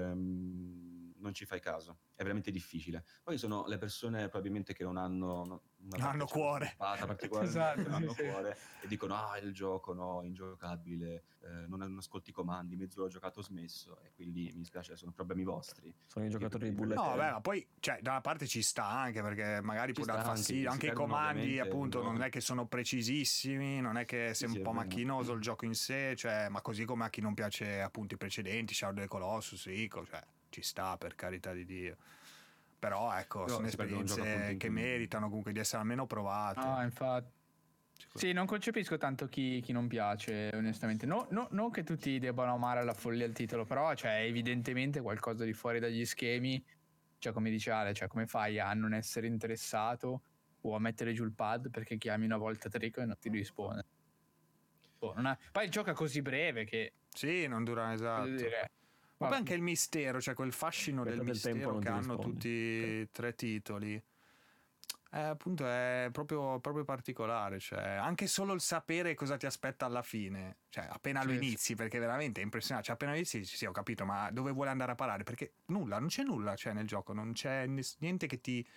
non ci fai caso, è veramente difficile. Poi sono le persone probabilmente che non hanno cuore particolare, esatto, non hanno cuore e dicono il gioco no, ingiocabile, non ascolti i comandi, mezzo l'ho giocato, ho smesso, e quindi mi dispiace, sono problemi vostri. Sono i giocatori di bullet. No, vabbè, ma poi cioè da una parte ci sta anche perché magari può dar fastidio, anche i comandi appunto non è che sono precisissimi, non è che sei un po' macchinoso il gioco in sé, cioè, ma così come a chi non piace appunto i precedenti, Shadow of the Colossus, Ico, cioè ci sta, per carità di Dio. Però ecco, sono esperienze che meritano comunque di essere almeno provate. Infatti. Sì, non concepisco tanto chi non piace, onestamente. Non che tutti debbano amare alla follia il titolo, però c'è evidentemente qualcosa di fuori dagli schemi. Cioè, come dice Ale, cioè, come fai a non essere interessato o a mettere giù il pad perché chiami una volta Trico e non ti risponde? Poi gioca così breve che... Sì, non dura, esatto. Ma poi anche il mistero, cioè quel fascino del mistero che hanno tutti e 3 titoli. Appunto è proprio particolare, cioè anche solo il sapere cosa ti aspetta alla fine, cioè appena lo inizi, perché veramente è impressionante, cioè appena inizi sì ho capito, ma dove vuole andare a parare, perché non c'è nulla, cioè nel gioco non c'è niente che ti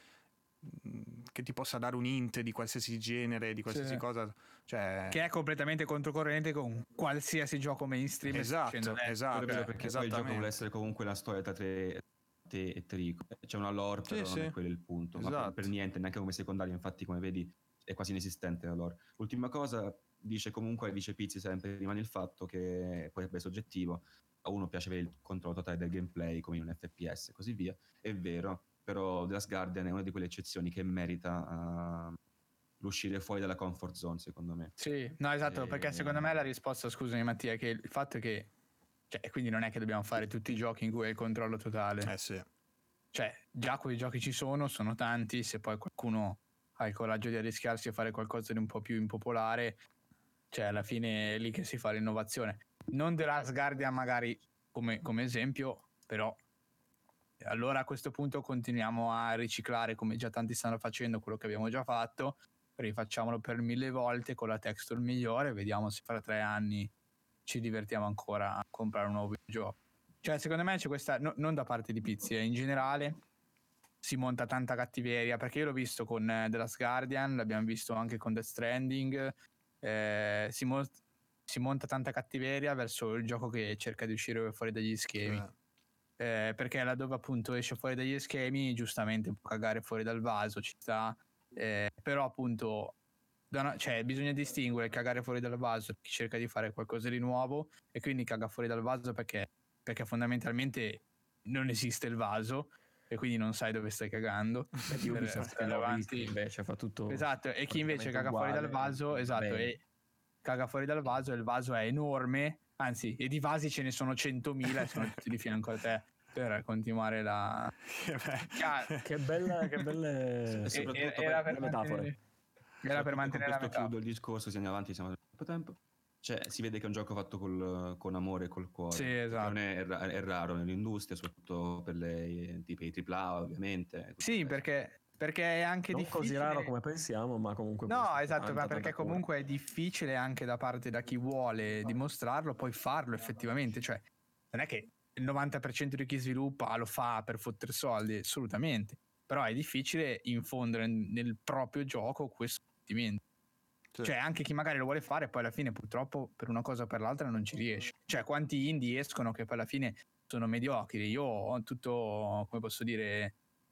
possa dare un hint di qualsiasi genere, di qualsiasi cosa, cioè... che è completamente controcorrente con qualsiasi gioco mainstream. Esatto, perché poi il gioco vuole essere comunque la storia tra te e Trico, c'è una lore, però non è quello il punto, ma per niente, neanche come secondario, infatti come vedi è quasi inesistente la lore. Ultima cosa, dice Pizzi sempre, rimane il fatto che poi è soggettivo, a uno piace avere il controllo totale del gameplay come in un FPS e così via, è vero, però The Last Guardian è una di quelle eccezioni che merita l'uscire fuori dalla comfort zone, secondo me. Sì, no, esatto, perché secondo me la risposta, scusami Mattia, è che il fatto è che, cioè, quindi non è che dobbiamo fare tutti i giochi in cui hai il controllo totale. Sì. Cioè, già quei giochi ci sono tanti, se poi qualcuno ha il coraggio di arrischiarsi a fare qualcosa di un po' più impopolare, cioè alla fine è lì che si fa l'innovazione. Non The Last Guardian magari come esempio, però allora a questo punto continuiamo a riciclare, come già tanti stanno facendo, quello che abbiamo già fatto, rifacciamolo per 1000 volte con la texture migliore, vediamo se fra 3 anni ci divertiamo ancora a comprare un nuovo videogioco. Cioè secondo me c'è questa, non da parte di Pizzi, in generale si monta tanta cattiveria, perché io l'ho visto con The Last Guardian, l'abbiamo visto anche con Death Stranding, si monta tanta cattiveria verso il gioco che cerca di uscire fuori dagli schemi. Perché laddove appunto esce fuori dagli schemi, giustamente può cagare fuori dal vaso, ci sta, però appunto cioè bisogna distinguere cagare fuori dal vaso chi cerca di fare qualcosa di nuovo e quindi caga fuori dal vaso perché fondamentalmente non esiste il vaso e quindi non sai dove stai cagando. Ubisoft che avanti invece fa tutto, esatto, e chi invece caga fuori dal vaso, esatto, e caga fuori dal vaso e il vaso è enorme, anzi, e di vasi ce ne sono 100.000 e sono tutti di fianco a te per continuare la che belle era per metafore. Era per mantenere la metafora. Chiudo il discorso, siamo avanti, siamo da troppo tempo. Cioè, si vede che è un gioco fatto con amore e col cuore. Sì, esatto. Non è raro nell'industria, soprattutto per tipo i AAA, ovviamente. Sì, perché è anche non difficile. Così raro come pensiamo, ma comunque no, esatto, ma perché comunque è difficile anche da parte da chi vuole dimostrarlo, poi farlo effettivamente. Cioè, non è che il 90% di chi sviluppa lo fa per fottere soldi, assolutamente. Però è difficile infondere nel proprio gioco questo sentimento. Sì. Cioè anche chi magari lo vuole fare poi alla fine purtroppo per una cosa o per l'altra non ci riesce. Cioè quanti indie escono che poi alla fine sono mediocri. Io ho tutto, come posso dire,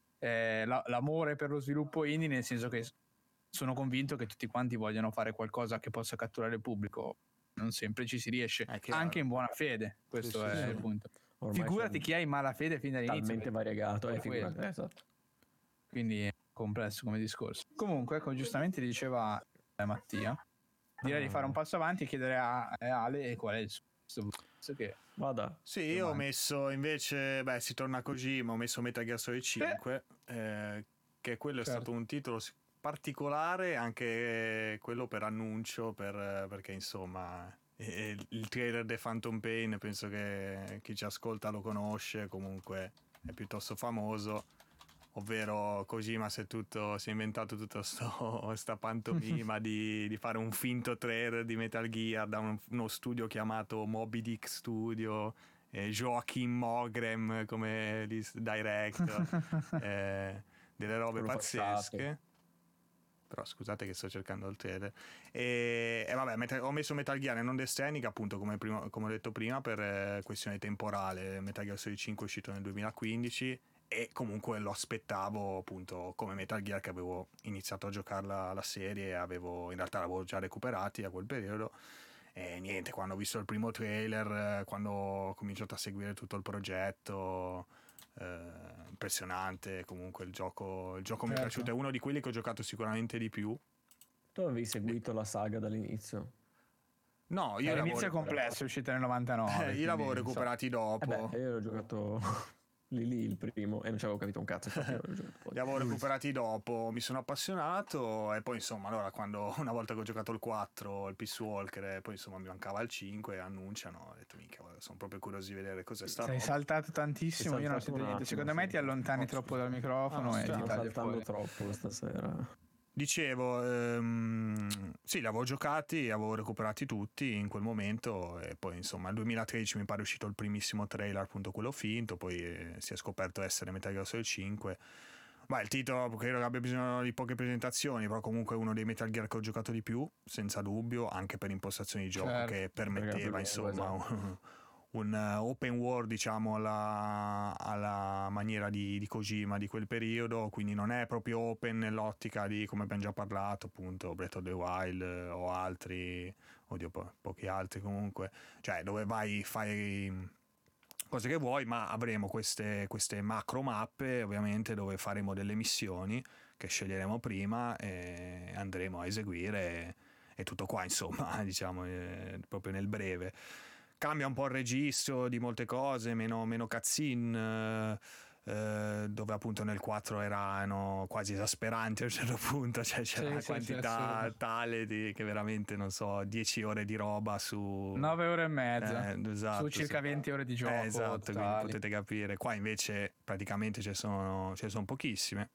l'amore per lo sviluppo indie, nel senso che sono convinto che tutti quanti vogliono fare qualcosa che possa catturare il pubblico. Non sempre ci si riesce, anche in buona fede. Questo è il punto. Ormai figurati chi ha in malafede fin dall'inizio. Talmente variegato, esatto. Quindi è complesso come discorso. Comunque, come giustamente diceva Mattia, direi di fare un passo avanti e chiedere a Ale qual è il suo che vada. Sì, io ho messo invece, si torna a Kojima, ho messo Metal Gear Solid 5, che quello è stato un titolo particolare, anche quello per annuncio, perché insomma il trailer di Phantom Pain penso che chi ci ascolta lo conosce, comunque è piuttosto famoso, ovvero Kojima si è inventato tutta sta pantomima di fare un finto trailer di Metal Gear da uno studio chiamato Moby Dick Studio, Joachim Mogren come director, delle robe pazzesche. Però scusate che sto cercando il trailer. E vabbè, ho messo Metal Gear e non Death Stranding appunto come ho detto prima per questione temporale. Metal Gear Solid 5 è uscito nel 2015 e comunque lo aspettavo appunto come Metal Gear, che avevo iniziato a giocare la serie, in realtà l'avevo già recuperati a quel periodo. E niente, quando ho visto il primo trailer, quando ho cominciato a seguire tutto il progetto, impressionante. Comunque il gioco mi è piaciuto, è uno di quelli che ho giocato sicuramente di più. Tu avevi seguito la saga dall'inizio? No, io l'inizio è complesso, è uscito nel 99. Io l'avevo recuperati dopo. Io l'ho giocato lì il primo e non ci avevo capito un cazzo. Li avevo recuperati dopo, mi sono appassionato e poi insomma allora una volta che ho giocato il 4, il Peace Walker, e poi insomma mi mancava il 5 annunciano, ho detto minchia, sono proprio curioso di vedere cos'è stato. Sei saltato tantissimo, io non sento niente. Secondo me ti allontani troppo dal microfono e ti tagli saltando troppo stasera. Dicevo, sì, li avevo giocati, avevo recuperati tutti in quel momento e poi insomma nel 2013 mi pare è uscito il primissimo trailer, appunto quello finto, poi si è scoperto essere Metal Gear Solid 5. Il titolo credo che abbia bisogno di poche presentazioni, però comunque è uno dei Metal Gear che ho giocato di più, senza dubbio, anche per impostazioni di gioco che permetteva insomma un open world diciamo alla maniera di Kojima di quel periodo, quindi non è proprio open nell'ottica di, come abbiamo già parlato, appunto Breath of the Wild o altri, pochi altri comunque, cioè dove fai cose che vuoi, ma avremo queste macro mappe ovviamente dove faremo delle missioni che sceglieremo prima e andremo a eseguire e tutto qua insomma diciamo proprio nel breve. Cambia un po' il registro di molte cose, meno cutscene, dove appunto nel 4 erano quasi esasperanti a un certo punto, cioè c'era una quantità tale che veramente, non so, 10 ore di roba su 9 ore e mezza, esatto, su circa 20 ore di gioco, esatto, quindi potete capire. Qua invece praticamente ce sono pochissime,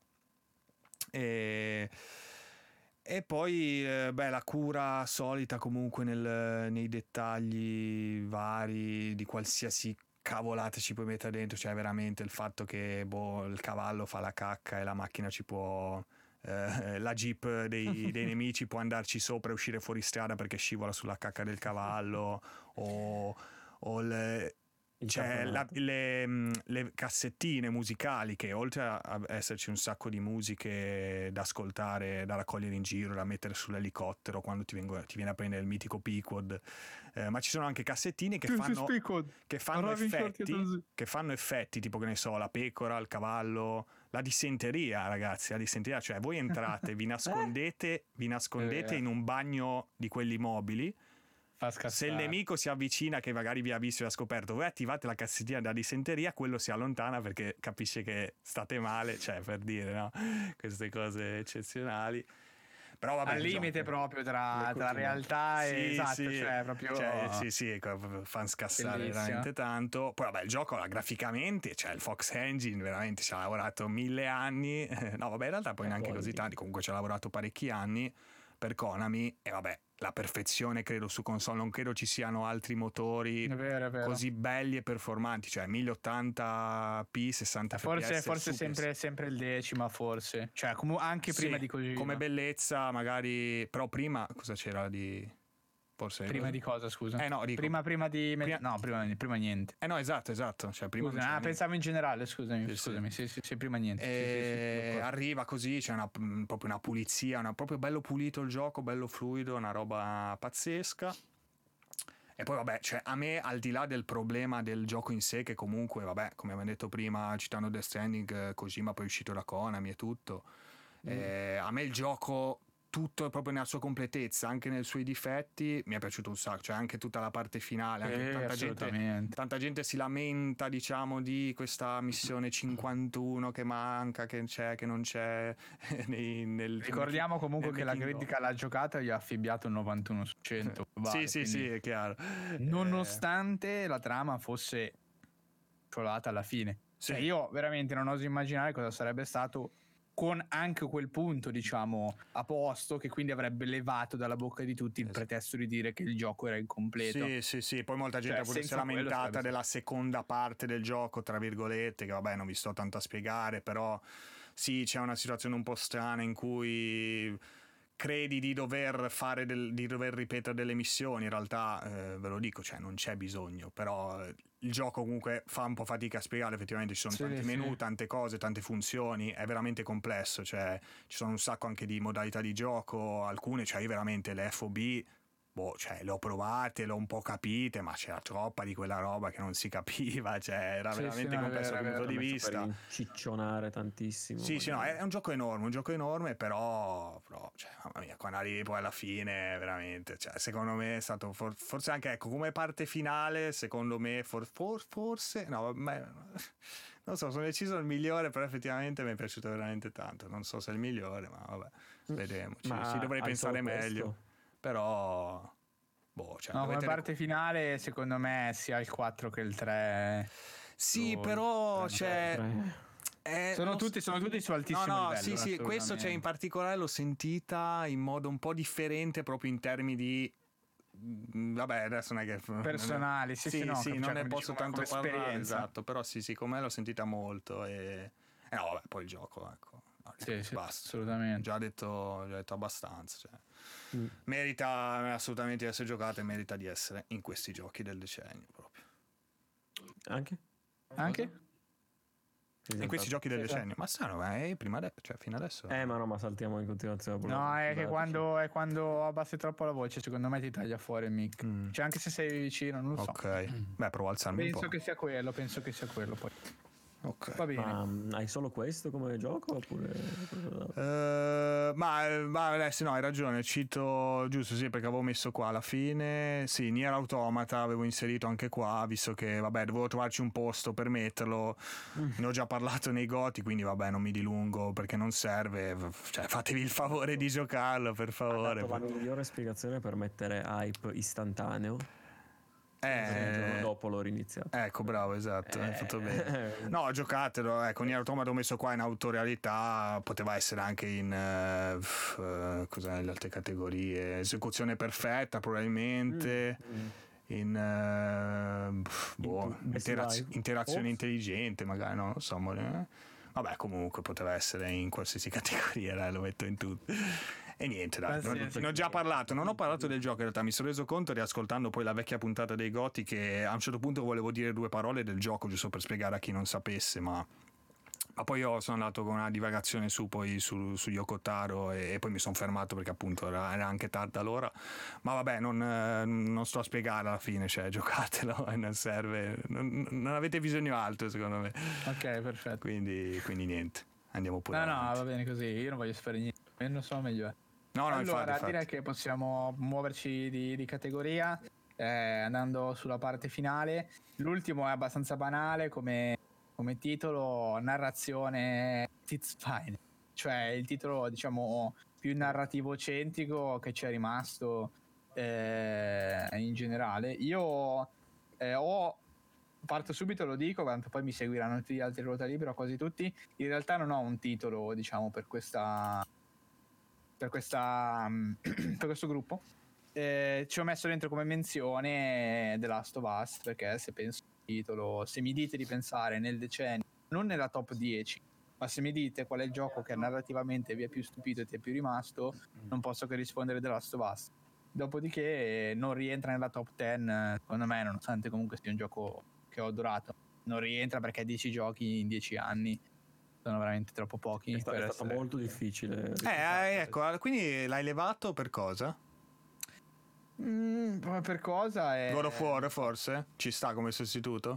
e poi la cura solita comunque nei dettagli vari di qualsiasi cavolate ci puoi mettere dentro, cioè veramente il fatto che il cavallo fa la cacca e la macchina ci può la jeep dei nemici può andarci sopra e uscire fuori strada perché scivola sulla cacca del cavallo, o c'è le cassettine musicali, che oltre a esserci un sacco di musiche da ascoltare, da raccogliere in giro, da mettere sull'elicottero quando ti viene a prendere il mitico Pequod, ma ci sono anche cassettine che fanno effetti, tipo, che ne so, la pecora, il cavallo, la dissenteria, ragazzi, cioè voi entrate, vi nascondete in un bagno di quelli mobili. Se il nemico si avvicina, che magari vi ha visto e ha scoperto, voi attivate la cassettina da dissenteria, quello si allontana perché capisce che state male, cioè, per dire, no? Queste cose eccezionali. Però vabbè, al limite proprio tra realtà e esatto, cioè proprio fa scassare veramente tanto. Poi vabbè, il gioco graficamente, cioè il Fox Engine veramente ci ha lavorato 1000 anni. No, vabbè, in realtà poi neanche così tanti, comunque ci ha lavorato parecchi anni per Konami, e vabbè, la perfezione credo su console, non credo ci siano altri motori è vero. così belli e performanti, cioè 1080p 60 fps forse sempre il decima, forse, cioè anche prima di così, come bellezza magari, però prima cosa c'era di forse prima di cosa, scusa? No, dico, prima niente. No, esatto, cioè prima scusa, pensavo in generale, scusami, sì, prima niente. Arriva così, c'è proprio una pulizia, proprio bello pulito il gioco, bello fluido, una roba pazzesca. E poi vabbè, cioè a me, al di là del problema del gioco in sé, che comunque vabbè, come abbiamo detto prima, citando Death Stranding, Kojima poi è uscito da Konami e tutto, a me il gioco tutto proprio nella sua completezza, anche nei suoi difetti, mi è piaciuto un sacco, cioè anche tutta la parte finale, anche tanta gente si lamenta, diciamo, di questa missione 51 che manca, che non c'è ricordiamo comunque che la critica l'ha giocata e gli ha affibbiato il 91 su 100. Sì, è chiaro, nonostante la trama fosse colata alla fine. Cioè, io veramente non oso immaginare cosa sarebbe stato con anche quel punto, diciamo, a posto, che quindi avrebbe levato dalla bocca di tutti il pretesto di dire che il gioco era incompleto. Sì, poi molta gente si è lamentata della seconda parte del gioco, tra virgolette, che vabbè non vi sto tanto a spiegare, però sì, c'è una situazione un po' strana in cui credi di dover di dover ripetere delle missioni, in realtà ve lo dico, cioè non c'è bisogno, però il gioco comunque fa un po' fatica a spiegare, effettivamente ci sono tanti menu, tante cose, tante funzioni, è veramente complesso, cioè ci sono un sacco anche di modalità di gioco, alcune, cioè io veramente le FOB cioè le ho provate, l'ho un po' capite, ma c'era troppa di quella roba che non si capiva, cioè era veramente complesso dal punto di vista, per ciccionare tantissimo. No, è un gioco enorme, però cioè, mamma mia, quando arrivi poi alla fine veramente, cioè secondo me è stato forse anche, ecco, come parte finale, secondo me forse no, non so, sono deciso il migliore, però effettivamente mi è piaciuto veramente tanto, non so se è il migliore, ma vabbè, vedremo, ci dovrei pensare meglio. Però cioè, no, come parte finale secondo me sia il 4 che il 3 però cioè sono tutti su altissimo livello. Sì, questo cioè, in particolare l'ho sentita in modo un po' differente, proprio in termini di vabbè, adesso non è che personali, non ne posso tanto parlare, esatto, però sì, con me l'ho sentita molto, e no, vabbè, poi il gioco, ecco, basta, assolutamente, già detto abbastanza, cioè merita assolutamente di essere giocato e merita di essere in questi giochi del decennio proprio. Anche? In questi giochi del decennio, ma strano, prima cioè fino adesso. Ma saltiamo in continuazione. No, è che quando abbassi troppo la voce, secondo me ti taglia fuori il mic. Cioè, anche se sei vicino, non lo so. Ok, provo a alzarmi un po'. Penso che sia quello poi. Ok. Va bene. Ma hai solo questo come gioco oppure ma adesso no, hai ragione, cito giusto, sì, perché avevo messo qua alla fine, sì, Nier Automata avevo inserito anche qua, visto che vabbè dovevo trovarci un posto per metterlo, ne ho già parlato nei Goti, quindi vabbè non mi dilungo perché non serve, cioè fatevi il favore di giocarlo, per favore. Ha dato la migliore spiegazione per mettere hype istantaneo. Il giorno dopo l'ho riniziato. Ecco, bravo, esatto, hai fatto bene. No, giocatelo, ecco, Nier Automata l'ho messo qua in autorealità, poteva essere anche in cos'è, le altre categorie, esecuzione perfetta probabilmente, in interazione intelligente magari, no, non so, vabbè, comunque poteva essere in qualsiasi categoria, dai, lo metto in tutto. E niente, dai, ne ho già parlato, non ho parlato del gioco in realtà, mi sono reso conto riascoltando poi la vecchia puntata dei Goti che a un certo punto volevo dire 2 parole del gioco giusto per spiegare a chi non sapesse, ma poi io sono andato con una divagazione su Yoko Taro e poi mi sono fermato perché appunto era anche tarda l'ora, ma vabbè non sto a spiegare alla fine, cioè giocatelo e non serve, non avete bisogno altro secondo me. Ok, perfetto. Quindi niente, andiamo pure no, va bene così, io non voglio sapere niente, meno so meglio è. No, allora infatti. direi che possiamo muoverci di categoria, andando sulla parte finale. L'ultimo è abbastanza banale come titolo, narrazione It's Fine, cioè il titolo diciamo più narrativo centrico che ci è rimasto in generale. Io parto subito, lo dico, tanto poi mi seguiranno tutti gli altri ruota libera, quasi tutti. In realtà non ho un titolo diciamo per questo gruppo. Ci ho messo dentro come menzione The Last of Us, perché se penso al titolo, se mi dite di pensare nel decennio, non nella top 10, ma se mi dite qual è il gioco che narrativamente vi è più stupito e ti è più rimasto, non posso che rispondere The Last of Us. Dopodiché non rientra nella top 10, secondo me, nonostante comunque sia un gioco che ho adorato. Non rientra perché 10 giochi in 10 anni sono veramente troppo pochi. È stato molto difficile. Ecco, quindi l'hai levato per cosa? Per cosa è... God of War forse? Ci sta come sostituto?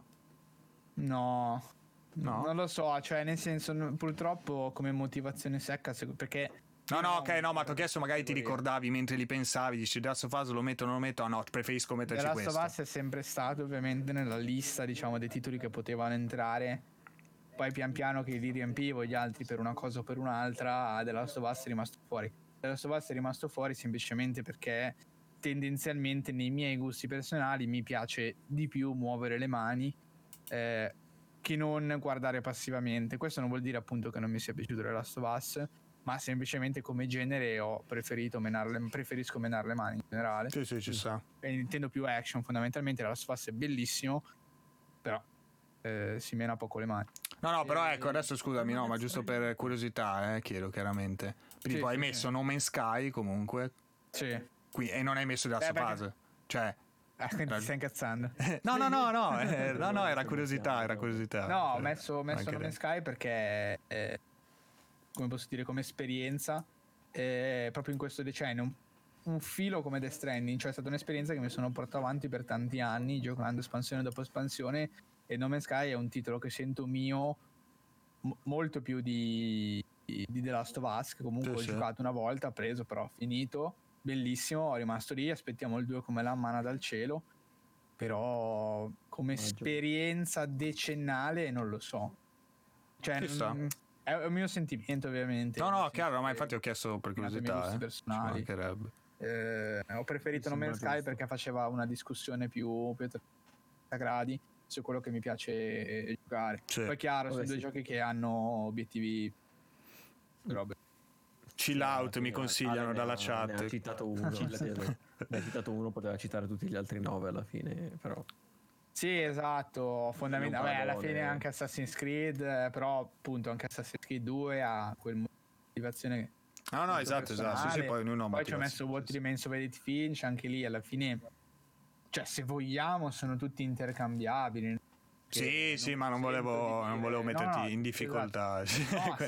No, non lo so, cioè nel senso purtroppo come motivazione secca perché... No, ok, no, ma ti ho chiesto magari ti ricordavi mentre li pensavi, dici The Last of Us lo metto o non lo metto? No, preferisco metterci questo. The Last of Us è sempre stato ovviamente nella lista diciamo dei titoli che potevano entrare. Poi pian piano che li riempivo gli altri per una cosa o per un'altra, The Last of Us è rimasto fuori. The Last of Us è rimasto fuori semplicemente perché tendenzialmente nei miei gusti personali mi piace di più muovere le mani che non guardare passivamente. Questo non vuol dire appunto che non mi sia piaciuto The Last of Us, ma semplicemente come genere preferisco menare le mani in generale. Sì, ci sta. E intendo più action fondamentalmente. The Last of Us è bellissimo, però si mena poco le mani. No, però ecco, adesso scusami, no, ma giusto per curiosità, chiedo chiaramente. Quindi poi hai messo No Man's Sky comunque. Sì. E non hai messo The Last of Us. Cioè... ti stai incazzando? No, era curiosità. No, ho messo No Man's Sky perché, come posso dire, come esperienza, proprio in questo decennio, un filo come Death Stranding, cioè è stata un'esperienza che mi sono portato avanti per tanti anni, giocando espansione dopo espansione, e No Man's Sky è un titolo che sento mio molto più di The Last of Us, che comunque ho giocato una volta, preso però finito, bellissimo, rimasto lì, aspettiamo il 2 come la manna dal cielo, però come esperienza decennale non lo so, cioè è un mio sentimento ovviamente. No, chiaro, ma infatti ho chiesto per curiosità, personali. Ho preferito No Man's Sky perché faceva una discussione più a gradi su quello che mi piace giocare. Poi chiaro, sono due giochi che hanno obiettivi robe. Chill out mi consigliano dalla chat. Ne ha citato uno. Ne ha citato uno, poteva citare tutti gli altri 9 alla fine, però. Sì, esatto, fondamentalmente alla fine anche Assassin's Creed, però appunto anche Assassin's Creed 2 ha quel motivazione. No, esatto, sì, poi ognuno. Poi ci ho messo What Remains of Edith Finch, anche lì alla fine, cioè se vogliamo sono tutti intercambiabili. Sì, ma non volevo metterti in difficoltà. Esatto.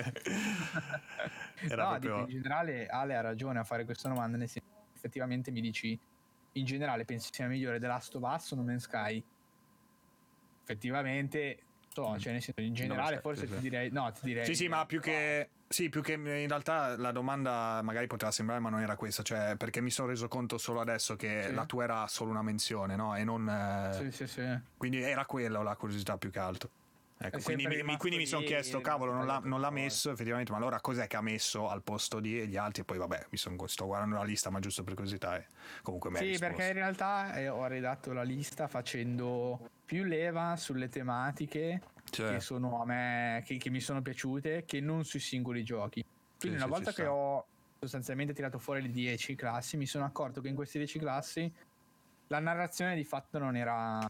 Dico, in generale Ale ha ragione a fare questa domanda, nel senso effettivamente mi dici in generale pensi sia migliore The Last of Us o No Man's Sky? Effettivamente cioè nel senso in generale forse ti direi sì, ma più che in realtà la domanda magari poteva sembrare, ma non era questa, cioè perché mi sono reso conto solo adesso che la tua era solo una menzione, no? E non sì. Quindi era quella la curiosità più che altro. Ecco, quindi mi sono chiesto, cavolo, non l'ha messo effettivamente, ma allora cos'è che ha messo al posto di gli altri? E poi vabbè, sto guardando la lista, ma giusto per curiosità, comunque mi sì, perché in realtà ho redatto la lista facendo più leva sulle tematiche che sono a me che mi sono piaciute, che non sui singoli giochi. Quindi una volta che ho sostanzialmente tirato fuori le 10 classi, mi sono accorto che in queste 10 classi la narrazione di fatto non era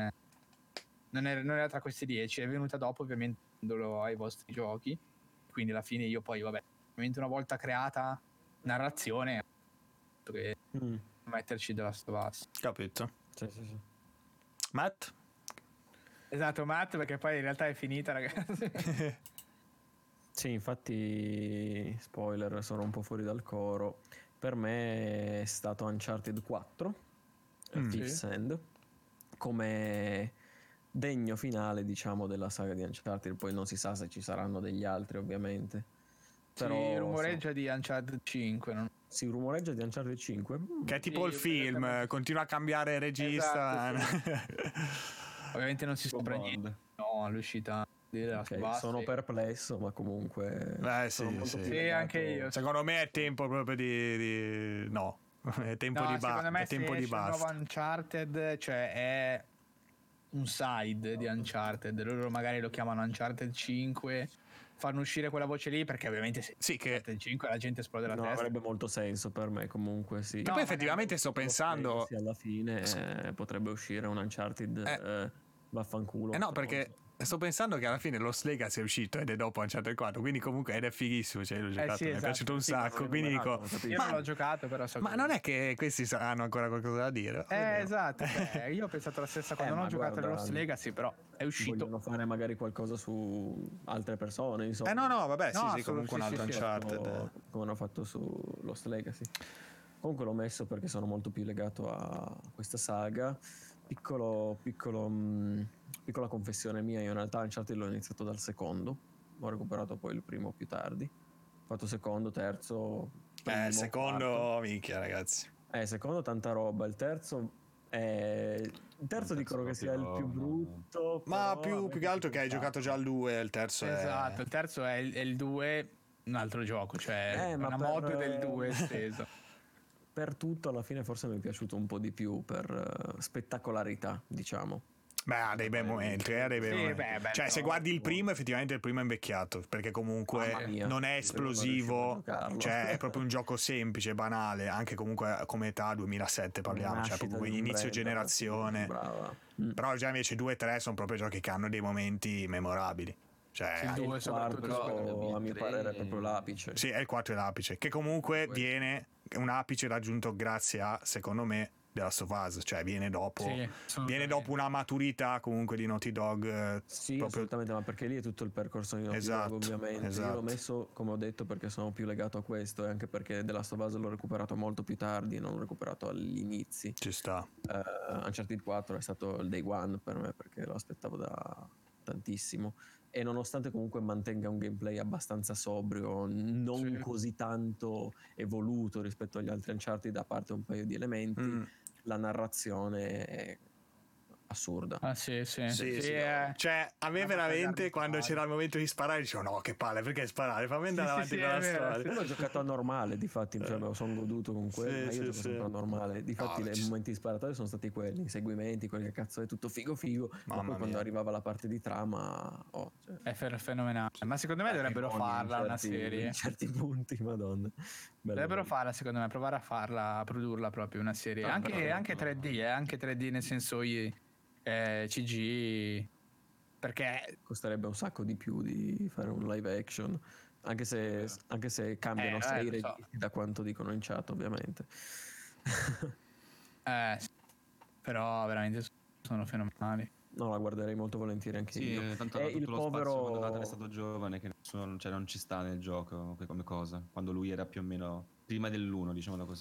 tra questi 10, è venuta dopo ovviamente ai vostri giochi, quindi alla fine io poi ovviamente una volta creata narrazione che metterci della Last of Us. Capito? Sì. Matt? Esatto, Matt, perché poi in realtà è finita, ragazzi. Sì, infatti spoiler, sono un po' fuori dal coro. Per me è stato Uncharted 4 Thief's End come degno finale, diciamo, della saga di Uncharted. Poi non si sa se ci saranno degli altri, ovviamente. Però rumoreggia di Uncharted 5, no? Si rumoreggia di Uncharted 5, che è tipo il film, continua a cambiare regista. Esatto, ovviamente non si saprà niente all'uscita della sono perplesso, ma comunque sì, anche io. Secondo me è tempo proprio di no, è tempo di secondo me è tempo di basta. Il nuovo Uncharted, cioè è un side di Uncharted, loro magari lo chiamano Uncharted 5, fanno uscire quella voce lì perché ovviamente che Uncharted 5 la gente esplode la testa. Avrebbe molto senso per me comunque, sì. Che poi effettivamente sto pensando alla fine potrebbe uscire un Uncharted vaffanculo. No, perché sto pensando che alla fine Lost Legacy è uscito ed è dopo Uncharted 4, quindi comunque ed è fighissimo, cioè l'ho giocato, mi è piaciuto un sacco, quindi dico io non l'ho giocato, però ma non è che questi hanno ancora qualcosa da dire? Esatto, io ho pensato la stessa cosa, non ho giocato a Lost Legacy, però è uscito. Vogliono fare magari qualcosa su altre persone, insomma. No, vabbè, sì, comunque un altro Uncharted. Come hanno fatto su Lost Legacy. Comunque l'ho messo perché sono molto più legato a questa saga. Piccola confessione mia, io in realtà Uncharted l'ho iniziato dal secondo, ho recuperato poi il primo più tardi, ho fatto secondo, terzo, primo, secondo quarto. Minchia ragazzi, secondo tanta roba, il terzo dicono che sia il più brutto, ma più che altro che hai giocato già al 2, il terzo esatto, il terzo è il 2, un altro gioco, cioè una mod del 2 esteso. Per tutto alla fine forse mi è piaciuto un po' di più per spettacolarità, diciamo. Beh, ha dei bei momenti, cioè se guardi il primo, effettivamente il primo è invecchiato, perché comunque non è esplosivo, cioè è proprio un gioco semplice, banale, anche comunque come età 2007 parliamo, cioè proprio inizio generazione. Però già invece 2 e 3 sono proprio giochi che hanno dei momenti memorabili. Cioè, il 2 soprattutto a mio parere è proprio l'apice. Sì, è il 4 è l'apice, che comunque viene un apice raggiunto grazie a, secondo me, The Last of Us, cioè viene dopo una maturità comunque di Naughty Dog. Sì, proprio... assolutamente, ma perché lì è tutto il percorso di Naughty Dog, ovviamente. Io l'ho messo, come ho detto, perché sono più legato a questo e anche perché The Last of Us l'ho recuperato molto più tardi, non l'ho recuperato agli inizi. Ci sta. Uncharted 4 è stato il day one per me perché lo aspettavo da tantissimo. E nonostante comunque mantenga un gameplay abbastanza sobrio, non così tanto evoluto rispetto agli altri Uncharted, a parte un paio di elementi, la narrazione è assurda. Sì. Cioè a me veramente quando c'era il momento di sparare dicevo no, che palle, perché sparare, fammi andare avanti con la storia. Io ho giocato a normale, difatti cioè, me lo sono goduto con quello, ma io gioco sempre a normale, difatti i momenti di sparatoria sono stati quelli, i seguimenti, quelli che cazzo è tutto figo, ma poi quando arrivava la parte di trama è fenomenale, ma secondo me dovrebbero farla una serie in certi punti, madonna. Dovrebbero farla, secondo me, provare a farla, a produrla proprio una serie, anche 3D, anche 3D nel senso CG, perché costerebbe un sacco di più di fare un live action, anche se cambiano 6 registi da quanto dicono in chat, ovviamente. Però veramente sono fenomenali. No, la guarderei molto volentieri anche io. Tanto il povero quando è stato giovane, che non ci sta nel gioco come cosa, quando lui era più o meno prima dell'1, diciamolo così.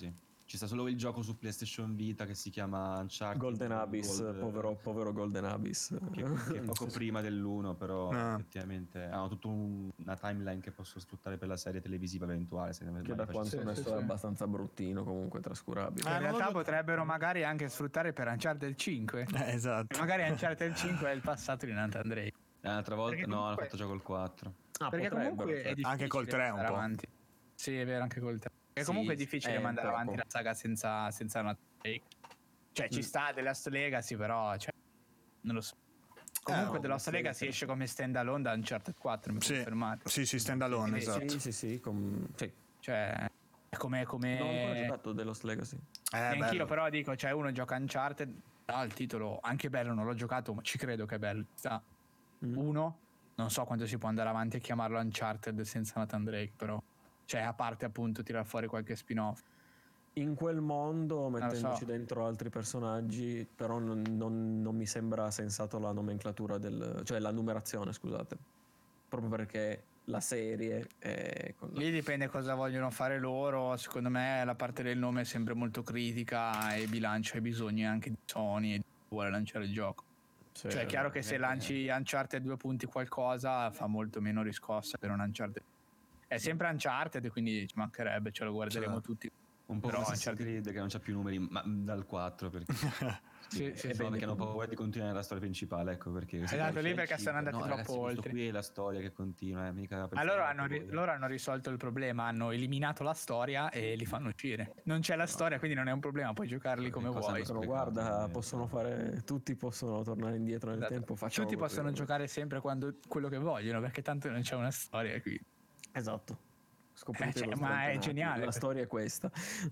Ci sta solo il gioco su PlayStation Vita che si chiama Uncharted Golden Abyss, povero Golden Abyss. Che è poco prima dell'1, però effettivamente hanno tutta una timeline che posso sfruttare per la serie televisiva eventuale. Se che da quanto ne so è abbastanza bruttino, comunque trascurabile. In realtà potrebbero magari anche sfruttare per Uncharted 5. Esatto. E magari Uncharted 5 è il passato di Nathan Drake. Un'altra volta Perché no, comunque... hanno fatto già col 4. Perché comunque è difficile anche col 3 un po'. avanti. Sì, è vero, anche col 3. Perché comunque è difficile mandare avanti la saga senza Nathan Drake. Cioè ci sta The Last Legacy, però non lo so. Comunque The Lost Legacy esce come stand alone da Uncharted 4, mi confermate? Sì, stand alone, esatto. Sì. Cioè è come non ho ancora giocato The Lost Legacy. Anch'io però dico, cioè uno gioca Uncharted, il titolo anche bello, non l'ho giocato, ma ci credo che è bello. Uno, non so quanto si può andare avanti a chiamarlo Uncharted senza Nathan Drake, però cioè a parte appunto tirar fuori qualche spin-off. In quel mondo, mettendoci dentro altri personaggi, però non mi sembra sensato la nomenclatura cioè la numerazione, scusate. Proprio perché la serie è lì dipende cosa vogliono fare loro. Secondo me la parte del nome è sempre molto critica e bilancia i bisogni anche di Sony e di chi vuole lanciare il gioco. Cioè è chiaro che se lanci Uncharted 2 punti qualcosa fa molto meno riscossa per un Uncharted. È sempre Uncharted, quindi ci mancherebbe, ce lo guarderemo tutti. Un po' come Assassin's Creed che non c'ha più numeri, ma dal 4 perché perché hanno paura di continuare la storia principale, ecco perché esatto, lì perché sono andati troppo oltre. Qui è la storia che continua, mica allora loro hanno risolto il problema, hanno eliminato la storia e li fanno uscire. Non c'è la storia, quindi non è un problema, puoi giocarli come vuoi. Guarda, possono fare, tutti possono tornare indietro nel tempo, tutti possono giocare sempre quello che vogliono, perché tanto non c'è una storia qui. Esatto. Ma è geniale. La storia è questa.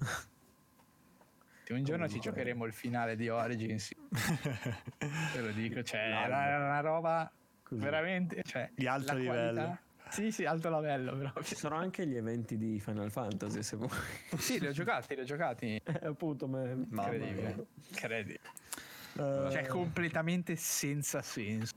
Un giorno ci giocheremo il finale di Origins. Te lo dico, cioè è una roba veramente, cioè, di alto livello. Sì, alto livello però. Ci sono anche gli eventi di Final Fantasy, se vuoi. Sì, li ho giocati. Appunto, incredibile. Cioè completamente senza senso.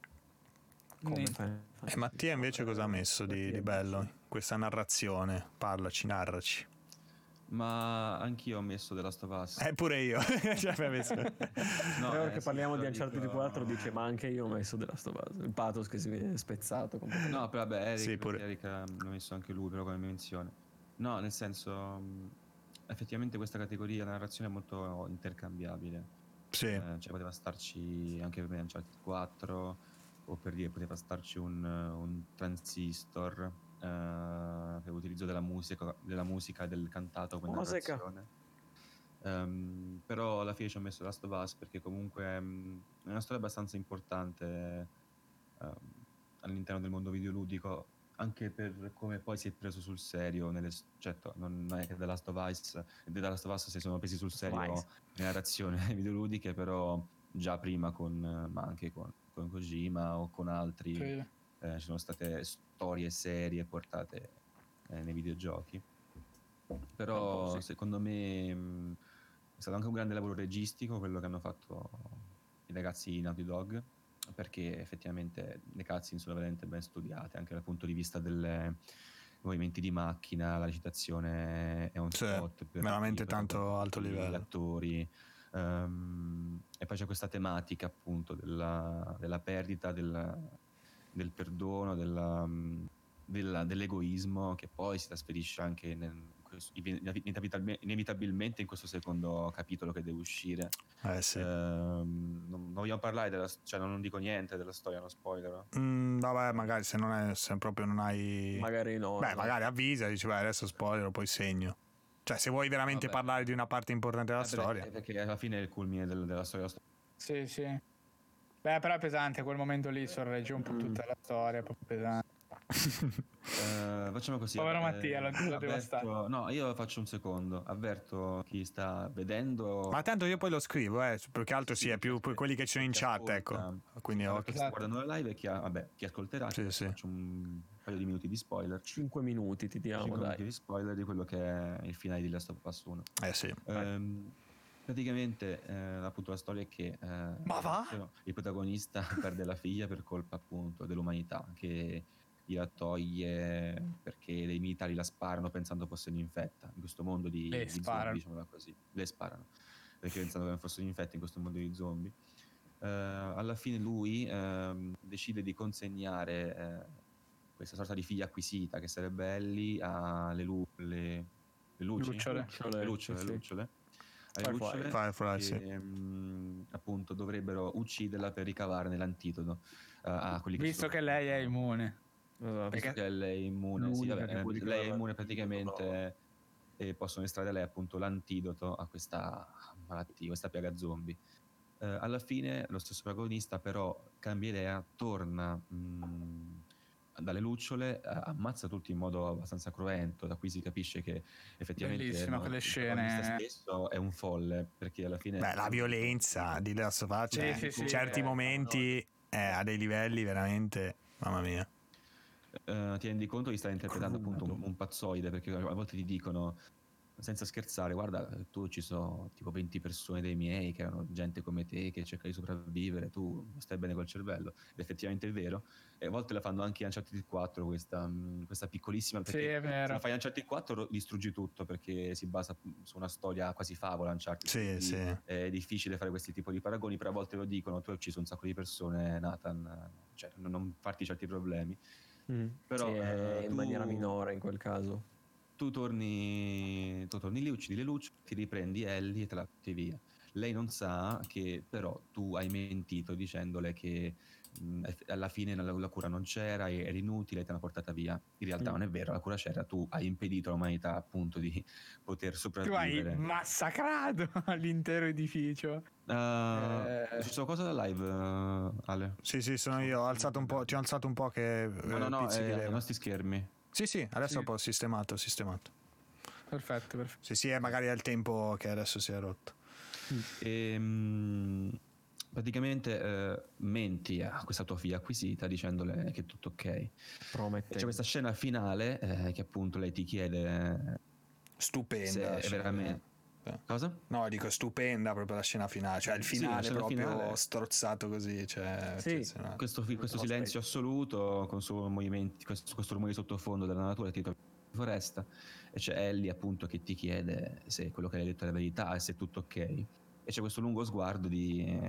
Mattia invece cosa ha messo di bello? Questa narrazione, narraci. Ma anch'io ho messo The Last of Us. Pure io. Cioè, messo... no, che parliamo di Uncharted 4 dice ma anche io ho messo The Last of Us. Il pathos che si è spezzato no, però vabbè, Eric ha messo anche lui però come menzione. No, nel senso effettivamente questa categoria narrazione è molto intercambiabile. Cioè poteva starci anche per me Uncharted 4 o per dire poteva starci un Transistor per l'utilizzo della musica e del cantato come narrazione. Però alla fine ci ho messo Last of Us perché comunque è una storia abbastanza importante all'interno del mondo videoludico, anche per come poi si è preso sul serio certo non è che The Last of Us si sono presi sul serio le narrazioni videoludiche, però già prima ma anche con Kojima o con altri ci sono state storie serie portate nei videogiochi, però secondo me è stato anche un grande lavoro registico quello che hanno fatto i ragazzi di Naughty Dog, perché effettivamente le cutscene sono veramente ben studiate anche dal punto di vista dei movimenti di macchina, la recitazione è un spot veramente tanto alto livello, gli attori, e poi c'è questa tematica appunto della perdita, del perdono, dell'egoismo che poi si trasferisce anche inevitabilmente in questo secondo capitolo che deve uscire. Non vogliamo parlare non dico niente della storia, non spoiler. Vabbè, magari se proprio non hai, magari no. Magari avvisa, dici adesso spoiler, poi segno. Cioè se vuoi veramente parlare di una parte importante della storia, perché alla fine è il culmine della storia. Sì. Beh, però è pesante, quel momento lì sorregge un po' tutta la storia, è proprio pesante. Facciamo così. Povero Mattia, lo devo stare. No, io faccio un secondo. Avverto chi sta vedendo. Ma tanto io poi lo scrivo, più che altro è più quelli che ci sono in chat, ecco. Quindi chi sta guardando la live e chi ascolterà. Faccio un paio di minuti di spoiler. 5 minuti ti diamo, 5 minuti di spoiler di quello che è il finale di Last of Us 1. Praticamente appunto la storia è che il protagonista perde la figlia per colpa appunto dell'umanità che gliela toglie perché dei militari la sparano pensando fosse un'infetta. In questo mondo di zombie, diciamola così, le sparano perché pensando che fosse un'infetta in questo mondo di zombie. Alla fine lui decide di consegnare questa sorta di figlia acquisita che sarebbe Ellie alle lucciole Firefly, che appunto dovrebbero ucciderla per ricavarne l'antidoto a quelli visto che lei è immune. Visto che lei è immune, sì, vabbè, lei è immune praticamente e possono estrarre da lei appunto l'antidoto a questa malattia, questa piaga zombie. Alla fine lo stesso protagonista però cambia idea, torna dalle lucciole, ammazza tutti in modo abbastanza cruento, da qui si capisce che effettivamente quelle scene. Il protagonista stesso è un folle, perché alla fine la violenza di Last of Us in certi momenti a dei livelli veramente, mamma mia. Ti rendi conto di stare interpretando appunto un pazzoide, perché a volte ti dicono senza scherzare, guarda, tu ci sono tipo 20 persone dei miei che erano gente come te che cerca di sopravvivere, tu stai bene col cervello, ed effettivamente è vero, e a volte la fanno anche in Uncharted 4 questa piccolissima, perché sì, è vero. se la fai in Uncharted 4 distruggi tutto, perché si basa su una storia quasi favola Uncharted, sì. È difficile fare questi tipi di paragoni, però a volte lo dicono, tu hai ucciso un sacco di persone, Nathan, cioè non farti certi problemi. Però in maniera minore in quel caso. Tu torni lì, uccidi le luci, ti riprendi Ellie e te la porti via. Lei non sa che però tu hai mentito dicendole che alla fine la cura non c'era, era inutile, te l'ha portata via. In realtà non è vero, la cura c'era, tu hai impedito all'umanità appunto di poter sopravvivere. Tu hai massacrato l'intero edificio. Ci sono cose da live, Ale? Sì, sono io, ho alzato un po', ti ho alzato un po' che no, ai nostri schermi. Sì, adesso ho sistemato. Perfetto. Sì, magari è il tempo che adesso si è rotto. Praticamente menti a questa tua figlia acquisita dicendole che è tutto ok. C'è questa scena finale che appunto lei ti chiede stupenda se è veramente cosa? No, dico stupenda proprio la scena finale, cioè il finale proprio finale strozzato così, cioè questo silenzio assoluto con solo movimenti, questo rumore di sottofondo della natura di foresta, e c'è Ellie appunto che ti chiede se quello che hai detto è la verità e se è tutto ok, e c'è questo lungo sguardo di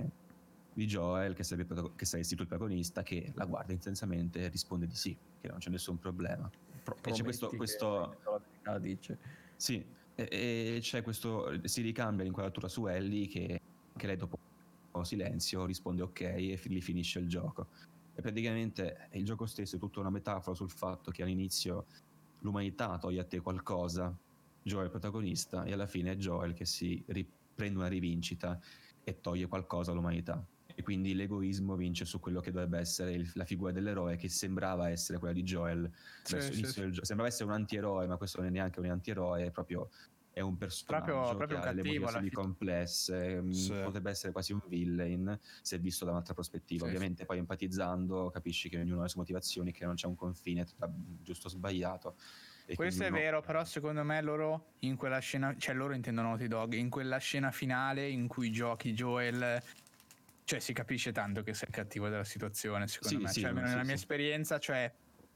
Joel che sarebbe tu il protagonista, che la guarda intensamente e risponde di sì, che non c'è nessun problema, e c'è questo la verità dice sì. E c'è questo, si ricambia l'inquadratura su Ellie che lei dopo silenzio risponde ok e lì finisce il gioco. E praticamente il gioco stesso è tutta una metafora sul fatto che all'inizio l'umanità toglie a te qualcosa, Joel è il protagonista, e alla fine è Joel che si prende una rivincita e toglie qualcosa all'umanità, e quindi l'egoismo vince su quello che dovrebbe essere la figura dell'eroe, che sembrava essere quella di Joel verso l'inizio del gioco. Sembrava essere un antieroe, ma questo non è neanche un antieroe, è proprio è un personaggio proprio che ha delle motivazioni cattivo, complesse, potrebbe essere quasi un villain se visto da un'altra prospettiva. Ovviamente poi empatizzando capisci che ognuno ha le sue motivazioni, che non c'è un confine tra giusto o sbagliato. Questo è vero, però secondo me loro in quella scena, cioè loro intendono Naughty Dog, in quella scena finale in cui giochi Joel, cioè si capisce tanto che sei il cattivo della situazione, secondo me, cioè almeno nella mia esperienza, cioè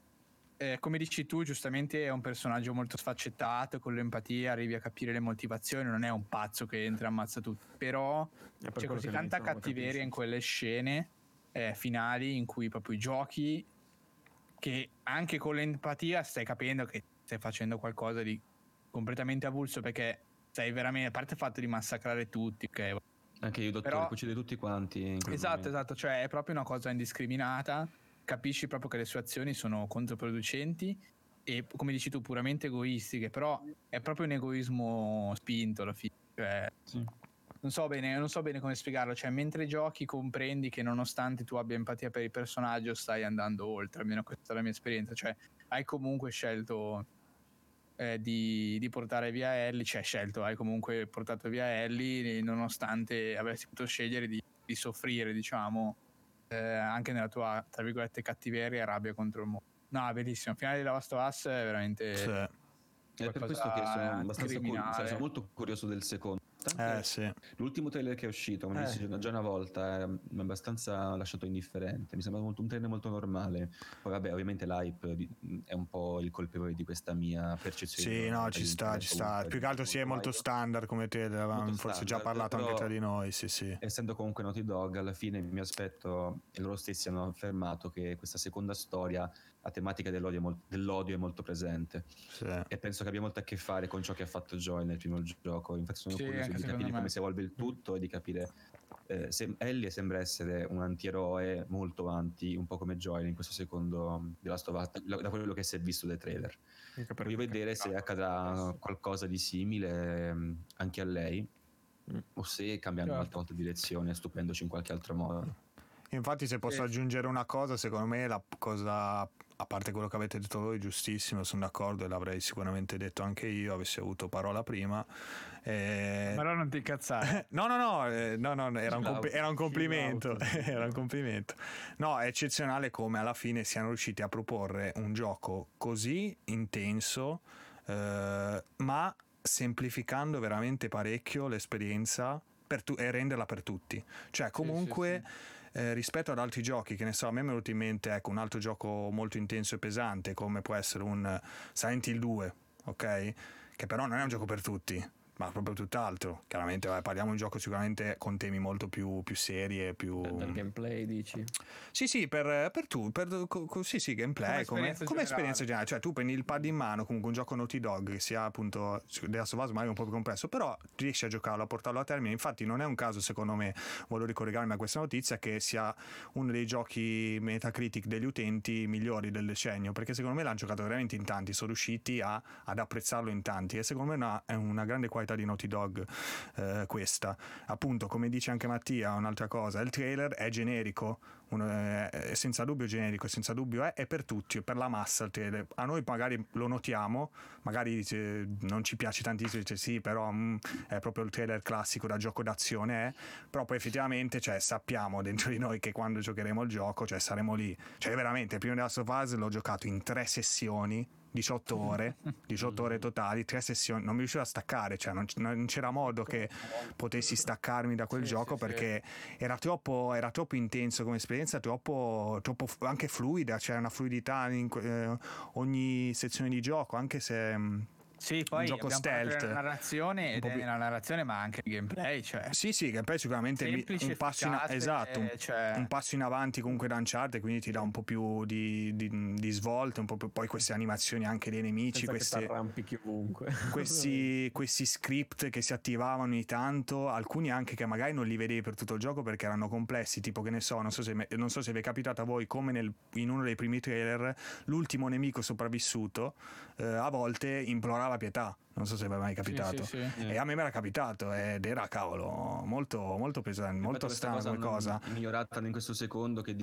come dici tu giustamente è un personaggio molto sfaccettato, con l'empatia arrivi a capire le motivazioni, non è un pazzo che entra e ammazza tutti, però c'è così tanta cattiveria in quelle scene finali in cui proprio giochi, che anche con l'empatia stai capendo che stai facendo qualcosa di completamente avulso, perché stai veramente, a parte il fatto di massacrare tutti, ok, anche io dottore, uccide tutti quanti esatto, cioè è proprio una cosa indiscriminata, capisci proprio che le sue azioni sono controproducenti e, come dici tu, puramente egoistiche, però è proprio un egoismo spinto alla fine, cioè, non so bene come spiegarlo, cioè mentre giochi comprendi che nonostante tu abbia empatia per il personaggio stai andando oltre, almeno questa è la mia esperienza, cioè hai comunque scelto di portare via Ellie, hai comunque portato via Ellie nonostante avresti potuto scegliere di soffrire, diciamo, anche nella tua, tra virgolette, cattiveria e rabbia contro il mondo. No, bellissimo, il finale di Last of Us è veramente è per questo che sono abbastanza sono molto curioso del secondo, Sì. L'ultimo trailer che è uscito, come dissi già una volta, mi ha abbastanza lasciato indifferente. Mi sembra un trailer molto normale. Poi vabbè, ovviamente l'hype è un po' il colpevole di questa mia percezione. Sì, no, ci sta. Più che altro è molto standard come trailer, avevamo forse già parlato anche tra di noi, sì. Essendo comunque Naughty Dog, alla fine mi aspetto, e loro stessi hanno affermato che questa seconda storia, la tematica dell'odio è molto presente, sì. E penso che abbia molto a che fare con ciò che ha fatto Joel nel primo gioco. Infatti sono curioso di capire come si evolve il tutto e di capire se Ellie sembra essere un antieroe molto avanti, un po' come Joel in questo secondo The Last of Us, da quello che si è visto dai trailer. Voglio vedere se accadrà qualcosa di simile anche a lei, o se cambiano un'altra volta direzione, stupendoci in qualche altro modo. Infatti, se posso aggiungere una cosa, secondo me la cosa, a parte quello che avete detto voi, giustissimo, sono d'accordo e l'avrei sicuramente detto anche io, avessi avuto parola prima. Però non ti incazzare. No, era un complimento. Era un complimento. No, è eccezionale come alla fine siano riusciti a proporre un gioco così intenso, ma semplificando veramente parecchio l'esperienza e renderla per tutti. Cioè, comunque. Sì. Rispetto ad altri giochi, che ne so, a me è venuto in mente un altro gioco molto intenso e pesante come può essere un Silent Hill 2, ok? Che però non è un gioco per tutti, ma proprio tutt'altro. Chiaramente parliamo di un gioco sicuramente con temi molto più seri e più... Per gameplay, dici? Sì, per gameplay, come esperienza generale. Cioè tu prendi il pad in mano, comunque un gioco Naughty Dog, che sia appunto The Last of Us, magari un po' più complesso, però riesci a giocarlo, a portarlo a termine. Infatti non è un caso, secondo me, voglio ricollegarmi a questa notizia, che sia uno dei giochi Metacritic degli utenti migliori del decennio, perché secondo me l'hanno giocato veramente in tanti, sono riusciti ad apprezzarlo in tanti, e secondo me è una grande qualità di Naughty Dog, questa. Appunto, come dice anche Mattia, un'altra cosa, il trailer è generico, è senza dubbio generico, senza dubbio è per tutti, per la massa il trailer. A noi magari lo notiamo, magari non ci piace tantissimo, dice sì, però è proprio il trailer classico da gioco d'azione, però poi effettivamente, cioè, sappiamo dentro di noi che quando giocheremo il gioco, cioè, saremo lì. Cioè veramente, il primo The Last of Us l'ho giocato in 3 sessioni, 18 ore totali, 3 sessioni, non mi riuscivo a staccare, cioè non c'era modo che potessi staccarmi da quel gioco, perché era troppo intenso come esperienza, troppo anche fluida, c'era una fluidità in ogni sezione di gioco, anche se sì, poi un gioco stealth, la narrazione, ed è nella narrazione, ma anche il gameplay, cioè sì, gameplay sicuramente un passo un passo in avanti comunque da Uncharted, quindi ti dà un po' più di svolte, un po' più, poi queste animazioni anche dei nemici, questi script che si attivavano ogni tanto, alcuni anche che magari non li vedevi per tutto il gioco perché erano complessi, tipo, che ne so, non so se vi è capitato a voi, come in uno dei primi trailer, l'ultimo nemico sopravvissuto a volte implorava pietà, non so se vi è mai capitato. Sì. E a me mi era capitato ed era, cavolo, molto, molto pesante, molto strano come cosa. Migliorata in questo secondo che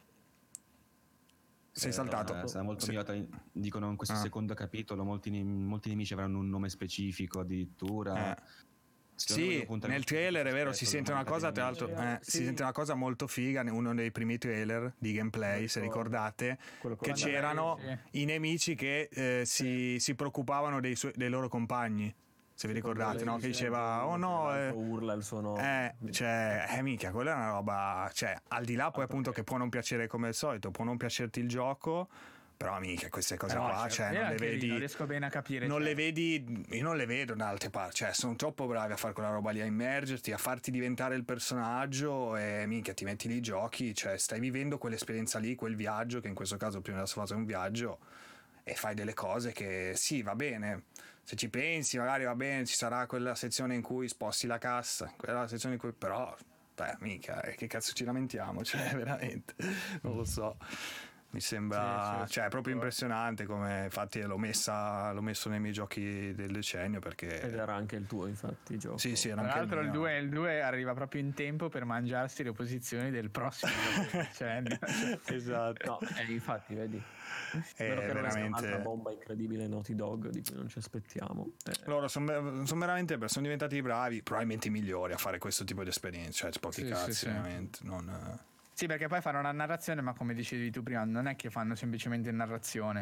sei saltato. Sarà molto migliorata, dicono in questo secondo capitolo molti nemici avranno un nome specifico addirittura. Sì, nel trailer è vero, si sente una cosa, tra l'altro, si sente una cosa molto figa, uno dei primi trailer di gameplay, se ricordate, che c'erano i nemici che si preoccupavano dei loro compagni, se vi ricordate, no? Che diceva oh no, urla il suo nome, minchia, quella è una roba, cioè, al di là poi appunto che può non piacere, come al solito, può non piacerti il gioco, però mica queste cose qua, cioè, non le vedi, non riesco bene a capire, non le vedi, io non le vedo da altre parti, cioè sono troppo bravi a fare quella roba lì, a immergerti, a farti diventare il personaggio, e minchia, ti metti lì, giochi, cioè stai vivendo quell'esperienza lì, quel viaggio, che in questo caso prima della fase è un viaggio, e fai delle cose che sì, va bene, se ci pensi magari va bene, ci sarà quella sezione in cui sposti la cassa, quella sezione in cui, però mica, che cazzo ci lamentiamo, cioè veramente non lo so. Mi sembra, cioè, è proprio impressionante come, infatti l'ho messo nei miei giochi del decennio, perché ed era anche il tuo, infatti, gioco. Sì, era tra anche l'altro il 2 arriva proprio in tempo per mangiarsi le posizioni del prossimo decennio. Esatto. No, infatti, vedi, è veramente una bomba incredibile Naughty Dog di cui non ci aspettiamo. Loro sono veramente, sono diventati bravi, probabilmente i migliori a fare questo tipo di esperienza, cioè pochi cazzi, veramente non... Sì, perché poi fanno una narrazione, ma come dicevi tu prima, non è che fanno semplicemente narrazione,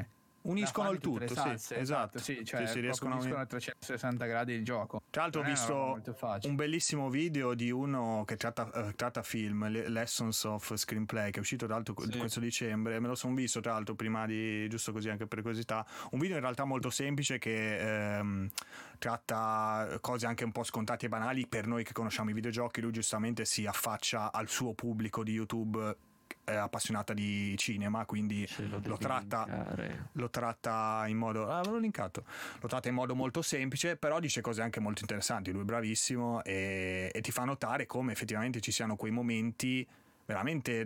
uniscono il tutto, salse, esatto, sì, cioè sì, riescono a 360 gradi il gioco. Tra l'altro ho visto un bellissimo video di uno che tratta film, Lessons of Screenplay, che è uscito tra l'altro questo dicembre, me lo sono visto tra l'altro prima di, giusto così anche per curiosità, un video in realtà molto semplice che tratta cose anche un po' scontate e banali per noi che conosciamo i videogiochi. Lui giustamente si affaccia al suo pubblico di YouTube appassionata di cinema, quindi lo tratta in modo l'ho linkato, lo tratta in modo molto semplice, però dice cose anche molto interessanti. Lui è bravissimo e ti fa notare come effettivamente ci siano quei momenti veramente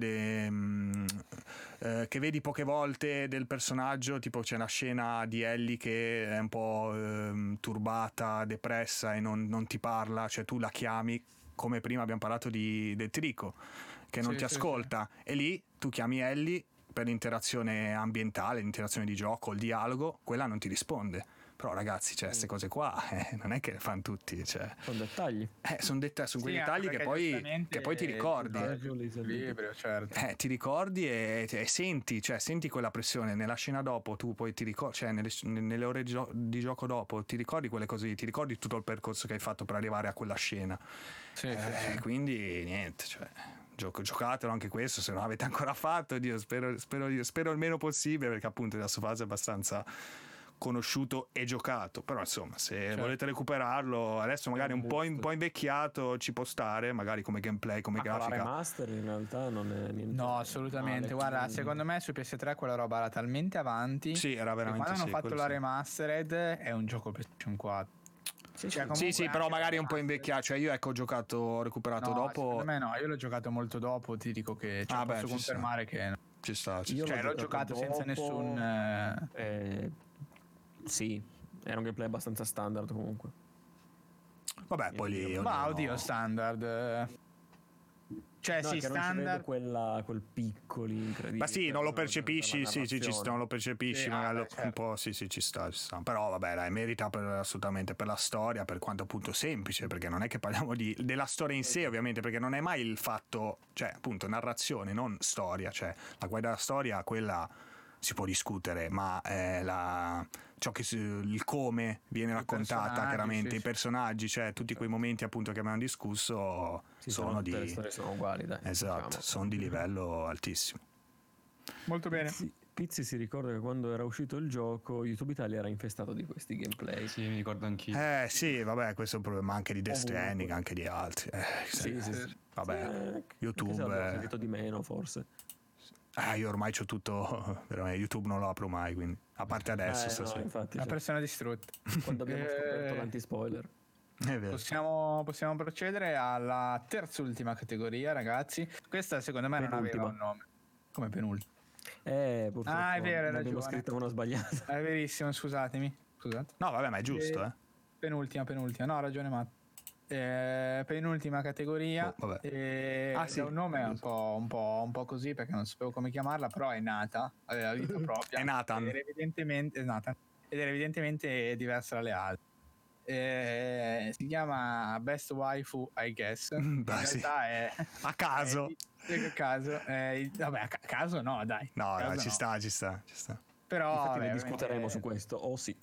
che vedi poche volte del personaggio, tipo c'è una scena di Ellie che è un po' turbata, depressa e non ti parla, cioè tu la chiami come prima abbiamo parlato del Trico che non ti ascolta, e lì tu chiami Ellie per l'interazione ambientale, l'interazione di gioco, il dialogo, quella non ti risponde. Però ragazzi, cioè queste cose qua non è che le fanno tutti, cioè sono dettagli, sono quei dettagli che poi ti ricordi, ti ricordi e senti, cioè senti quella pressione nella scena dopo, tu poi ti ricordi, cioè nelle ore di gioco dopo ti ricordi quelle cose, ti ricordi tutto il percorso che hai fatto per arrivare a quella scena. Quindi niente, cioè giocatelo anche questo se non l'avete ancora fatto. Dio, spero il meno possibile, perché appunto la sua fase è abbastanza conosciuto e giocato, però insomma se volete recuperarlo adesso magari un po' invecchiato ci può stare, magari come gameplay, come grafica. La remaster in realtà non è niente, no, assolutamente, guarda, secondo me su PS3 quella roba era talmente avanti, era veramente, quando hanno fatto la remastered è un gioco PlayStation 4. Sì, però magari un po' invecchiato, cioè io ho giocato, ho recuperato dopo. Secondo me no, io l'ho giocato molto dopo, ti dico che posso confermare che ci sta. Cioè l'ho giocato senza nessun sì, era un gameplay abbastanza standard comunque. Vabbè, poi lì oddio, standard. Cioè no, sì, standard quel piccoli incredibile. Ma sì, non lo percepisci, non lo percepisci, magari un po' sì, ci sta. Però vabbè, dai, merita assolutamente per la storia, per quanto appunto semplice, perché non è che parliamo della storia in sé, ovviamente, perché non è mai il fatto, cioè appunto narrazione, non storia, cioè la guida della storia, quella si può discutere, ma il come viene raccontata, chiaramente i personaggi, cioè tutti quei momenti appunto che abbiamo discusso sono le storie sono uguali, dai, esatto, sono di livello altissimo. Molto bene. Pizzi si ricorda che quando era uscito il gioco YouTube Italia era infestato di questi gameplay. Sì, mi ricordo anch'io. Sì, vabbè, questo è un problema anche di Death Stranding, anche di altri. Sì. Vabbè, YouTube ho sentito di meno forse. Io ormai c'ho tutto, veramente, YouTube non lo apro mai, quindi a parte adesso infatti, la persona distrutta. Quando abbiamo scoperto l'anti-spoiler. È vero. Possiamo procedere alla terz'ultima categoria, ragazzi. Questa secondo me non aveva un nome. Come penultima? Purtroppo è vero, abbiamo scritto una sbagliata. È verissimo, scusatemi. Scusate. No, vabbè, ma è giusto, Penultima. No, ha ragione Matt. Penultima categoria. Sì, un nome un po' così, perché non sapevo come chiamarla, però è nata, aveva vita propria. È Nathan. Ed era evidentemente diversa dalle altre. Si chiama Best Waifu, I guess. In realtà è a caso. Vabbè, a caso no, dai. No, ci sta. Però infatti ne discuteremo su questo. Sì.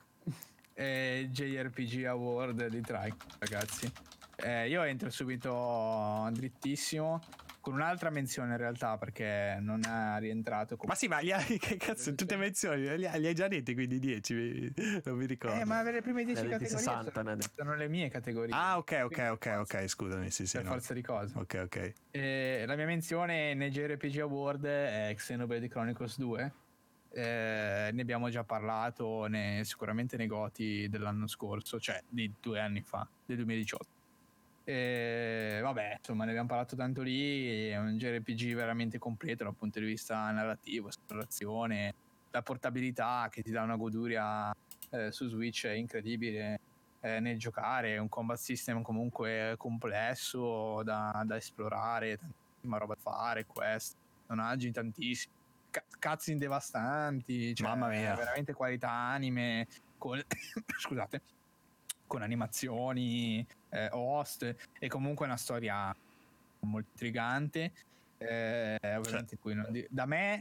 JRPG Award di Trike, ragazzi. Io entro subito drittissimo con un'altra menzione in realtà, perché non è rientrato ma sì, ma che cazzo, tutte menzioni li hai già dette, quindi 10 non mi ricordo. Ma le prime 10 categorie 60, sono le mie categorie. Ok, scusami, sì, per forza di cose. Ok. La mia menzione nei JRPG Award è Xenoblade Chronicles 2. Ne abbiamo già parlato sicuramente nei Goti dell'anno scorso, cioè di 2 anni fa, del 2018. Vabbè, insomma, ne abbiamo parlato tanto lì. È un JRPG veramente completo dal punto di vista narrativo, esplorazione, la portabilità che ti dà una goduria su Switch è incredibile nel giocare, un combat system comunque complesso da esplorare, tantissima roba da fare, quest, personaggi tantissimi, cutscene devastanti, cioè, mamma mia, veramente qualità anime scusate, con animazioni, host, e comunque una storia molto intrigante, ovviamente da me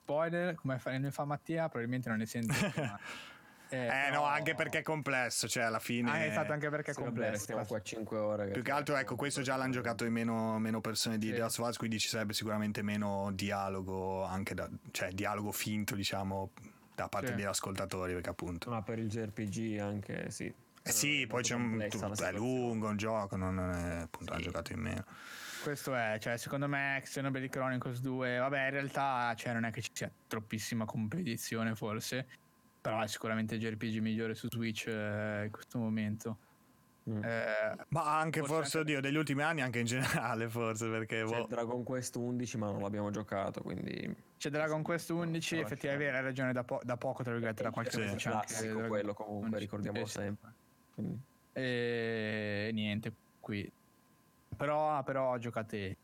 spoiler, come ne fa Mattia, probabilmente non ne sento. No, anche perché è complesso, cioè alla fine esatto, anche perché è complesso. Stiamo qua 5 ore. Più che altro, ecco, questo già l'hanno giocato in meno persone di The Last of Us, quindi ci sarebbe sicuramente meno dialogo, anche cioè dialogo finto, diciamo, da parte degli ascoltatori, perché appunto. Ma per il JRPG anche sì. Sì, poi c'è è lungo un gioco, non è appunto, hanno giocato in meno. Questo è, cioè, secondo me Xenoblade Chronicles 2, vabbè, in realtà, cioè, non è che ci sia troppissima competizione forse, però è sicuramente il JRPG migliore su Switch in questo momento. Ma anche forse oddio, degli ultimi anni, anche in generale, forse, perché c'è Dragon Quest 11, ma non l'abbiamo giocato, quindi c'è Dragon Quest 11, effettivamente hai ragione, da poco, tra virgolette, da qualche mese c'è classico anche quello, comunque ricordiamolo sempre. Quindi. E niente qui, però giocate.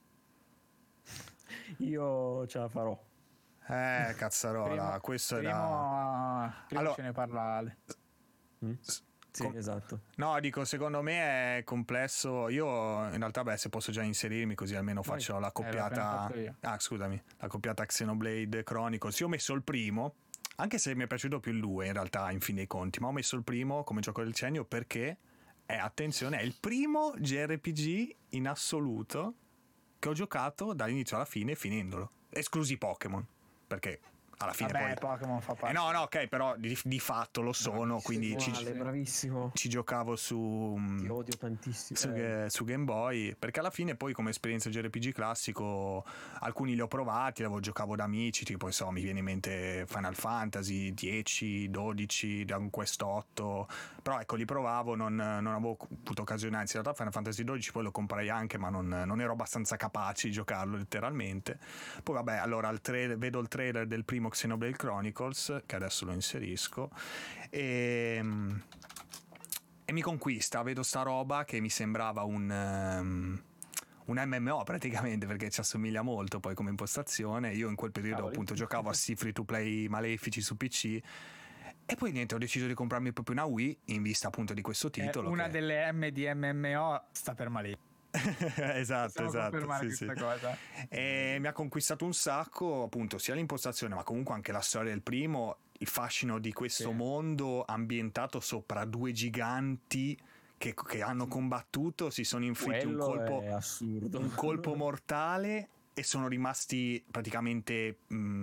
Io ce la farò. Cazzarola, questo è prima allora, ce ne parla Ale. Sì, esatto. No, dico, secondo me è complesso. Io in realtà, se posso già inserirmi, così almeno faccio la coppiata. Scusami, la coppiata Xenoblade Chronicles. Io ho messo il primo, anche se mi è piaciuto più il 2 in realtà, in fin dei conti, ma ho messo il primo come gioco del decennio perché attenzione, è il primo JRPG in assoluto che ho giocato dall'inizio alla fine, finendolo, esclusi Pokémon, perché alla fine poi Pokémon fa parte. No, ok, però di fatto lo sono, quindi bravissimo. ci giocavo su ti odio tantissimo su Game Boy, perché alla fine poi come esperienza JRPG classico alcuni li ho provati, giocavo da amici, tipo mi viene in mente Final Fantasy 10, 12, Dragon Quest 8, però ecco li provavo, non avevo avuto occasione, anzi in realtà Final Fantasy 12 poi lo comprai anche, ma non ero abbastanza capace di giocarlo letteralmente. Poi vabbè, allora vedo il trailer del primo Xenoblade Chronicles, che adesso lo inserisco, e mi conquista. Vedo sta roba che mi sembrava un MMO praticamente, perché ci assomiglia molto poi come impostazione. Io in quel periodo appunto giocavo a free to play malefici su PC, e poi niente, ho deciso di comprarmi proprio una Wii in vista appunto di questo titolo. Una delle M di MMO sta per malefici. esatto sì. Cosa. E mi ha conquistato un sacco, appunto, sia l'impostazione ma comunque anche la storia del primo, il fascino di questo mondo ambientato sopra due giganti che hanno combattuto, si sono inflitti un colpo mortale e sono rimasti praticamente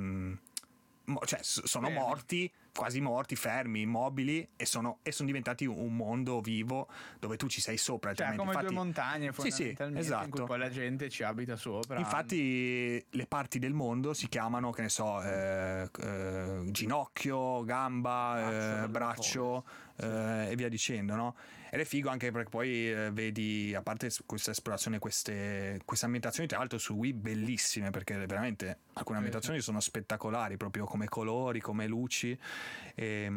sono morti, quasi morti, fermi, immobili, e sono diventati un mondo vivo dove tu ci sei sopra. Cioè, come due montagne fondamentalmente, esatto. in cui poi la gente ci abita sopra. Infatti le parti del mondo si chiamano, che ne so, ginocchio, gamba, braccio e via dicendo, no? Ed è figo anche perché poi vedi, a parte questa esplorazione, queste ambientazioni tra l'altro su Wii bellissime, perché veramente alcune ambientazioni sono spettacolari, proprio come colori, come luci, e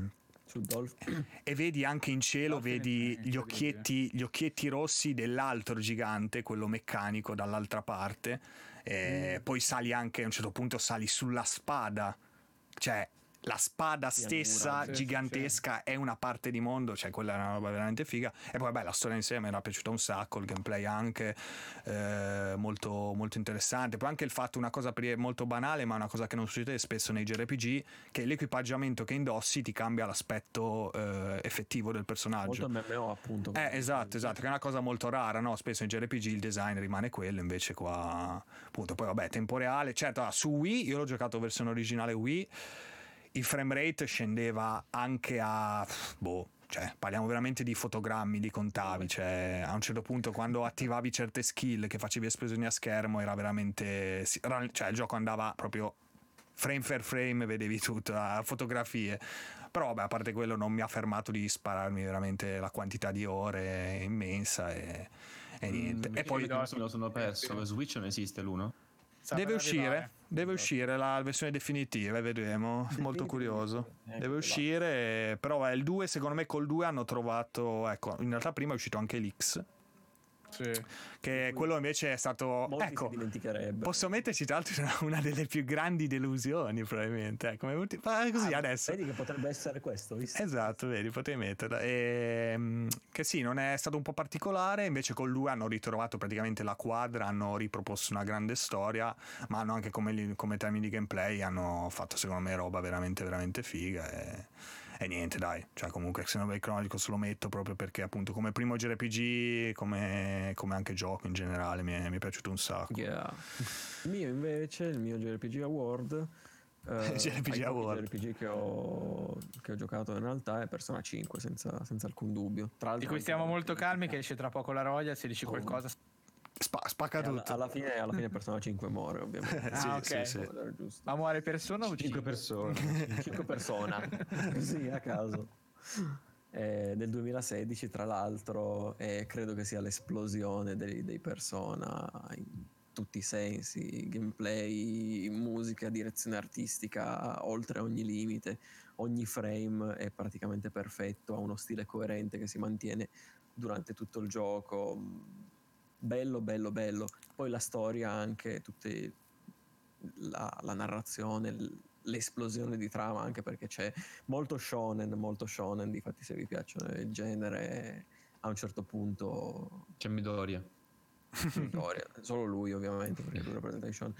vedi anche in cielo, vedi gli occhietti rossi dell'altro gigante, quello meccanico dall'altra parte, poi sali anche, a un certo punto sali sulla spada, cioè la spada stessa gigantesca è una parte di mondo, cioè quella è una roba veramente figa. E poi la storia insieme mi era piaciuta un sacco, il gameplay anche molto, molto interessante. Poi anche il fatto, una cosa molto banale ma una cosa che non succede spesso nei JRPG, che l'equipaggiamento che indossi ti cambia l'aspetto effettivo del personaggio. Molto MMO appunto. Esatto, che è una cosa molto rara, no? Spesso in JRPG il design rimane quello, invece qua appunto poi tempo reale. Certo, su Wii io l'ho giocato versione originale Wii, il frame rate scendeva anche a cioè parliamo veramente di fotogrammi, di contavi, cioè a un certo punto quando attivavi certe skill che facevi esplosioni a schermo era veramente, cioè il gioco andava proprio frame per frame, vedevi tutto a fotografie. Però a parte quello non mi ha fermato di spararmi veramente la quantità di ore immensa e niente. E poi me lo sono perso. Switch non esiste l'1? Deve uscire la versione definitiva, vedremo, molto curioso. Deve uscire, però il 2, secondo me col 2 hanno trovato, ecco, in realtà prima è uscito anche l'X, Sì. Che quello invece è stato, ecco, posso metterci tra l'altro una delle più grandi delusioni probabilmente, così adesso vedi che potrebbe essere questo, visto? Esatto, vedi, potevi metterla. Che sì, non è stato un po' particolare, invece con lui hanno ritrovato praticamente la quadra, hanno riproposto una grande storia, ma hanno anche come termini di gameplay hanno fatto secondo me roba veramente veramente figa e niente, dai, cioè comunque Xenoblade Chronicles lo metto proprio perché appunto come primo JRPG, come anche gioco in generale mi è piaciuto un sacco. Il mio JRPG Award JRPG Award JRPG che ho giocato in realtà è Persona 5 senza alcun dubbio. Tra l'altro di cui stiamo molto calmi che esce tra poco la Royal, se dici qualcosa spacca tutto. Alla fine Persona 5 muore ovviamente. Sì. Ma muore persona o 5 persone? 5 persone così a caso. Del 2016 tra l'altro, credo che sia l'esplosione dei Persona in tutti i sensi, gameplay, musica, direzione artistica, oltre ogni limite. Ogni frame è praticamente perfetto, ha uno stile coerente che si mantiene durante tutto il gioco. Bello. Poi la storia anche, la narrazione, l'esplosione di trama, anche perché c'è molto shonen, difatti se vi piacciono il genere a un certo punto c'è Midoriya, solo lui ovviamente perché lui rappresenta i shonen.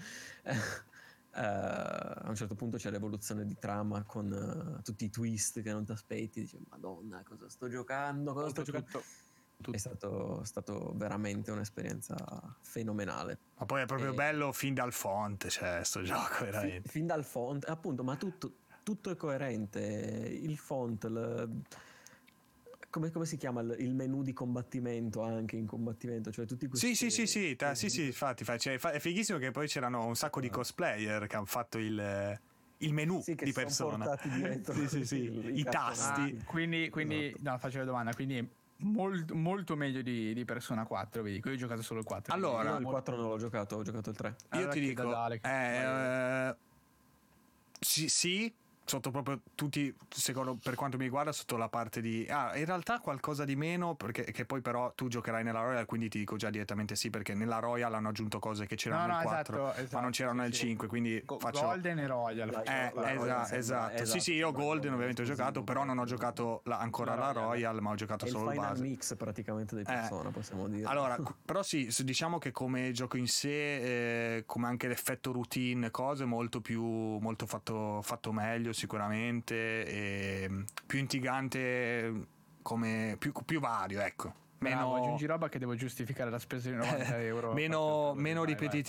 A un certo punto c'è l'evoluzione di trama con tutti i twist che non ti aspetti, dici madonna cosa sto giocando. È stato veramente un'esperienza fenomenale. Ma poi è proprio bello fin dal font, cioè sto gioco veramente. Fin dal font, appunto, ma tutto è coerente. Il font, come si chiama il menu di combattimento anche in combattimento, cioè tutti questi sì, infatti è fighissimo che poi c'erano un sacco di cosplayer che hanno fatto il menu di Persona. I tasti. Quindi esatto. No, faccio la domanda, quindi molto meglio di Persona 4, vedi? Io ho giocato solo il 4. Allora, il 4 non l'ho giocato, ho giocato il 3. Io ti dico sì, sotto proprio tutti, secondo, per quanto mi riguarda, sotto la parte di in realtà qualcosa di meno, perché che poi però tu giocherai nella Royal, quindi ti dico già direttamente sì, perché nella Royal hanno aggiunto cose che c'erano nel 4 esatto, ma non c'erano nel 5, quindi faccio Golden e Royal. Esatto. Sì, io Golden ovviamente ho giocato, però non ho giocato ancora la Royal, ma ho giocato solo il base. Mix praticamente dei Persona, possiamo dire. Allora, però sì, diciamo che come gioco in sé, come anche l'effetto routine, cose molto fatto meglio sicuramente, e più intrigante, come più vario, ecco. Meno aggiungi roba che devo giustificare la spesa di 90 euro. meno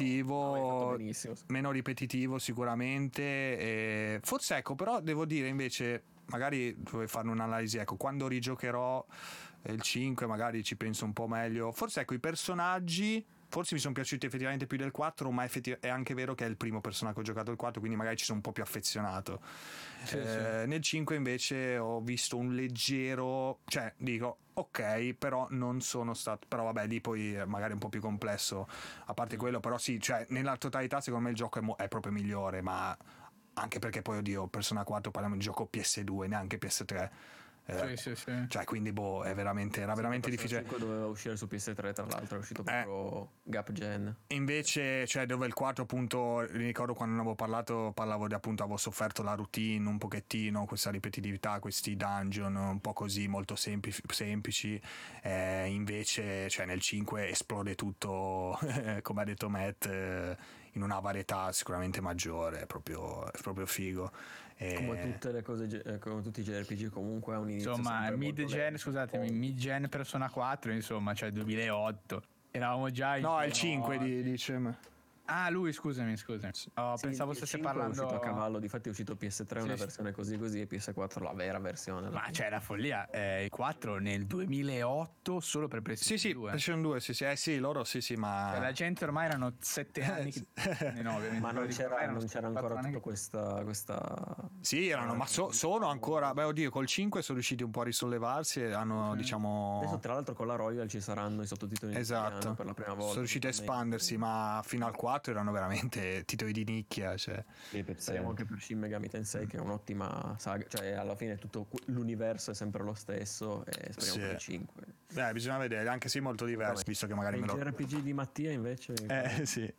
ripetitivo sicuramente, forse ecco, però devo dire invece, magari dovrei fare un'analisi, ecco, quando rigiocherò il 5 magari ci penso un po' meglio, forse ecco i personaggi forse mi sono piaciuti effettivamente più del 4, ma è anche vero che è il primo personaggio che ho giocato il 4, quindi magari ci sono un po' più affezionato. Sì. Nel 5 invece ho visto un leggero, cioè dico ok, però non sono stato, però vabbè lì poi magari è un po' più complesso, a parte quello, però sì, cioè nella totalità secondo me il gioco è proprio migliore, ma anche perché poi oddio, Persona 4 parliamo di gioco PS2, neanche PS3. Sì. Cioè quindi era veramente difficile. Doveva uscire su PS3, tra l'altro è uscito proprio gap gen. Invece, cioè dove il 4 appunto, mi ricordo quando ne avevo parlavo di appunto, avevo sofferto la routine un pochettino, questa ripetitività, questi dungeon un po' così molto semplici, invece cioè nel 5 esplode tutto come ha detto Matt, in una varietà sicuramente maggiore, è proprio figo. Come tutte le cose, come tutti i JRPG comunque ha un inizio, insomma mid-gen Persona 4, insomma, cioè 2008 eravamo già il 5 dice. Lui scusami. Pensavo stesse parlando. È uscito a cavallo, difatti è uscito PS3 una versione così e PS4 la vera versione. Ma c'è la follia, il 4 nel 2008 solo per PlayStation 2. Sì, PlayStation 2, sì, loro sì, ma la gente ormai erano 7 anni ma non c'era ancora tutta questa sì, erano, ma sono ancora, col 5 sono riusciti un po' a risollevarsi e hanno diciamo adesso tra l'altro con la Royal ci saranno i sottotitoli in italiano per la prima volta, sono riusciti a espandersi, ma fino al 4 4 erano veramente titoli di nicchia, cioè. Speriamo anche per Shin Megami Tensei, che è un'ottima saga, cioè alla fine tutto l'universo è sempre lo stesso, e speriamo per il 5. Bisogna vedere, anche se molto diverso, visto che magari il JRPG di Mattia invece sì.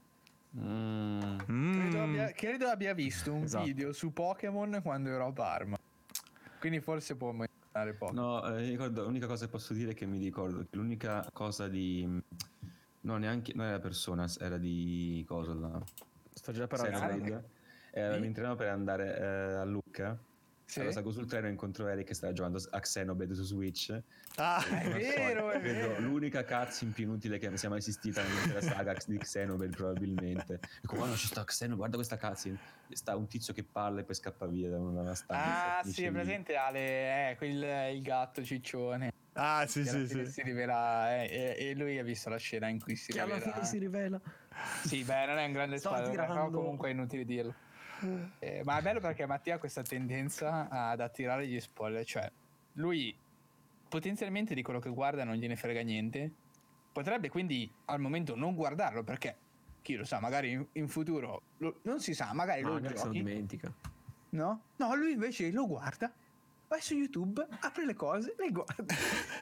Credo abbia visto un video su Pokémon quando ero a Parma, quindi forse può menare poco. No, ricordo, l'unica cosa che posso dire è che mi ricordo che l'unica cosa di no, neanche non era persona, era di cosa là. Sto già per andare. Mi entrenavo per andare a Lucca. Sì. Allora salgo sul treno e incontro Eric che stava giocando a Xenoblade su Switch. È vero. L'unica cutscene più inutile che sia mai esistita nell'intera saga di Xenoblade, probabilmente. Ecco, quando ci sta Xenoblade, guarda questa cutscene. Sta un tizio che parla e poi scappa via da una stanza. Sì, è presente Ale, il gatto ciccione. Sì. Si rivela, e lui ha visto la scena in cui si rivela. Alla fine si rivela. Sì, beh, non è un grande spoiler, però comunque è inutile dirlo. Ma è bello perché Mattia ha questa tendenza ad attirare gli spoiler, cioè lui potenzialmente di quello che guarda non gliene frega niente, potrebbe quindi al momento non guardarlo, perché chi lo sa, magari in futuro non si sa, magari lo giochi, se lo dimentica. No, lui invece lo guarda, vai su YouTube, apre le cose, le guarda.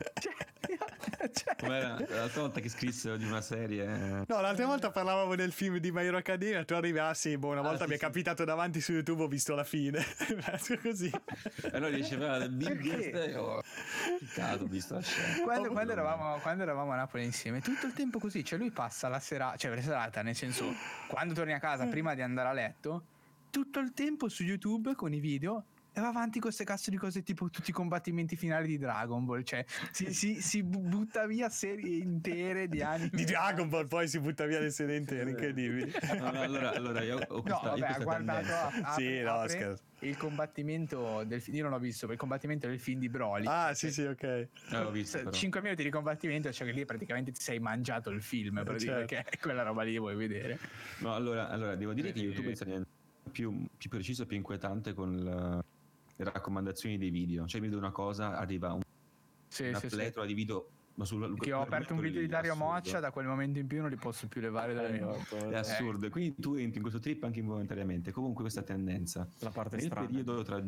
Com'era l'altra volta che scrissero di una serie? No, l'altra volta parlavamo del film di My Hero Academia, tu arrivi, una volta mi è capitato davanti su YouTube, ho visto la fine. Così. E noi diceva peccato, ho visto la scena. Quando eravamo a Napoli insieme, tutto il tempo così, cioè lui passa la serata, nel senso, quando torni a casa prima di andare a letto, tutto il tempo su YouTube con i video, e va avanti con queste cazzo di cose tipo tutti i combattimenti finali di Dragon Ball, cioè si butta via serie intere di anime di Dragon Ball, poi si butta via le serie intere, incredibili. Allora io ho questa, ha guardato scherzo. Il combattimento del film, io non l'ho visto, il combattimento del film di Broly. Sì, ok. L'ho visto, 5 minuti di combattimento, cioè che lì praticamente ti sei mangiato il film, per dire che quella roba lì vuoi vedere. No, allora devo dire che YouTube è più preciso e più inquietante con le raccomandazioni dei video, cioè mi vedo una cosa, arriva una pletora di video, ma che ho aperto un video di Dario Moccia, da quel momento in più non li posso più levare dalle mie. È assurdo, quindi tu entri in questo trip anche involontariamente. Comunque questa tendenza la parte nel strana. periodo tra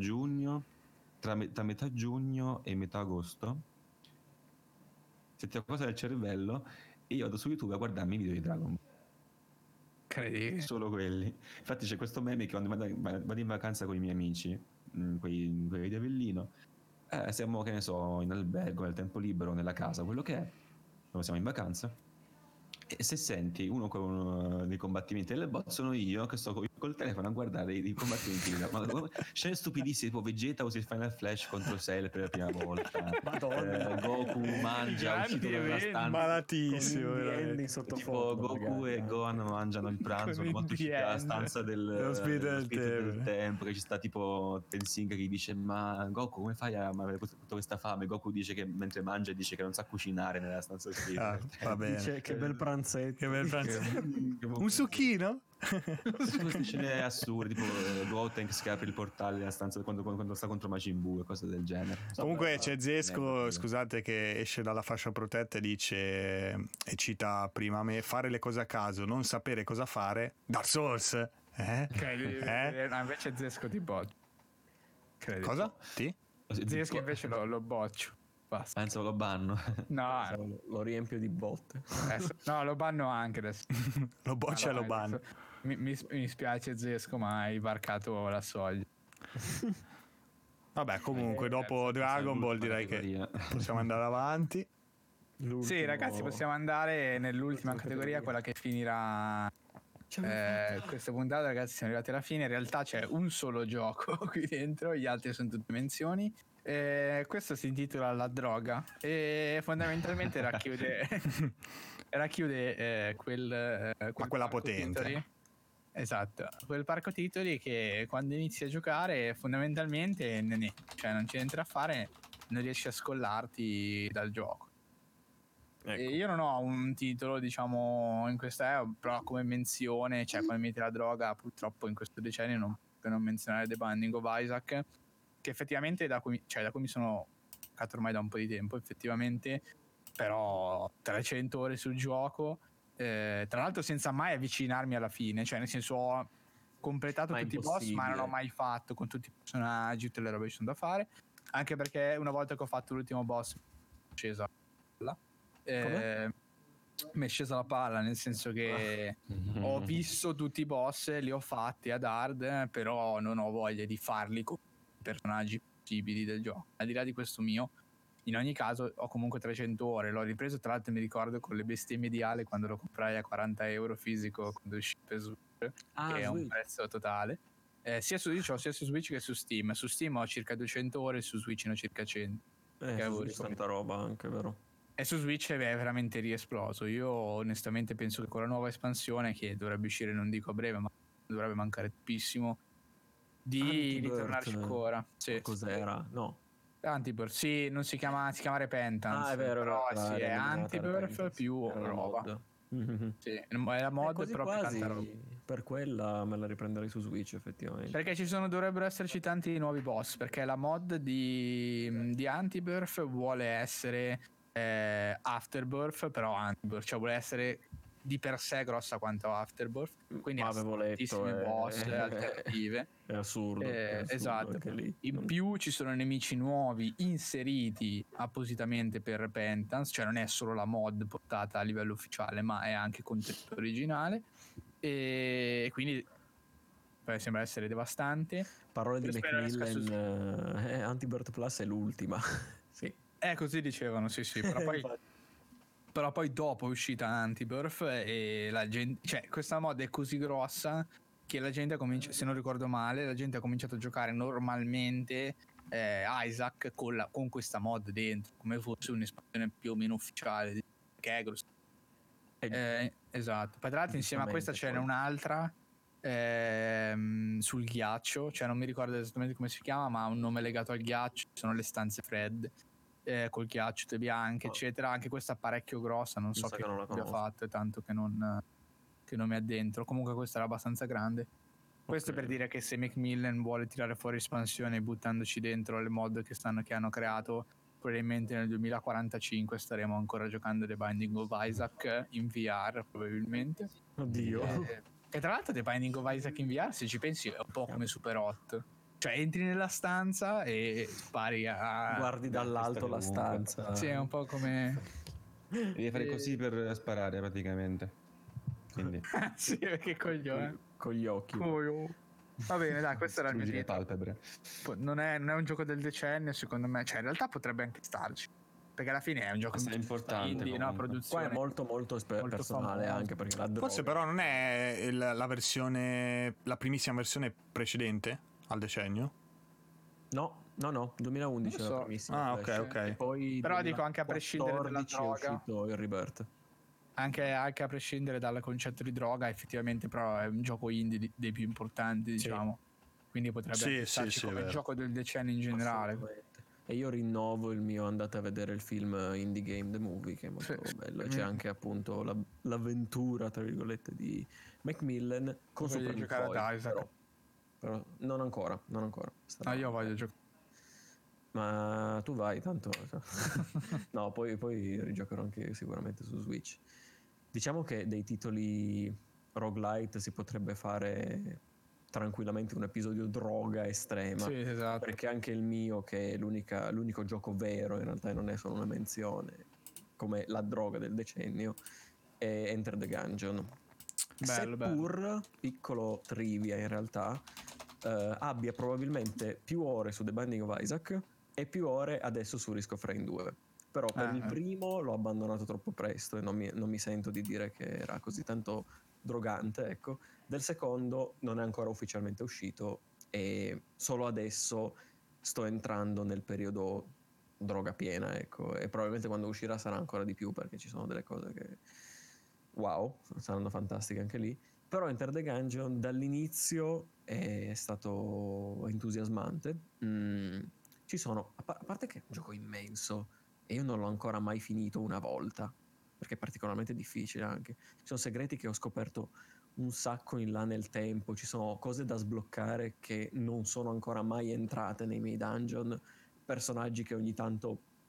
metà giugno e metà agosto, senti una cosa del cervello e io vado su YouTube a guardarmi i video di Dragon Ball. Credi? Solo quelli. Infatti c'è questo meme che quando vado in vacanza con i miei amici, quei di Avellino, siamo, che ne so, in albergo, nel tempo libero, nella casa, quello che è, quando siamo in vacanza, e se senti uno con dei combattimenti delle bot, sono io che sto col telefono a guardare i combattimenti scene stupidissime tipo Vegeta usa il Final Flash contro Cell per la prima volta. Madonna. Goku mangia uscito dalla stanza malatissimo, tipo Goku e Gohan mangiano il pranzo dalla stanza dello spirito del tempo, che ci sta tipo Tenzin che gli dice ma Goku come fai a avere tutta questa fame? Goku dice che mentre mangia dice che non sa cucinare nella stanza del spirito. Va bene. Dice, che bel pranzetto. Un succhino? Queste scene assurde, tipo Gotenks che apre il portale nella stanza quando sta contro Majin Buu e cose del genere. Comunque c'è Zesco, scusate, che esce dalla fascia protetta e dice, e cita prima me, fare le cose a caso, non sapere cosa fare, Dark Souls. Invece Zesco ti boccio. Cosa? Zesco invece lo boccio. Basta. Penso lo banno. No, lo riempio di botte. No, lo banno anche adesso. Lo boccia e lo banno. Mi spiace Zesco, ma hai varcato la soglia. Vabbè, comunque dopo Dragon Ball direi che possiamo andare avanti. Sì, ragazzi, possiamo andare nell'ultima categoria, quella che finirà questa puntata. Ragazzi, siamo arrivati alla fine. In realtà c'è un solo gioco qui dentro, gli altri sono tutte menzioni. Questo si intitola La droga e fondamentalmente racchiude quella potente titoli. Esatto, quel parco titoli che quando inizi a giocare fondamentalmente non c'è niente da fare, non riesci a scollarti dal gioco. Ecco. E io non ho un titolo, diciamo, in questa però come menzione, cioè quando metti la droga, purtroppo in questo decennio non per non menzionare The Binding of Isaac, che effettivamente da cui mi sono giocato ormai da un po' di tempo, effettivamente, però 300 ore sul gioco, tra l'altro senza mai avvicinarmi alla fine, cioè nel senso ho completato tutti i boss, ma non ho mai fatto con tutti i personaggi, tutte le robe che ci sono da fare, anche perché una volta che ho fatto l'ultimo boss mi è scesa mi è scesa la palla, nel senso che ho visto tutti i boss, li ho fatti ad hard, però non ho voglia di farli con i personaggi possibili del gioco. Al di là di questo mio, in ogni caso ho comunque 300 ore, l'ho ripreso tra l'altro mi ricordo con le bestemmie di Ale quando lo comprai a 40 euro fisico quando uscì per Switch, che è un prezzo totale, sia su Switch che su Steam ho circa 200 ore, su Switch ne ho circa 100. Su Switch tanta roba anche, vero? E su Switch è veramente riesploso. Io onestamente penso che con la nuova espansione, che dovrebbe uscire non dico a breve, ma dovrebbe mancare pochissimo, di ritornarci ancora. Sì. Cos'era? No, Antibirth, sì, non si chiama Repentance. È vero, però sì, è Antibirth più roba. Sì, è la mod quasi proprio quasi tanta roba. Per quella me la riprenderei su Switch effettivamente, perché dovrebbero esserci tanti nuovi boss, perché la mod di Antibirth vuole essere Afterbirth, però Antibirth, cioè vuole essere di per sé grossa quanto Afterbirth, quindi ha tantissime boss alternative. È assurdo, esatto. In più ci sono nemici nuovi inseriti appositamente per Repentance, cioè non è solo la mod portata a livello ufficiale, ma è anche contenuto originale, e quindi sembra essere devastante. Parole di Macmillan, Antibirth Plus è l'ultima. Sì, così dicevano, sì però poi dopo è uscita Antibirth e la gente, cioè questa mod è così grossa che la gente comincia, se non ricordo male, la gente ha cominciato a giocare normalmente Isaac con questa mod dentro, come fosse un'espansione più o meno ufficiale, che è grossa. Esatto. Poi tra l'altro insieme a questa ce n'è un'altra sul ghiaccio, cioè non mi ricordo esattamente come si chiama, ma ha un nome legato al ghiaccio, ci sono le stanze fredde col ghiaccio, te bianche eccetera, anche questa parecchio grossa, non so che abbia fatto, è tanto che non mi addentro. Comunque questa era abbastanza grande. Questo è per dire che se Macmillan vuole tirare fuori espansione buttandoci dentro le mod che hanno creato, probabilmente nel 2045 staremo ancora giocando The Binding of Isaac in VR, probabilmente. Oddio. E tra l'altro The Binding of Isaac in VR, se ci pensi, è un po' come Super Hot. Cioè entri nella stanza e spari guardi dall'alto la stanza. Sì, è un po' come devi fare così per sparare praticamente. Quindi sì, perché coglione con gli occhi. Va bene, dai, questo era il mio titolo. palpebre. Non è un gioco del decennio, secondo me, cioè in realtà potrebbe anche starci, perché alla fine è un gioco importante indie, no? Produzione. Qua è molto personale, famoso. Anche perché la droga. Forse però non è la primissima versione precedente al decennio? No, 2011 so. la primissima. Ok. Poi però dico anche a prescindere dalla droga, è uscito il Rebirth. Anche a prescindere dal concetto di droga, effettivamente però è un gioco indie dei più importanti, diciamo. Quindi potrebbe starci come il gioco del decennio in generale. E io rinnovo il mio andate a vedere il film Indie Game The Movie, che è molto bello. C'è anche appunto l'avventura tra virgolette di Macmillan con Super Meat Boy, ad Isaac. Però non ancora. Io voglio giocare. Ma tu vai tanto. No, poi rigiocherò anche sicuramente su Switch. Diciamo che dei titoli roguelite si potrebbe fare tranquillamente un episodio droga estrema. Sì, esatto. Perché anche il mio, che è l'unico gioco vero, in realtà non è solo una menzione, come la droga del decennio, è Enter the Gungeon. Seppur, piccolo trivia in realtà, abbia probabilmente più ore su The Binding of Isaac e più ore adesso su Risk of Rain 2. Però per il primo l'ho abbandonato troppo presto e non mi sento di dire che era così tanto drogante, ecco. Del secondo non è ancora ufficialmente uscito e solo adesso sto entrando nel periodo droga piena, ecco, e probabilmente quando uscirà sarà ancora di più, perché ci sono delle cose che wow, saranno fantastiche anche lì. Però Enter the Gungeon dall'inizio è stato entusiasmante. Ci sono, a parte che è un gioco immenso e io non l'ho ancora mai finito una volta, perché è particolarmente difficile anche. Ci sono segreti che ho scoperto un sacco in là nel tempo, ci sono cose da sbloccare che non sono ancora mai entrate nei miei dungeon, personaggi che ogni tanto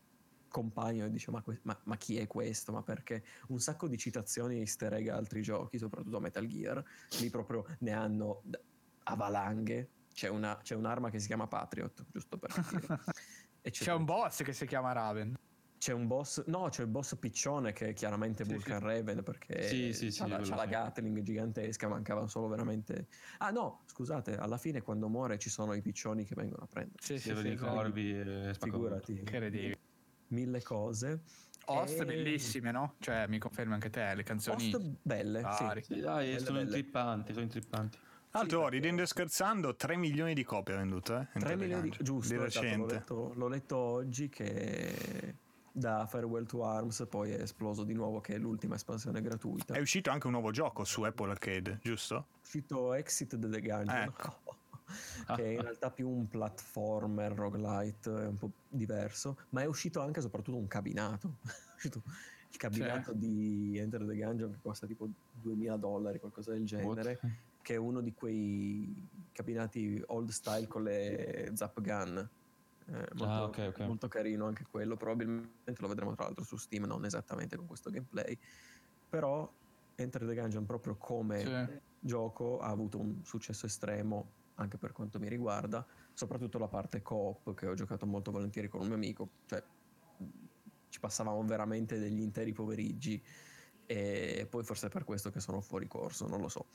compagno e dice ma chi è questo, ma perché, un sacco di citazioni easter egg a altri giochi, soprattutto a Metal Gear, lì proprio ne hanno a valanghe. C'è un'arma che si chiama Patriot, giusto per dire. C'è un boss che si chiama Raven. C'è un boss, no, c'è il boss piccione che è chiaramente Vulcan Raven, perché c'ha la Gatling gigantesca, mancava solo veramente... Ah no, scusate, alla fine quando muore ci sono i piccioni che vengono a prendere. I corvi, figurati. Incredibile. 1000 cose. Host bellissime, no? Cioè, mi confermi anche te, le canzoni. Host belle, sì, dai, sono intrippanti. Altro, ridendo e scherzando, 3 milioni di copie ha venduto, 3 milioni, giusto, di recente. l'ho letto oggi che da Farewell to Arms poi è esploso di nuovo, che è l'ultima espansione gratuita. È uscito anche un nuovo gioco su Apple Arcade, giusto? È uscito Exit the Gungeon, ecco. Che è in realtà più un platformer roguelite, è un po' diverso, ma è uscito anche soprattutto un cabinato. Il cabinato di Enter the Gungeon che costa tipo $2000, qualcosa del genere. What? Che è uno di quei cabinati old style con le zap gun. Molto carino anche quello. Probabilmente lo vedremo tra l'altro su Steam, non esattamente con questo gameplay, però Enter the Gungeon proprio come gioco ha avuto un successo estremo anche per quanto mi riguarda, soprattutto la parte co-op che ho giocato molto volentieri con un mio amico, cioè ci passavamo veramente degli interi pomeriggi, e poi forse è per questo che sono fuori corso, non lo so.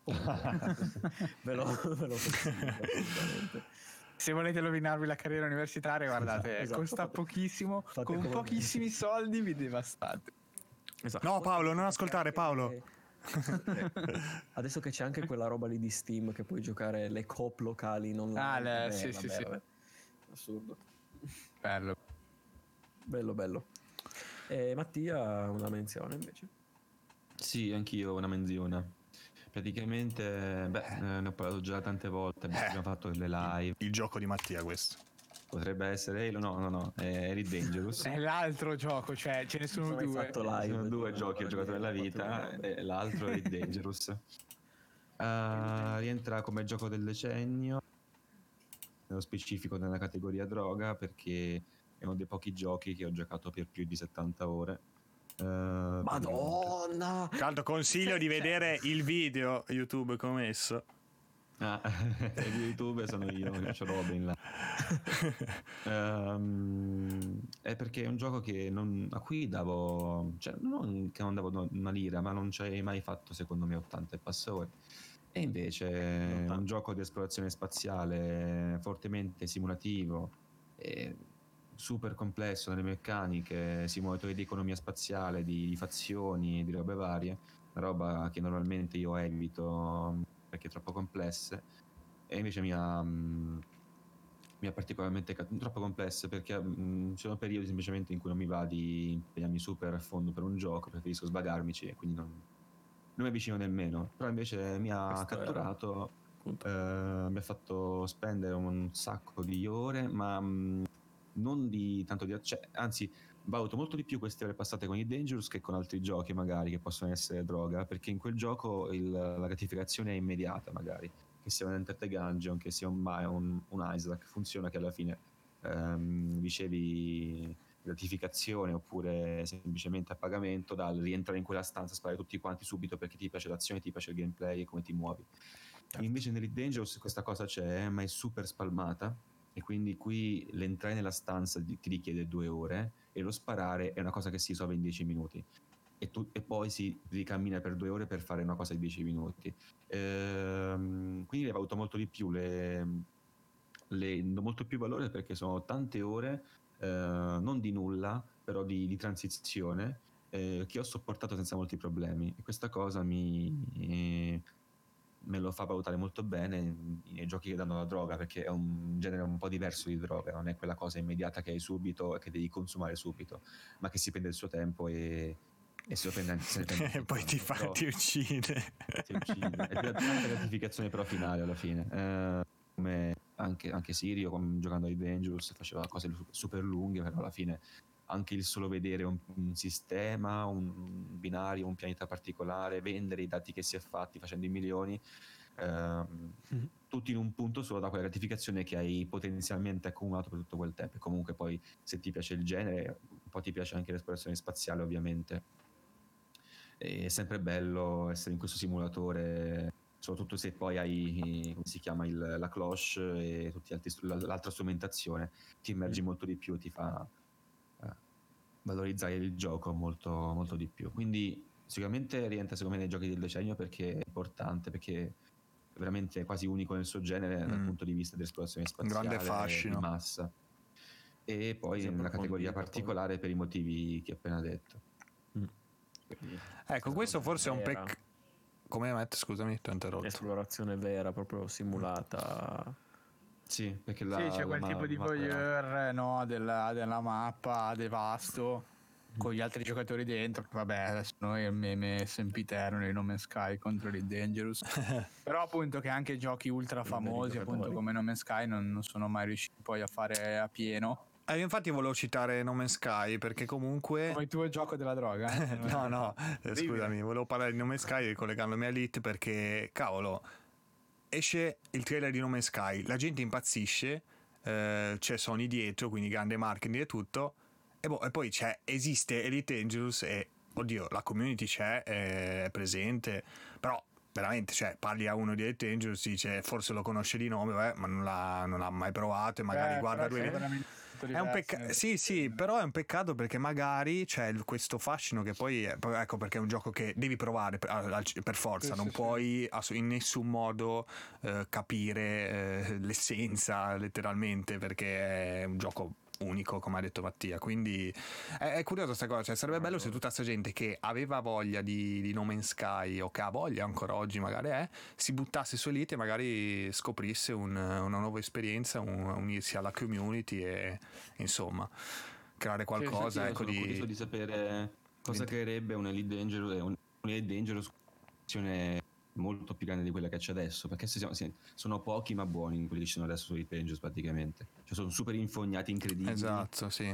ve lo consiglio assolutamente. Se volete rovinarvi la carriera universitaria, guardate, esatto, costa pochissimo, con pochissimi soldi vi devastate. Esatto. No, Paolo, non ascoltare, Paolo. Adesso che c'è anche quella roba lì di Steam che puoi giocare le coop locali in online. Sì. Assurdo. Bello. E Mattia, una menzione invece? Sì, anch'io una menzione. Praticamente, ne ho parlato già tante volte, abbiamo fatto delle live. Il gioco di Mattia questo. Potrebbe essere Halo, no, è Elite Dangerous. È l'altro gioco, cioè ce ne sono due. Sono due giochi che ho giocato nella vita, e l'altro è Elite Dangerous. Rientra come gioco del decennio, nello specifico nella categoria droga, perché è uno dei pochi giochi che ho giocato per più di 70 ore. Madonna! Caldo consiglio di vedere il video YouTube come messo. Il YouTube sono io, che c'ho Robin là. È perché è un gioco che a cui davo, cioè non che non davo una lira, ma non ci hai mai fatto secondo me 80 e passa ore. E invece è un gioco di esplorazione spaziale fortemente simulativo, super complesso nelle meccaniche, simulatori di economia spaziale, di fazioni, di robe varie, una roba che normalmente io evito perché è troppo complesse, e invece mi ha particolarmente troppo complesse, perché ci sono periodi semplicemente in cui non mi va di impegnarmi super a fondo per un gioco, preferisco svagarmici e quindi non mi avvicino nemmeno. Però invece mi ha catturato, mi ha fatto spendere un sacco di ore, ma non di tanto anzi valuto molto di più queste ore passate con i Dangerous che con altri giochi magari che possono essere droga, perché in quel gioco la gratificazione è immediata, magari che sia un Enter the Gungeon, che sia un Isaac, funziona che alla fine ricevi gratificazione oppure semplicemente a pagamento dal rientrare in quella stanza, sparare tutti quanti subito perché ti piace l'azione, ti piace il gameplay e come ti muovi. Invece nell'Elite Dangerous questa cosa c'è, ma è super spalmata, e quindi qui l'entrare nella stanza ti richiede 2 ore e lo sparare è una cosa che si risolve in 10 minuti e poi si ricammina per 2 ore per fare una cosa di 10 minuti. Quindi le valuto molto di più, do molto più valore perché sono tante ore, non di nulla, però di transizione, che ho sopportato senza molti problemi, e questa cosa me lo fa valutare molto bene nei giochi che danno la droga, perché è un genere un po' diverso di droga, non è quella cosa immediata che hai subito e che devi consumare subito, ma che si prende il suo tempo e se lo prende anche e poi ti uccide. Ti uccide. È tanta gratificazione però finale alla fine, come anche Sirio giocando ai Dangerous faceva cose super lunghe, però alla fine anche il solo vedere un sistema, un binario, un pianeta particolare, vendere i dati che si è fatti facendo i milioni, tutti in un punto solo, da quella gratificazione che hai potenzialmente accumulato per tutto quel tempo. E comunque poi, se ti piace il genere, un po' ti piace anche l'esplorazione spaziale, ovviamente. È sempre bello essere in questo simulatore, soprattutto se poi hai, come si chiama, la cloche e tutti l'altra strumentazione, ti immergi molto di più, ti fa valorizzare il gioco molto, molto di più. Quindi sicuramente rientra secondo me nei giochi del decennio, perché è importante, perché è veramente quasi unico nel suo genere dal punto di vista dell'esplorazione spaziale, grande fascino di massa, e poi nella categoria particolare per i motivi che ho appena detto. Quindi, ecco, questo forse è un peccato. Come Matt, scusami, ti ho interrotto. Esplorazione vera, proprio simulata. Sì, perché c'è quel tipo di voyeur, no, della mappa devasto con gli altri giocatori dentro. Vabbè, adesso noi il meme sempiterno di No Man's Sky contro Elite Dangerous. Però appunto che anche giochi ultra famosi appunto come No Man's Sky non sono mai riusciti poi a fare a pieno. Io infatti volevo citare No Man's Sky perché comunque... Come il tuo gioco della droga? No, scusami, volevo parlare di No Man's Sky ricollegandomi a Elite perché, cavolo, esce il trailer di No Man's Sky, la gente impazzisce, c'è Sony dietro, quindi grande marketing e tutto, e poi esiste Elite Dangerous e, oddio, la community c'è, è presente, però... veramente, parli a uno di Elite Dangerous, dice forse lo conosce di nome, ma non l'ha mai provato e magari guarda lui. È un peccato, sì, però è un peccato perché magari c'è questo fascino che poi ecco perché è un gioco che devi provare per forza, non puoi in nessun modo capire l'essenza letteralmente, perché è un gioco unico, come ha detto Mattia, quindi è curiosa sta cosa, sarebbe bello se tutta questa gente che aveva voglia di No Man's Sky, o che ha voglia ancora oggi magari si buttasse su Elite e magari scoprisse una nuova esperienza, unirsi alla community e insomma creare qualcosa. Sono curioso di sapere cosa creerebbe un Elite Dangerous molto più grande di quella che c'è adesso, perché sono pochi ma buoni quelli che ci sono adesso su Elite Dangerous praticamente, sono super infognati, incredibili, esatto, sì,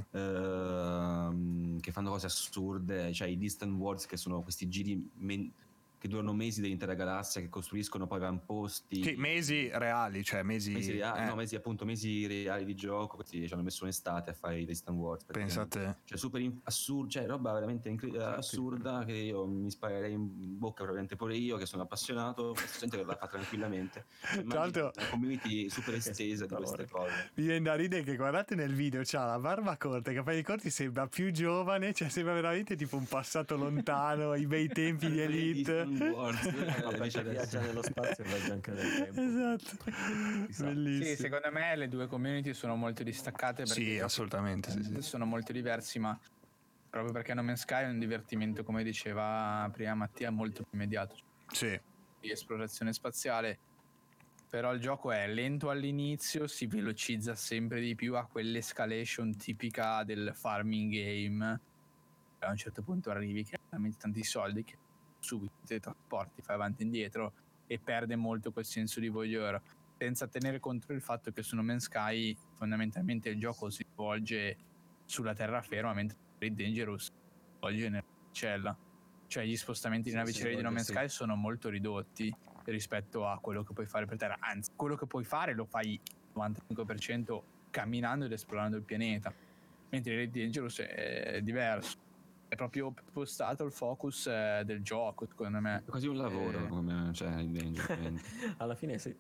che fanno cose assurde, i Distant Worlds, che sono questi giri che durano mesi dell'intera galassia, che costruiscono poi avamposti, sì, mesi reali, mesi reali di gioco. Questi ci hanno messo un'estate a fare i Distant Worlds, pensa a te, super assurdo, roba veramente assurda, che io mi sparerei in bocca probabilmente pure io, che sono appassionato. Questa gente che la fa tranquillamente, tra l'altro una community super estesa di queste cose. Mi viene da ridere che guardate nel video, c'ha la barba corta, i capelli corti, sembra più giovane, sembra veramente tipo un passato lontano, i bei tempi di Elite. Viaggia nello spazio e viaggia anche nel tempo. Esatto. Bellissimo. Sì, secondo me le due community sono molto distaccate, perché sì, assolutamente sì. sono molto diversi, ma proprio perché No Man's Sky è un divertimento, come diceva prima Mattia, molto più immediato, di esplorazione spaziale. Però il gioco è lento all'inizio, si velocizza sempre di più a quell'escalation tipica del farming game. A un certo punto arrivi che hai veramente tanti soldi, che subito ti trasporti, fai avanti e indietro, e perde molto quel senso di voyeur, senza tenere conto del fatto che su No Man's Sky fondamentalmente il gioco si svolge sulla terraferma, mentre Elite Dangerous si svolge nella navicella. Gli spostamenti di navicelle di No Man's Sky sono molto ridotti rispetto a quello che puoi fare per terra, anzi quello che puoi fare lo fai il 95% camminando ed esplorando il pianeta, mentre Elite Dangerous è diverso. È proprio spostato il focus del gioco, secondo me. È quasi un lavoro, come alla fine sì.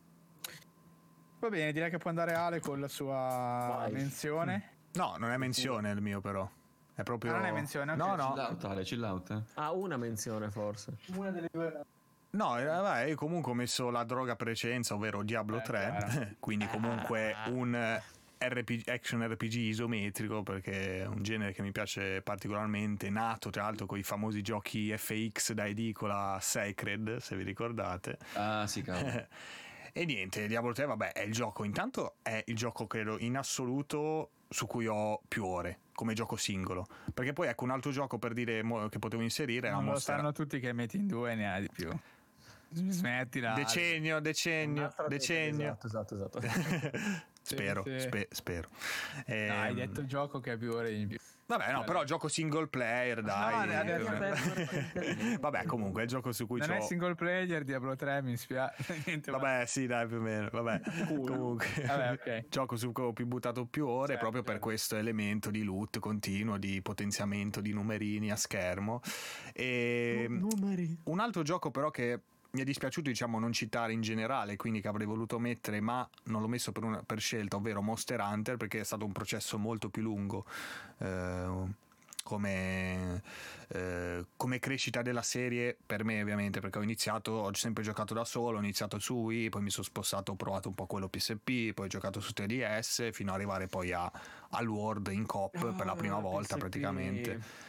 Va bene, direi che può andare Ale con la sua menzione. No, non è menzione il mio, però. È proprio... non è menzione, okay. No. Chill out. Una menzione forse. Una delle due. No, io comunque ho messo la droga per eccellenza, ovvero Diablo 3, quindi comunque un... action RPG isometrico, perché è un genere che mi piace particolarmente, nato tra l'altro con i famosi giochi FX da edicola Sacred, se vi ricordate. Ah sì, cavolo. E niente, Diablo 3 vabbè è il gioco, intanto è il gioco credo in assoluto su cui ho più ore come gioco singolo, perché poi ecco un altro gioco per dire che potevo inserire è non lo sanno tutti che metti in due ne hai di più. Smettila. Decennio. Esatto. Spero. No, hai detto il gioco che ha più ore di più. Vabbè, no, però gioco single player, dai. No, vabbè, comunque è il gioco su cui non è single player, Diablo 3, mi spiace. Vabbè, sì, dai, più o meno. Vabbè, comunque vabbè, okay. Gioco su cui ho più buttato più ore, proprio per questo elemento di loot continuo, di potenziamento di numerini a schermo. E un altro gioco però che mi è dispiaciuto, diciamo, non citare in generale, quindi che avrei voluto mettere ma non l'ho messo per scelta, ovvero Monster Hunter, perché è stato un processo molto più lungo come crescita della serie per me, ovviamente, perché ho sempre giocato da solo, ho iniziato su Wii, poi mi sono spostato, ho provato un po' quello PSP, poi ho giocato su 3DS fino ad arrivare poi al World in coop per la prima volta PSP. Praticamente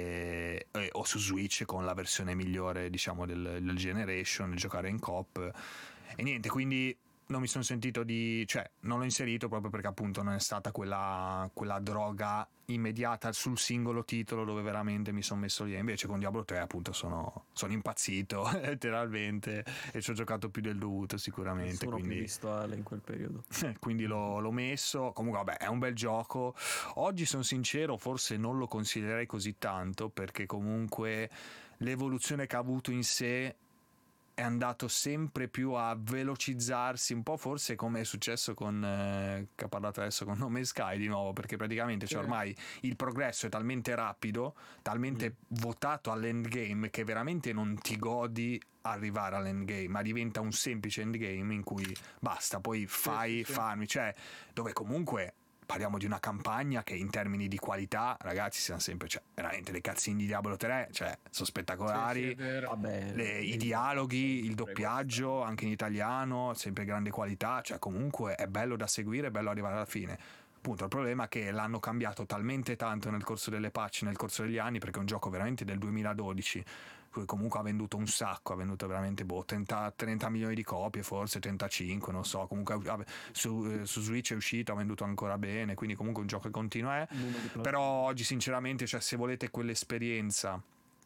o su Switch con la versione migliore, diciamo, del Generation, giocare in coop e niente, quindi non mi sono sentito non l'ho inserito proprio perché appunto non è stata quella droga immediata sul singolo titolo dove veramente mi sono messo lì. Invece con Diablo 3 appunto sono impazzito letteralmente e ci ho giocato più del dovuto sicuramente, quindi più visto Ale in quel periodo. Quindi l'ho messo. Comunque vabbè, è un bel gioco. Oggi sono sincero, forse non lo consiglierei così tanto, perché comunque l'evoluzione che ha avuto in sé è andato sempre più a velocizzarsi, un po' forse come è successo con che ha parlato adesso con No Man's Sky di nuovo, perché praticamente ormai il progresso è talmente rapido, talmente votato all'endgame, che veramente non ti godi arrivare all'endgame, ma diventa un semplice endgame in cui basta, poi farmi, cioè dove comunque parliamo di una campagna che in termini di qualità, ragazzi, siamo sempre, veramente le cutscene di Diablo 3, sono spettacolari. I dialoghi, il doppiaggio anche in italiano, sempre grande qualità, comunque è bello da seguire, è bello arrivare alla fine. Appunto, il problema è che l'hanno cambiato talmente tanto nel corso delle patch, nel corso degli anni, perché è un gioco veramente del 2012, comunque ha venduto un sacco, ha venduto veramente 30 milioni di copie, forse 35, non so, comunque su Switch è uscito, ha venduto ancora bene, quindi comunque un gioco che continua però oggi sinceramente, se volete quell'esperienza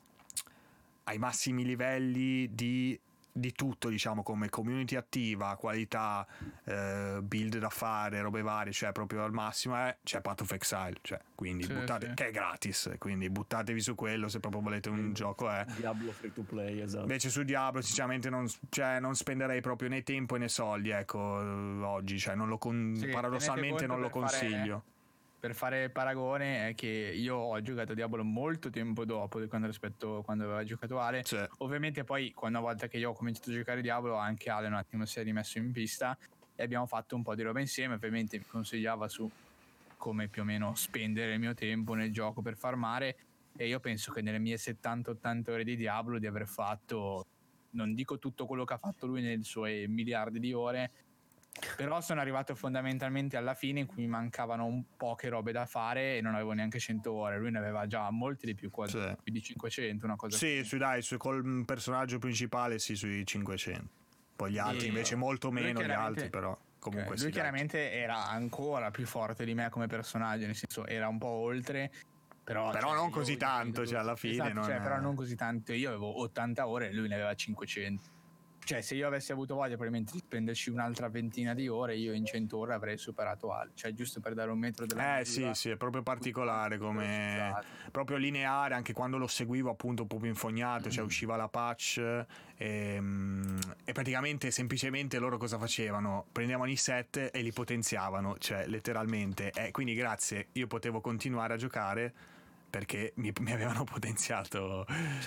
ai massimi livelli di tutto, diciamo, come community attiva, qualità, build da fare, robe varie, proprio al massimo c'è Path of Exile, quindi che è gratis, quindi buttatevi su quello se proprio volete un gioco. Diablo free to play, esatto. Invece su Diablo sinceramente non spenderei proprio né tempo né soldi, ecco, oggi, paradossalmente non lo consiglio. Per fare il paragone è che io ho giocato Diablo molto tempo dopo rispetto a quando aveva giocato Ale. Ovviamente poi una volta che io ho cominciato a giocare Diablo, anche Ale un attimo si è rimesso in pista e abbiamo fatto un po' di roba insieme. Ovviamente mi consigliava su come più o meno spendere il mio tempo nel gioco per farmare, e io penso che nelle mie 70-80 ore di Diablo di aver fatto, non dico tutto quello che ha fatto lui nelle sue miliardi di ore, però sono arrivato fondamentalmente alla fine in cui mi mancavano poche robe da fare e non avevo neanche 100 ore. Lui ne aveva già molti di più, quasi più di 500, una cosa così. Col personaggio principale sui 500, poi gli altri invece molto meno, gli altri però comunque lui chiaramente era ancora più forte di me come personaggio, nel senso era un po' oltre, però non così tanto, alla fine però non così tanto. Io avevo 80 ore e lui ne aveva 500. Se io avessi avuto voglia probabilmente di spenderci un'altra ventina di ore, io in 100 ore avrei superato Ale, giusto per dare un metro della sì, è proprio particolare, come proprio lineare, anche quando lo seguivo appunto proprio infognato, usciva la patch e praticamente semplicemente loro cosa facevano? Prendevano i set e li potenziavano, letteralmente, quindi grazie, io potevo continuare a giocare perché mi avevano potenziato,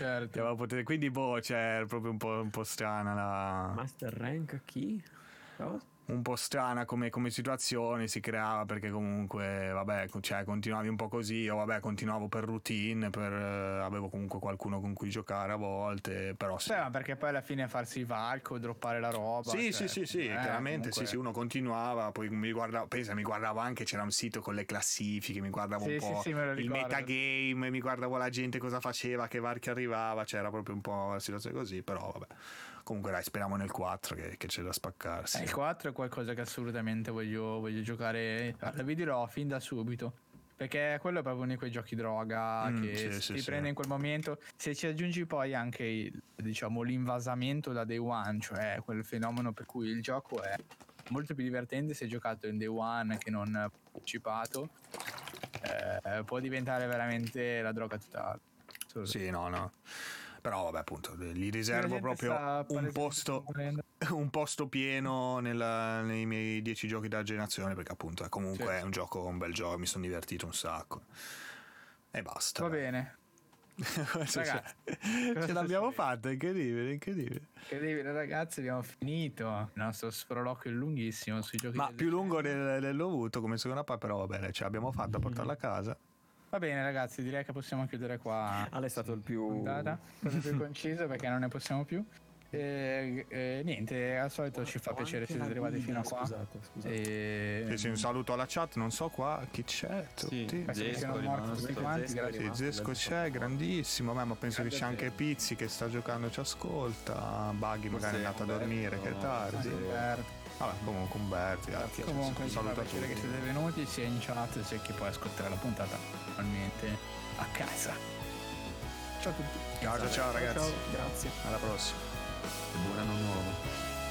quindi è proprio un po' strana la Master Rank chi? un po' strana come situazione si creava, perché comunque continuavi un po' così, io continuavo per routine, avevo comunque qualcuno con cui giocare a volte, però ma perché poi alla fine farsi il varco, droppare la roba, sì, chiaramente comunque... sì, uno continuava, poi mi guardavo anche, c'era un sito con le classifiche, mi guardavo un po' il metagame, mi guardavo la gente cosa faceva, che varchi arrivava, c'era proprio un po' la situazione così, però vabbè. Comunque dai, speriamo nel 4 che c'è da spaccarsi. Il 4 è qualcosa che assolutamente voglio giocare, vi dirò fin da subito, perché quello è proprio uno di quei giochi droga che ti prende in quel momento. Se ci aggiungi poi anche l'invasamento da day one, cioè quel fenomeno per cui il gioco è molto più divertente se giocato in day one che non partecipato, può diventare veramente la droga totale. Sì, no. Però vabbè, appunto, gli riservo proprio un posto pieno nei miei 10 giochi da generazione, perché appunto è comunque un bel gioco, mi sono divertito un sacco. E basta. Va bene. Ragazzi, ce l'abbiamo fatta, incredibile ragazzi, abbiamo finito il nostro sproloquio lunghissimo sui giochi, ma più lungo del dovuto come seconda parte, però va bene, ce l'abbiamo fatta a portarla a casa. Va bene ragazzi, direi che possiamo chiudere qua. Ale è stato il più conciso, perché non ne possiamo più. Niente, al solito ci fa piacere, siete arrivati fino a qua. Scusate. Sì, un saluto alla chat, non so qua chi c'è. Zesco c'è, grandissimo. Ma penso che c'è anche Pizzi che sta giocando, ci ascolta. Buggy magari è andato a dormire, che è tardi. Vabbè, comunque Umberto, comunque ci fa piacere che siete venuti, sia in chat sia chi può ascoltare la puntata normalmente a casa. Ciao a tutti. Ciao ragazzi. Ciao, grazie. Alla prossima. Buon anno nuovo.